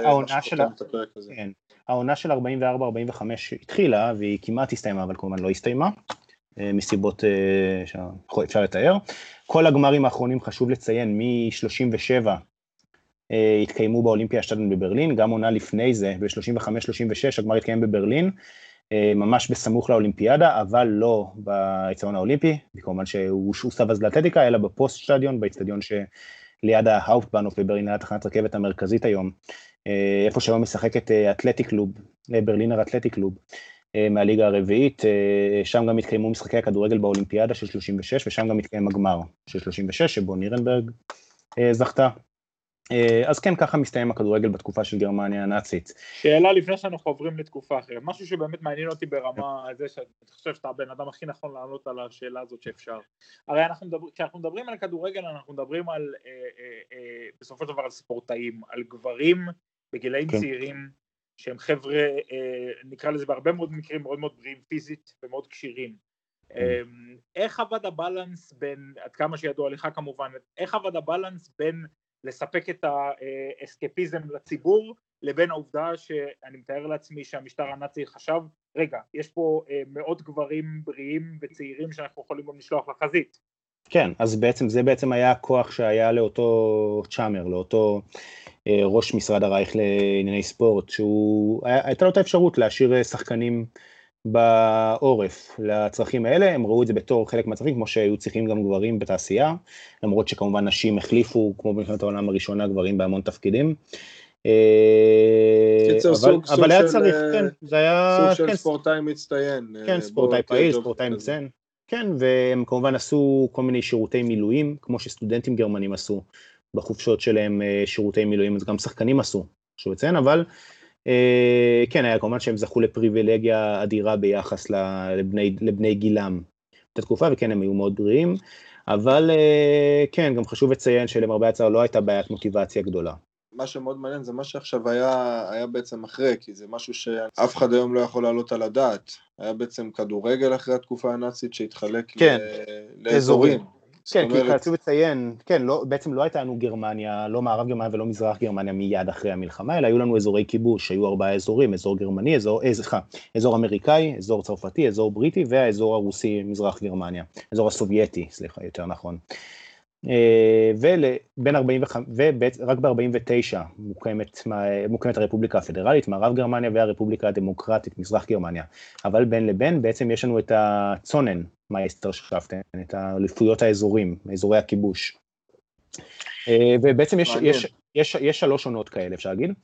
S3: העונה של 44-45 התחילה, והיא כמעט הסתיימה, אבל כמובן לא הסתיימה, מסיבות שאפשר לתאר. כל הגמרים האחרונים חשוב לציין, מ-37, התקיימו באולימפיה שטאדן בברלין, גם עונה לפני זה, ב-35-36 הגמר התקיים בברלין, ממש בסמוך לאולימפיאדה, אבל לא באצטדיון האולימפי, כמובן שהוא הוסב אז לאתלטיקה, אלא בפוסט שטדיון, באצטדיון שליד ההאופטבאנהוף בברלין, ליד תחנת רכבת המרכזית היום, איפה שהיום משחקת אתלטיק קלוב, ברלינר אתלטיק קלוב, מהליגה הרביעית, שם גם התקיימו משחקי הכדורגל באולימפיאדה של 36, ושם גם התקיים הגמר של 36, שבו נירנברג זכתה. אז כן, ככה מסתיים הכדורגל בתקופה של גרמניה הנאצית.
S2: שאלה לפני שאנחנו עוברים לתקופה אחרת, משהו שבאמת מעניין אותי ברמה הזה, שאני חושב שאתה הבן אדם הכי נכון לענות על השאלה הזאת שאפשר. הרי כשאנחנו מדברים על כדורגל, אנחנו מדברים על, בסופו של דבר על ספורטאים, על גברים בגילאים צעירים, שהם חבר'ה, נקרא לזה בהרבה מאוד מקרים מאוד מאוד בריאים פיזית ומאוד קשירים. איך עבד הבלנס בין, עד כמה שידוע לך כמובן, איך עבד הבלנס בין לספק את האסקפיזם לציבור, לבין העובדה שאני מתאר לעצמי שהמשטר הנאצי חשב, רגע, יש פה מאות גברים בריאים וצעירים שאנחנו יכולים גם לשלוח לחזית.
S3: כן, אז זה בעצם היה הכוח שהיה לאותו צ'אמר, לאותו ראש משרד הרייך לענייני ספורט, הייתה לו את האפשרות להשאיר שחקנים בעורף לצרכים האלה, הם ראו את זה בתור חלק מהצרכים, כמו שהיו צריכים גם גברים בתעשייה, למרות שכמובן נשים החליפו, כמו במלחמת העולם הראשונה, גברים בהמון תפקידים. אבל היה צריך, כן, זה היה...
S1: סוג של ספורטאי מצטיין.
S3: כן, ספורטאי פעיל, ספורטאי מצטיין. כן, והם כמובן עשו כל מיני שירותי מילואים, כמו שסטודנטים גרמנים עשו, בחופשות שלהם שירותי מילואים, אז גם שחקנים עשו, שהוא יציין, אבל... כן, היה כמובן שהם זכו לפריבילגיה אדירה ביחס לבני גילם בתקופה, וכן, הם היו מאוד בריאים, אבל כן, גם חשוב לציין שלמרבה הצער לא הייתה בעיית מוטיבציה גדולה.
S1: מה שמאוד מעניין זה מה שעכשיו היה בעצם אחרי, כי זה משהו שאף אחד היום לא יכול לעלות על הדעת, היה בעצם כדורגל אחרי התקופה הנאצית שהתחלק לאזורים.
S3: כן, כי חשוב לציין, כן, בעצם לא הייתה לנו גרמניה, לא מערב גרמניה ולא מזרח גרמניה מיד אחרי המלחמה, אלא היו לנו אזורי כיבוש, היו 4 אזורים, אזור גרמני, אזור אמריקאי, אזור צרפתי, אזור בריטי, והאזור הרוסי, מזרח גרמניה, אזור הסובייטי, סליחה, יותר נכון. ורק ב-49 מוקמת הרפובליקה הפדרלית, מערב גרמניה והרפובליקה הדמוקרטית, מזרח גרמניה, אבל בין לבין בעצם יש לנו את הצונן, מייסטרשאפטן, את האליפויות האזורים, אזורי הכיבוש. ובעצם יש 3 עונות כאלה, אפשר להגיד,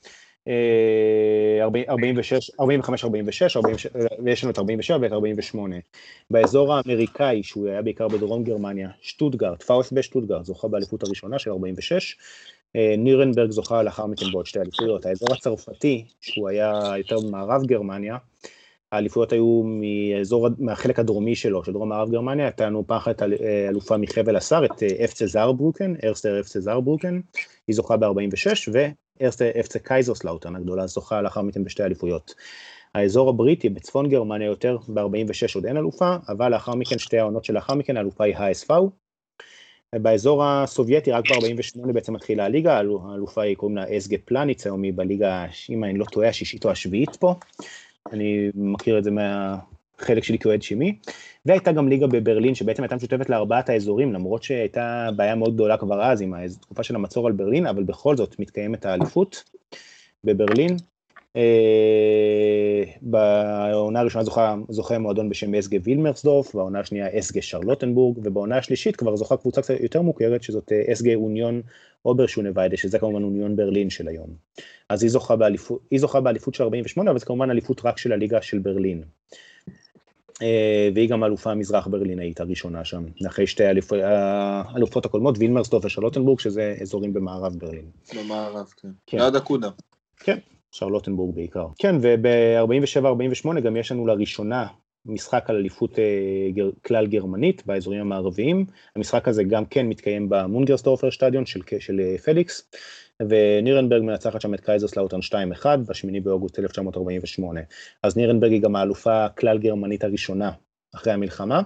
S3: 45, 46, ויש לנו את 47 ואת 48. באזור האמריקאי, שהוא היה בעיקר בדרום גרמניה, שטוטגרט, VfB שטוטגרט, זוכה באליפות הראשונה של 46, נירנברג זוכה לאחר מכן בעוד 2 אליפויות. האזור הצרפתי, שהוא היה יותר במערב גרמניה, האליפויות היו מהחלק הדרומי שלו, של דרום מערב גרמניה, הייתה לנו פעם אחת אלופה מחבל הסאר, את אפצה זארברוקן, ארסטר אפצה זארברוקן, היא זוכה ב-46, וארסטר אפצה קייזרסלאוטרן הגדולה זוכה לאחר מכן ב2 אליפויות. האזור הבריטי בצפון גרמניה יותר, ב-46 עוד אין אלופה, אבל לאחר מכן 2 העונות שלאחר מכן, האלופה היא HSV, באזור הסובייטי רק ב-48 בעצם מתחילה הליגה, האלופה היא קוראים לה אסגה פלניץ, היום היא בליגה, אם אני לא טועה, השישית או השביעית פה, אני מכיר את זה מהחלק שלי כאוהד שמי, והייתה גם ליגה בברלין שבעצם הייתה משותפת ל4 האזורים, למרות שהייתה בעיה מאוד גדולה כבר אז עם התקופה של המצור על ברלין, אבל בכל זאת מתקיימת האליפות בברלין, בעונה הראשונה זוכה מועדון בשם אסגה וילמרסדורף, בעונה השנייה אסגה שרלוטנבורג, ובעונה השלישית כבר זוכה קבוצה קצת יותר מוכרת, שזאת אסגה אוניון אוברשונוויידה, שזה כמובן אוניון ברלין של היום. אז היא זוכה באליפות של 48, אבל זה כמובן אליפות רק של הליגה של ברלין. והיא גם אלופה המזרח ברלינאית הראשונה שם, אחרי שתי האלופות הקודמות, וילמרסדורף ושרלוטנבורג, שזה אזורים במערב ברלין.
S1: במערב, כן. ליד הקודה.
S3: כן, שרלוטנבורג בעיקר. כן, וב-47-48 גם יש לנו לראשונה משחק על אליפות כלל גרמנית באזורים המערביים. המשחק הזה גם כן מתקיים במונגרסדורפר שטדיון של פליקס, ונירנברג מנצחת שם את קייזרסלאוטרן 2-1 ב8 באוגוסט 1948. אז נירנברג היא גם האלופה כלל גרמנית הראשונה אחרי המלחמה,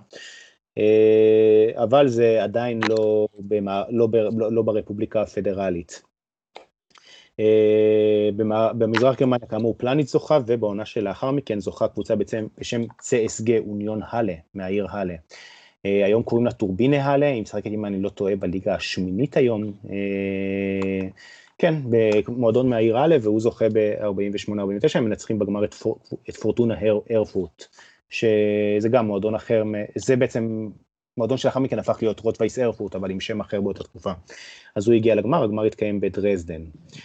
S3: אבל זה עדיין לא ברפובליקה הפדרלית. במזרח גרמניה כאמור פלניץ זוכה, ובעונה שלאחר מכן זוכה קבוצה בשם CSG אוניון הלה, מהעיר הלה. היום קוראים לה טורבינה הלה, היא משחקת אם אני לא טועה בליגה השמינית היום, כן, במועדון מהעיר הלה, והוא זוכה ב-48-49, הם מנצחים בגמר את פורטונה הרפורט, שזה גם מועדון אחר, זה בעצם מועדון שלאחר מכן הפך להיות רוטווייס הרפורט, אבל עם שם אחר באותה תקופה. אז הוא הגיע לגמר, הגמר התקיים בדרזדן.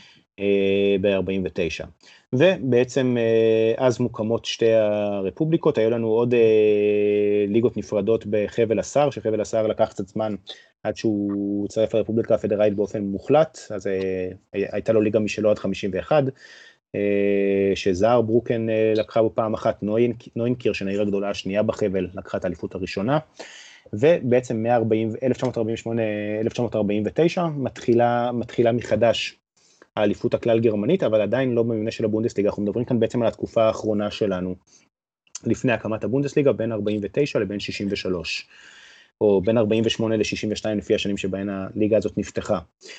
S3: ב-49, ובעצם אז מוקמות שתי הרפובליקות. היו לנו עוד ליגות נפרדות בחבל הסאר, שחבל הסאר לקח קצת זמן עד שהוא צרף לרפובליקה הפדרלית באופן מוחלט, אז הייתה לו ליגה משלו עד 51, שזאר ברוקן לקחה בו פעם אחת, נוינקירשן, העיר הגדולה השנייה בחבל, לקחה את האליפות הראשונה, ובעצם מ-1948-1949 מתחילה מחדש האליפות הכלל גרמנית, אבל עדיין לא במבנה של הבונדסליגה. אנחנו מדברים כאן בעצם על התקופה האחרונה שלנו, לפני הקמת הבונדסליגה, בין 49 לבין 63, או בין 48 ל-62 לפי השנים שבהן הליגה הזאת נפתחה.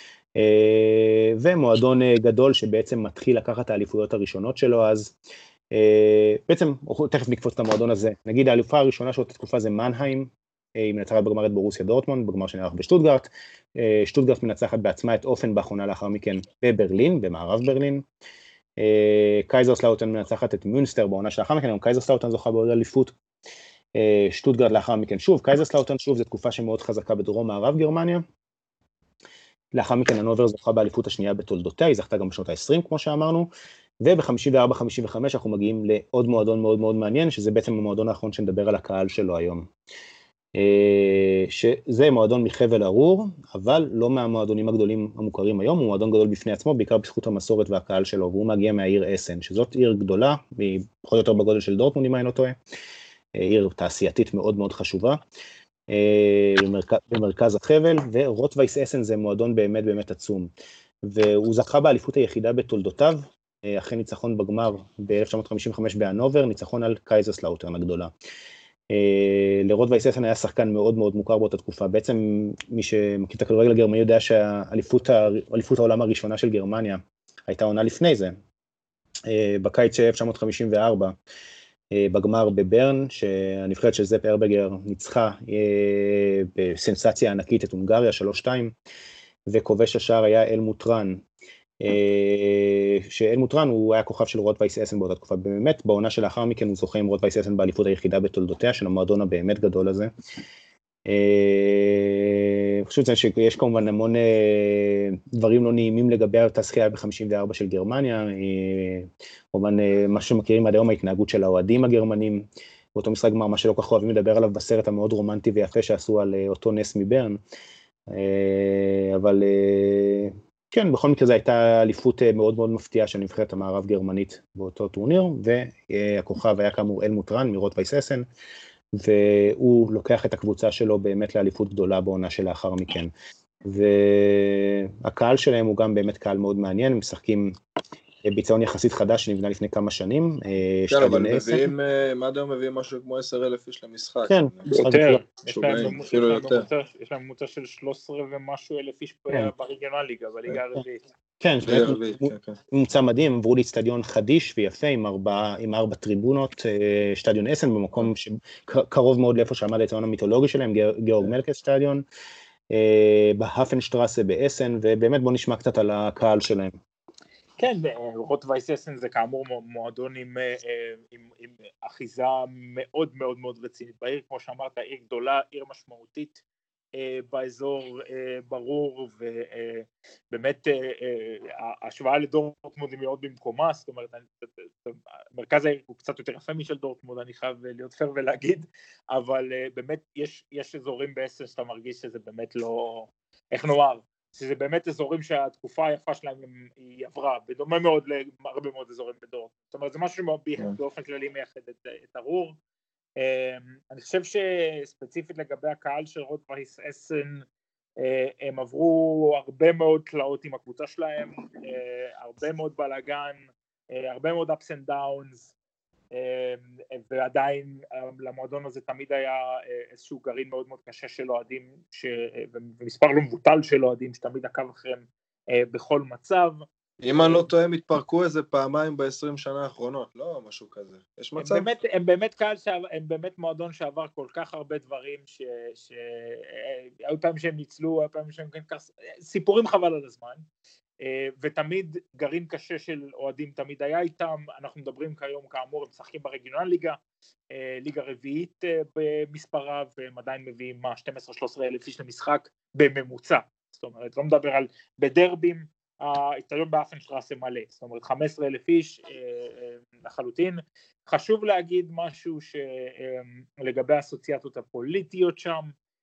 S3: ומועדון גדול שבעצם מתחיל לקחת האליפויות הראשונות שלו, אז בעצם, תכף נקפוץ את המועדון הזה, נגיד האליפה הראשונה של אותה תקופה זה מנהיים, היא מנצחת בגמר את בורוסיה דורטמונד, בגמר שנערך בשטוטגרט, שטוטגרט מנצחת בעצמה את אופנבך עונה לאחר מכן בברלין, במערב ברלין, קייזרסלאוטרן מנצחת את מיונסטר בעונה שלאחר מכן, גם קייזרסלאוטרן זוכה בעוד אליפות, שטוטגרט לאחר מכן שוב, קייזרסלאוטרן שוב, זו תקופה שמאוד חזקה בדרום מערב גרמניה, לאחר מכן הנובר זוכה באליפות השנייה בתולדותיה, היא זכתה גם בשנות ה-20 כמו שאמרנו, וב-54-55 אנחנו מגיעים לעוד מועדון מאוד מאוד מעניין, שזה בעצם המועדון האחרון שנדבר על הקהל שלו היום. שזה מועדון מחבל ארור, אבל לא מהמועדונים הגדולים המוכרים היום, הוא מועדון גדול בפני עצמו, בעיקר בזכות המסורת והקהל שלו, והוא מגיע מהעיר אסן, שזאת עיר גדולה, היא פחות או יותר בגודל של דורטמונד אם אני לא טועה, עיר תעשייתית מאוד מאוד חשובה, במרכז החבל, ורוטווייס אסן זה מועדון באמת באמת עצום, והוא זכה באליפות היחידה בתולדותיו, אחרי ניצחון בגמר ב-1955 בהנובר, ניצחון על קייזרסלאוטרן הגדולה. לרוטווייס אסן היה שחקן מאוד מאוד מוכר באותה תקופה, בעצם מי שמכיר את הכדורגל הגרמני יודע שהאליפות העולם הראשונה של גרמניה הייתה עונה לפני זה, בקיץ 1954, בגמר בברן, שהנבחרת של זאפ הרבגר ניצחה בסנסציה ענקית את הונגריה 3-2, וכובש השער היה אלמוט רן, שאלמוט רן הוא היה כוכב של רוטווייס אסן באותה תקופה, באמת בעונה שלאחר מכן הוא זוכה עם רוטווייס אסן באליפות היחידה בתולדותיה של המועדון הבאמת גדול הזה. אני חושב שיש כמובן המון דברים לא נעימים לגבי אותה זכייה ב-54 של גרמניה, כמובן מה שמכירים עד היום ההתנהגות של האוהדים הגרמנים, באותו משחק גמר, מה שלא כך אוהבים לדבר עליו בסרט המאוד רומנטי ויפה שעשו על אותו נס מברן, אבל כן, בכל מקרה זו הייתה אליפות מאוד מאוד מפתיעה של נבחרת המערב גרמנית באותו טורניר, והכוכב היה כאמור אלמוט רן מרוטווייס אסן, והוא לוקח את הקבוצה שלו באמת לאליפות גדולה בעונה שלאחר מכן. והקהל שלהם הוא גם באמת קהל מאוד מעניין, הם משחקים ביצעון יחסית חדש שנבנה לפני כמה שנים.
S1: כן, אבל מביאים, מה דו מביאים משהו כמו 10,000 איש למשחק?
S3: כן,
S2: יותר. יש להם ממוצע של 13 ומשהו אלף איש ברג'ונל ליגה, בליגה הרביעית.
S3: כן, ממוצע מדהים, עברו לאצטדיון חדיש ויפה עם 4 טריבונות, שטדיון אסן במקום שקרוב מאוד לאיפה שעמד האצטדיון המיתולוגי שלהם, גאורג מלכה סטדיון, בהפנשטרסה באסן, ובאמת בוא נשמע קצת על הקהל שלהם.
S2: כן, רוט-וייס אסן זה כאמור מועדון עם אחיזה מאוד מאוד מאוד רצינית בעיר, כמו שאמרת, עיר גדולה, עיר משמעותית באזור, ברור, ובאמת ההשוואה לדורטמונד היא מאוד במקומה, זאת אומרת, מרכז העיר הוא קצת יותר יפה משל דורטמונד, אני חייב להיות פייר ולהגיד, אבל באמת יש אזורים באסן שאתה מרגיש שזה באמת לא, איך נאמר, שזה באמת אזורים שהתקופה היפה שלהם היא עברה, בדומה מאוד להרבה מאוד אזורים בדורטמונד, זאת אומרת, זה משהו באופן כללי מייחד את הרור. אני חושב שספציפית לגבי הקהל של רוט-וייס אסן, הם עברו הרבה מאוד תלאות עם הקבוצה שלהם, הרבה מאוד בלגן, הרבה מאוד ups and downs, ועדיין למועדון הזה תמיד היה איזשהו גרעין מאוד מאוד קשה של אוהדים, ומספר לא מבוטל של אוהדים שתמיד עקב אחריהם בכל מצב.
S1: אם אני לא טועה, התפרקו איזה פעמיים ב-20 שנה האחרונות, לא משהו כזה. יש מצב?
S2: הם באמת קהל, הם באמת מועדון שעבר כל כך הרבה דברים, שהיו פעמים שהם ניצלו, היו פעמים שהם סיפורים חבל על הזמן, ותמיד גרעין קשה של אוהדים תמיד היה איתם. אנחנו מדברים כיום כאמור, הם משחקים ברג'ונל ליגה, ליגה רביעית במספרה, והם עדיין מביאים 12-13 אלף איש למשחק בממוצע, זאת אומרת, לא מדבר על בדרבים, האצטדיון באפנשטראסה מלא, זאת אומרת 15,000 איש לחלוטין. חשוב להגיד משהו לגבי האסוציאציות הפוליטיות שם,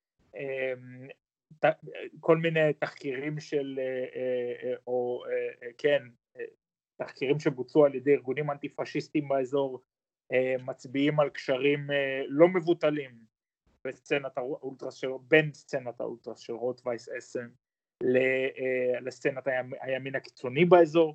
S2: כל מיני תחקירים של, או כן, תחקירים שבוצעו על ידי ארגונים אנטי-פשיסטים באזור, מצביעים על קשרים לא מבוטלים בסצנת האולטרס, בין סצנת האולטרס של רוט-וייס אסן לסצנת הימין הקיצוני באזור.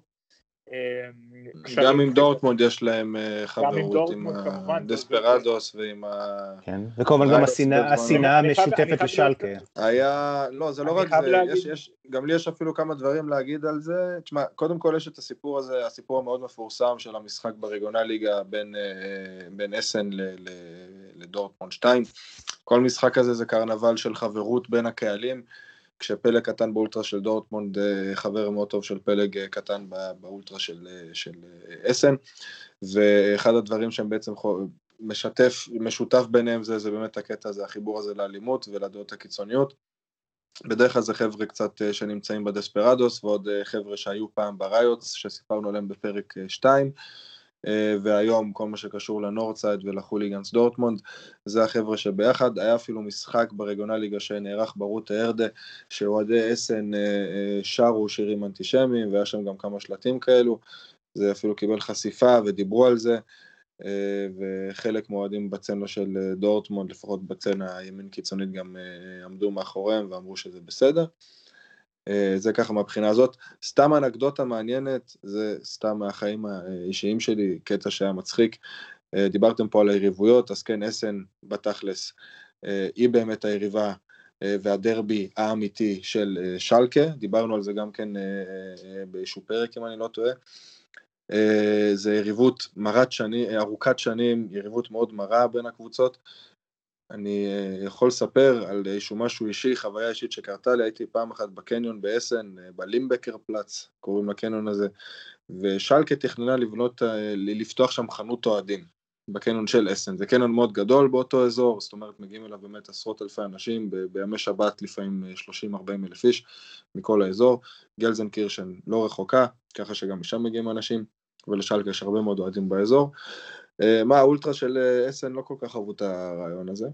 S1: גם עם דורטמונד יש להם חברות עם הדספרדוס ועם ה...
S3: כן, וכמובן גם השנאה המשותפת לשלקה.
S1: היה, לא, זה לא רק זה, גם לי יש אפילו כמה דברים להגיד על זה. תשמע, קודם כל יש את הסיפור הזה, הסיפור המאוד מפורסם של המשחק ברג'ונל ליגה בין אסן לדורטמונד 2. כל משחק הזה זה קרנבל של חברות בין הקהלים, כשפלג קטן באולטרה של דורטמונד חבר מאוד טוב של פלג קטן באולטרה של אסן, ואחד הדברים שהם בעצם משותף ביניהם זה באמת הקטע הזה, החיבור הזה לאלימות ולדעות הקיצוניות. בדרך כלל זה חבר'ה קצת שנמצאים בדספרדוס, ועוד חבר'ה שהיו פעם בריוטס, שסיפרנו עליהם בפרק 2, והיום כל מה שקשור לנורדסייד ולחוליגנס דורטמונד, זה החבר'ה שביחד. היה אפילו משחק ברג'ונל ליגה שנערך ברות הארדה, שאוהדי אסן שרו שירים אנטישמיים, והיה שם גם כמה שלטים כאלו, זה אפילו קיבל חשיפה ודיברו על זה, וחלק מועדים בצנה של דורטמונד, לפחות בצנה הימין קיצונית, גם עמדו מאחוריהם ואמרו שזה בסדר. זה ככה מהבחינה הזאת. סתם אנקדוטה מעניינת, זה סתם מהחיים האישיים שלי, קטע שהיה מצחיק. דיברתם פה על היריבויות, אז כן, אסן בתכלס היא באמת היריבה והדרבי האמיתי של שלקה, דיברנו על זה גם כן באיזשהו פרק אם אני לא טועה. זה יריבות ארוכת שנים, יריבות מאוד מרה בין הקבוצות. אני יכול לספר על איזשהו משהו אישי, חוויה אישית שקרתה לי. הייתי פעם אחת בקניון באסן, בלימבקר פלץ, קוראים לקניון הזה, ושלקה תכננה לפתוח שם חנות אוהדים, בקניון של אסן. זה קניון מאוד גדול באותו אזור, זאת אומרת מגיעים אליו באמת עשרות אלפי אנשים, בימי שבת לפעמים 30-40 אלף איש מכל האזור. גלזנקירשן לא רחוקה, ככה שגם משם מגיעים אנשים, ולשלקה יש הרבה מאוד אוהדים באזור. האולטרה של אסן לא כל כך אהבו את הרעיון הזה,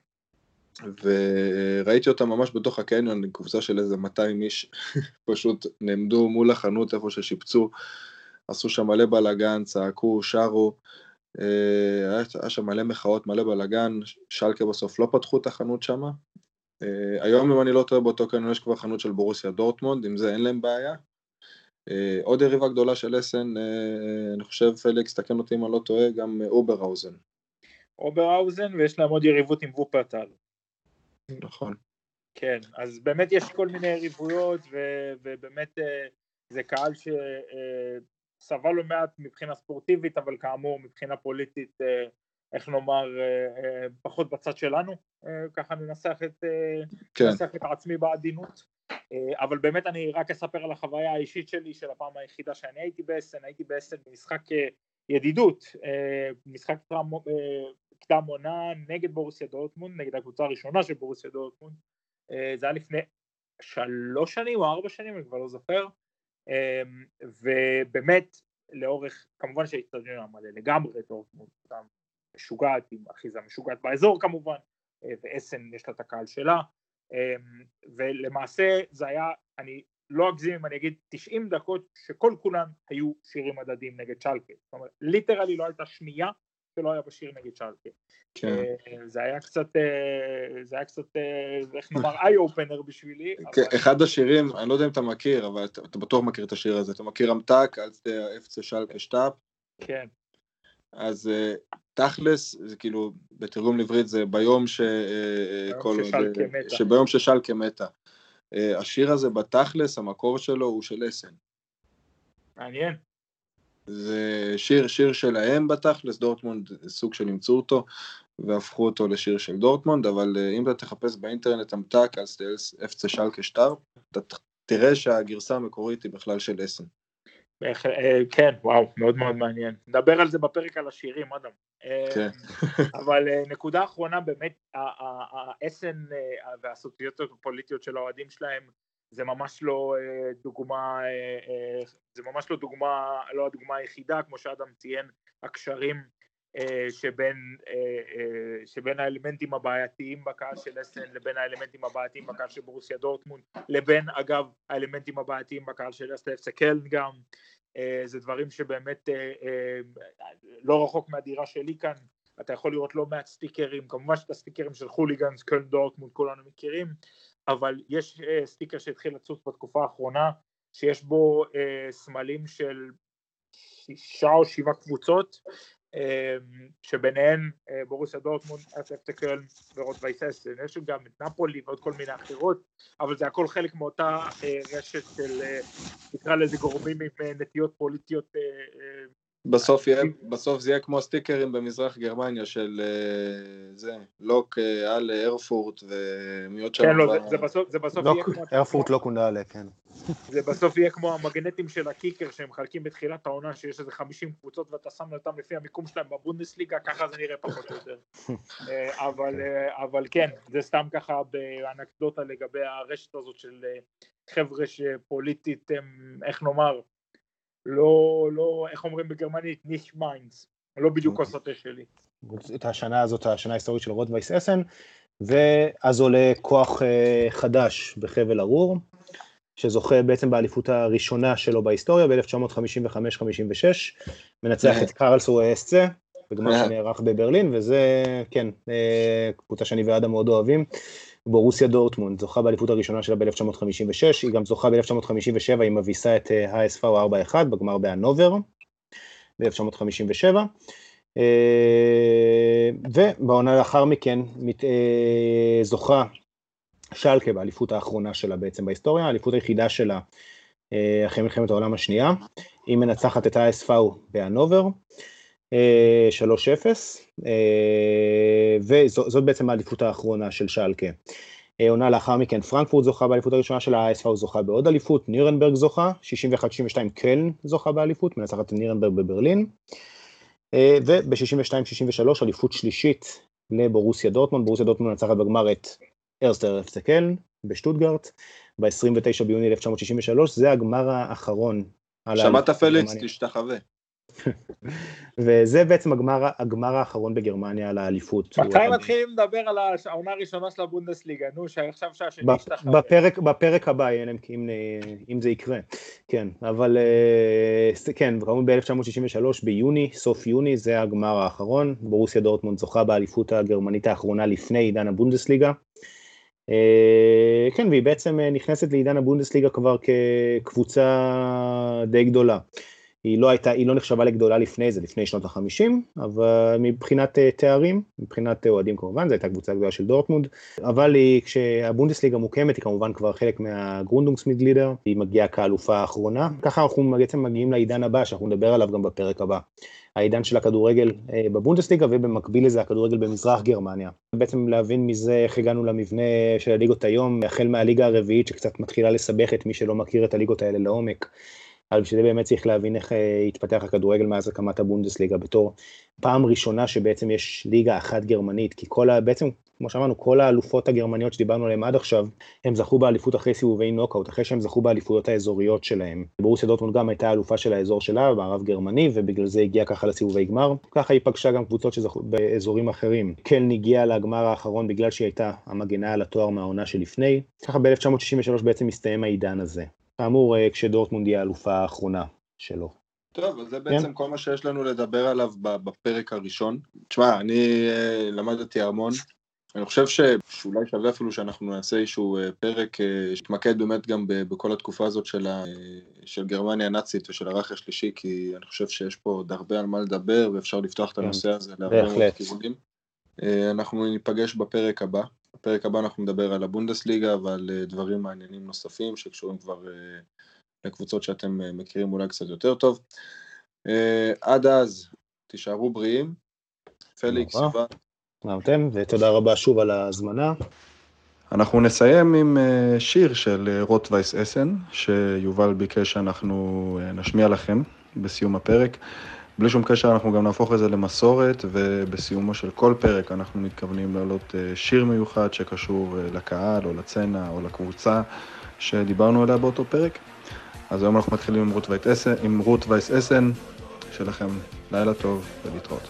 S1: וראיתי אותם ממש בתוך הקניון, קבוצה של איזה 200 איש, פשוט נעמדו מול החנות איפה ששיפצו, עשו שם מלא בלגן, צעקו, שרו, היה שם מלא מחאות, מלא בלגן. שלקה בסוף לא פתחו את החנות שם. היום אם אני לא טועה באותו קניון יש כבר חנות של בורוסיה דורטמונד, עם זה אין להם בעיה. עוד יריבה גדולה של אסן, אני חושב פליקס, תקן אותי אם אני לא טועה, גם
S2: אוברהאוזן, ויש להם עוד יריבות עם וופרטל.
S1: נכון.
S2: כן, אז באמת יש כל מיני יריבויות, ובאמת זה קהל שסבל לו מעט מבחינה ספורטיבית, אבל כאמור מבחינה פוליטית, איך נאמר, פחות בצד שלנו, ככה ננסח את עצמי בעדינות. אבל באמת אני רק אספר על החוויה האישית שלי של הפעם היחידה שאני הייתי באסן, הייתי באסן במשחק ידידות, משחק קדם עונה נגד בורוסיה דורטמונד, נגד הקבוצה הראשונה של בורוסיה דורטמונד, זה היה לפני 3 שנים או 4 שנים, אני כבר לא זוכר, ובאמת לאורך, כמובן שהאצטדיון מלא לגמרי, דורטמונד משוגעת, עם אחיזה משוגעת באזור כמובן, ואסן יש לה את הקהל שלה, ולמעשה זה היה, אני לא אגזים אם אני אגיד 90 דקות שכל כולן היו שירים מדדים נגד שלקה, זאת אומרת ליטרלי לא הייתה שנייה שלא היה בשיר נגד שלקה. זה היה קצת איך נאמר איי אופנר בשבילי.
S1: אחד השירים, אני לא יודע אם אתה מכיר, אבל אתה בטוח מכיר את השיר הזה, אתה מכיר אמתק על אפצה שלקה שטאפ?
S2: כן.
S1: אז תכלס, זה כאילו, בתרגום לעברית זה ביום שביום ששלקה מתה. השיר הזה בתכלס, המקור שלו הוא של אסן.
S2: מעניין.
S1: זה שיר שלהם בתכלס, דורטמונד סוג של אימצו אותו, והפכו אותו לשיר של דורטמונד, אבל אם אתה תחפש באינטרנט אמתק על אפצה שלקה שטאפ, אתה תראה שהגרסה המקורית היא בכלל של אסן.
S2: כן, וואו, מאוד מאוד מעניין. נדבר על זה בפרק על השירים, אדם. אבל נקודה אחרונה, באמת, האסן והסוציאציות הפוליטיות של האוהדים שלהם, זה ממש לא דוגמה, לא הדוגמה היחידה, כמו שאדם ציין, הקשרים שבין האלמנטים הבעייתיים בקהל של אסן לבין האלמנטים הבעייתיים בקהל של בורוסיה דורטמונד, לבין אגב האלמנטים הבעייתיים בקהל של אסטה קלן גם, זה דברים שבאמת לא רחוק מהדירה שלי כאן, אתה יכול לראות לא מעט סטיקרים, כמובן שאת הסטיקרים של חוליגנס, קלן דורטמונד כולנו מכירים, אבל יש סטיקר שהתחיל לצוץ בתקופה האחרונה, שיש בו סמלים של 6 או 7 קבוצות, שביניהן בורוסיה דורטמונד, אפצה קלן ורוט-וייס אסן, יש גם את נפולי ועוד כל מיני אחרות, אבל זה הכל חלק מאותה רשת של, נקרא לזה גורמים עם נטיות פוליטיות.
S1: בסוף זה יהיה כמו סטיקרים במזרח גרמניה של זה, לוק על ארפורט ומיות שם.
S2: כן, לא, זה בסוף יהיה כמו...
S3: ארפורט לוק ונעלה, כן.
S2: זה בסוף יהיה כמו המגנטים של הקיקר שהם מחלקים בתחילת העונה, שיש איזה 50 קבוצות ואתה שם אותם לפי המיקום שלהם בבונדסליגה, ככה זה נראה פחות או יותר. אבל כן, זה סתם ככה באנקדוטה לגבי הרשת הזאת של חבר'ה שפוליטית, איך נאמר, לא, איך אומרים בגרמנית, ניש מיינדס, לא בדיוק כוסתה שלי.
S3: את השנה הזאת, השנה ההיסטורית של רוט-וייס אסן, ואז עולה כוח חדש בחבל ארור, שזוכה בעצם באליפות הראשונה שלו בהיסטוריה, ב-1955-56, מנצח את קרלסרוה אסצה, בגמר שנערך בברלין, וזה, כן, קבוצה שאני ואדם מאוד אוהבים, בורוסיה דורטמונד, זוכה באליפות הראשונה שלה ב-1956, היא גם זוכה ב-1957, היא מביסה את HSV 4-1 בגמר בהנובר, ב-1957, ובעונה לאחר מכן זוכה שלקה באליפות האחרונה שלה בעצם בהיסטוריה, האליפות היחידה שלה אחרי מלחמת העולם השנייה, היא מנצחת את HSV בהנובר, 3-0, וזאת בעצם האליפות האחרונה של שלקה. עונה לאחר מכן פרנקפורט זוכה באליפות הראשונה של ה-HSV זוכה בעוד אליפות, נירנברג זוכה, 61-62 קלן זוכה באליפות, מנצחת את נירנברג בברלין, וב-62-63 אליפות שלישית לבורוסיה דורטמונד, בורוסיה דורטמונד מנצחת בגמר את ארסטר אפצה קלן בשטוטגרט, ב-29 ביוני 1963, זה הגמר האחרון.
S1: שמעת פליקס, תשתחווה.
S3: וזה בעצם הגמר האחרון בגרמניה על האליפות.
S2: מתי מתחילים לדבר על העונה הראשונה של הבונדסליגה? נו, שעכשיו שהשני ישתחווה.
S3: בפרק הבא, אם זה יקרה. כן, אבל כן, וכמובן ב-1963 ביוני, סוף יוני, זה הגמר האחרון. בורוסיה דורטמונד זוכה באליפות הגרמנית האחרונה לפני עידן הבונדסליגה. כן, והיא בעצם נכנסת לעידן הבונדסליגה כבר כקבוצה די גדולה. היא לא נחשבה לגדולה לפני זה, לפני שנות ה-50, אבל מבחינת תארים, מבחינת אוהדים כמובן, זו הייתה קבוצה גדולה של דורטמונד, אבל כשהבונדסליגה מוקמת, היא כמובן כבר חלק מהגרונדונגסמיטגלידר, היא מגיעה כאלופה האחרונה, ככה אנחנו בעצם מגיעים לעידן הבא, שאנחנו נדבר עליו גם בפרק הבא. העידן של הכדורגל בבונדסליגה, ובמקביל לזה הכדורגל במזרח גרמניה. בעצם להבין מזה איך הגענו למבנה של הליגות היום, החל מהליגה הרביעית שקצת מתחילה לסבך את מי שלא מכיר את הליגות האלה לעומק, אבל בשביל זה באמת צריך להבין איך התפתח הכדורגל מאז הקמת הבונדסליגה, בתור פעם ראשונה שבעצם יש ליגה אחת גרמנית, כי בעצם, כמו שאמרנו, כל האלופות הגרמניות שדיברנו עליהן עד עכשיו, הם זכו באליפות אחרי סיבובי נוקאוט, אחרי שהם זכו באליפויות האזוריות שלהם. ברוסיה דורטמונד גם הייתה האלופה של האזור שלה, במערב גרמני, ובגלל זה הגיע ככה לסיבובי גמר. ככה היא פגשה גם קבוצות שזכו באזורים אחרים. קלן הגיעה לגמר האחרון בגלל שהיא הייתה המגנה על התואר מהעונה שלפני. ככה ב-1963 בעצם מסתיים העידן הזה. כאמור, כשדורטמונד היא האלופה האחרונה שלו.
S1: טוב, אז זה בעצם כל מה שיש לנו לדבר עליו בפרק הראשון. תשמע, אני למדתי המון. אני חושב שאולי שווה אפילו שאנחנו נעשה איזשהו פרק שתמקד באמת גם בכל התקופה הזאת של גרמניה הנאצית ושל הרייך השלישי, כי אני חושב שיש פה עוד הרבה על מה לדבר, ואפשר לפתוח את הנושא הזה להרבה מאוד כיוונים. אנחנו ניפגש בפרק הבא. בפרק הבא אנחנו נדבר על הבונדסליגה ועל דברים מעניינים נוספים שקשורים כבר לקבוצות שאתם מכירים אולי קצת יותר טוב. עד אז, תישארו בריאים. פליקס, סיבה.
S3: נעמתם, ותודה רבה שוב על ההזמנה.
S1: אנחנו נסיים עם שיר של רוטווייס אסן, שיובל ביקש שאנחנו נשמיע לכם בסיום הפרק. בלי שום קשר אנחנו גם נהפוך את זה למסורת, ובסיומו של כל פרק אנחנו מתכוונים להעלות שיר מיוחד שקשור לקהל או לצנה או לקבוצה שדיברנו עליה באותו פרק. אז היום אנחנו מתחילים עם רוטווייס אסן, שלכם לילה טוב ולהתראות.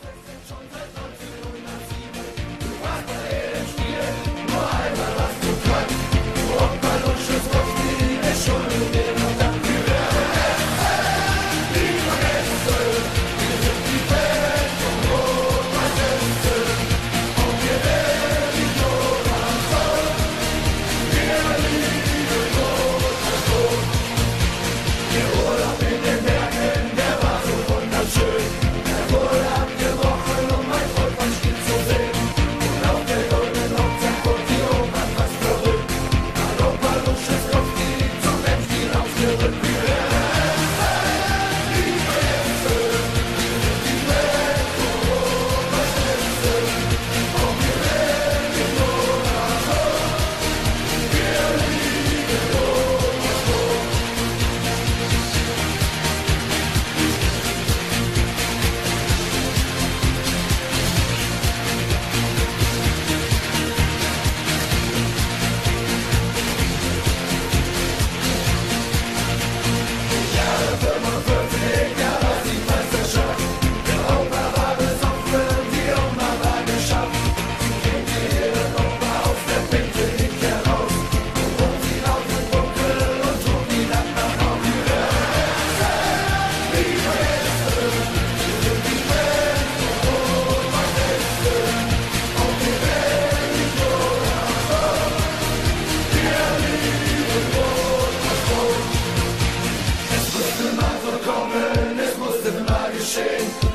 S1: Shame.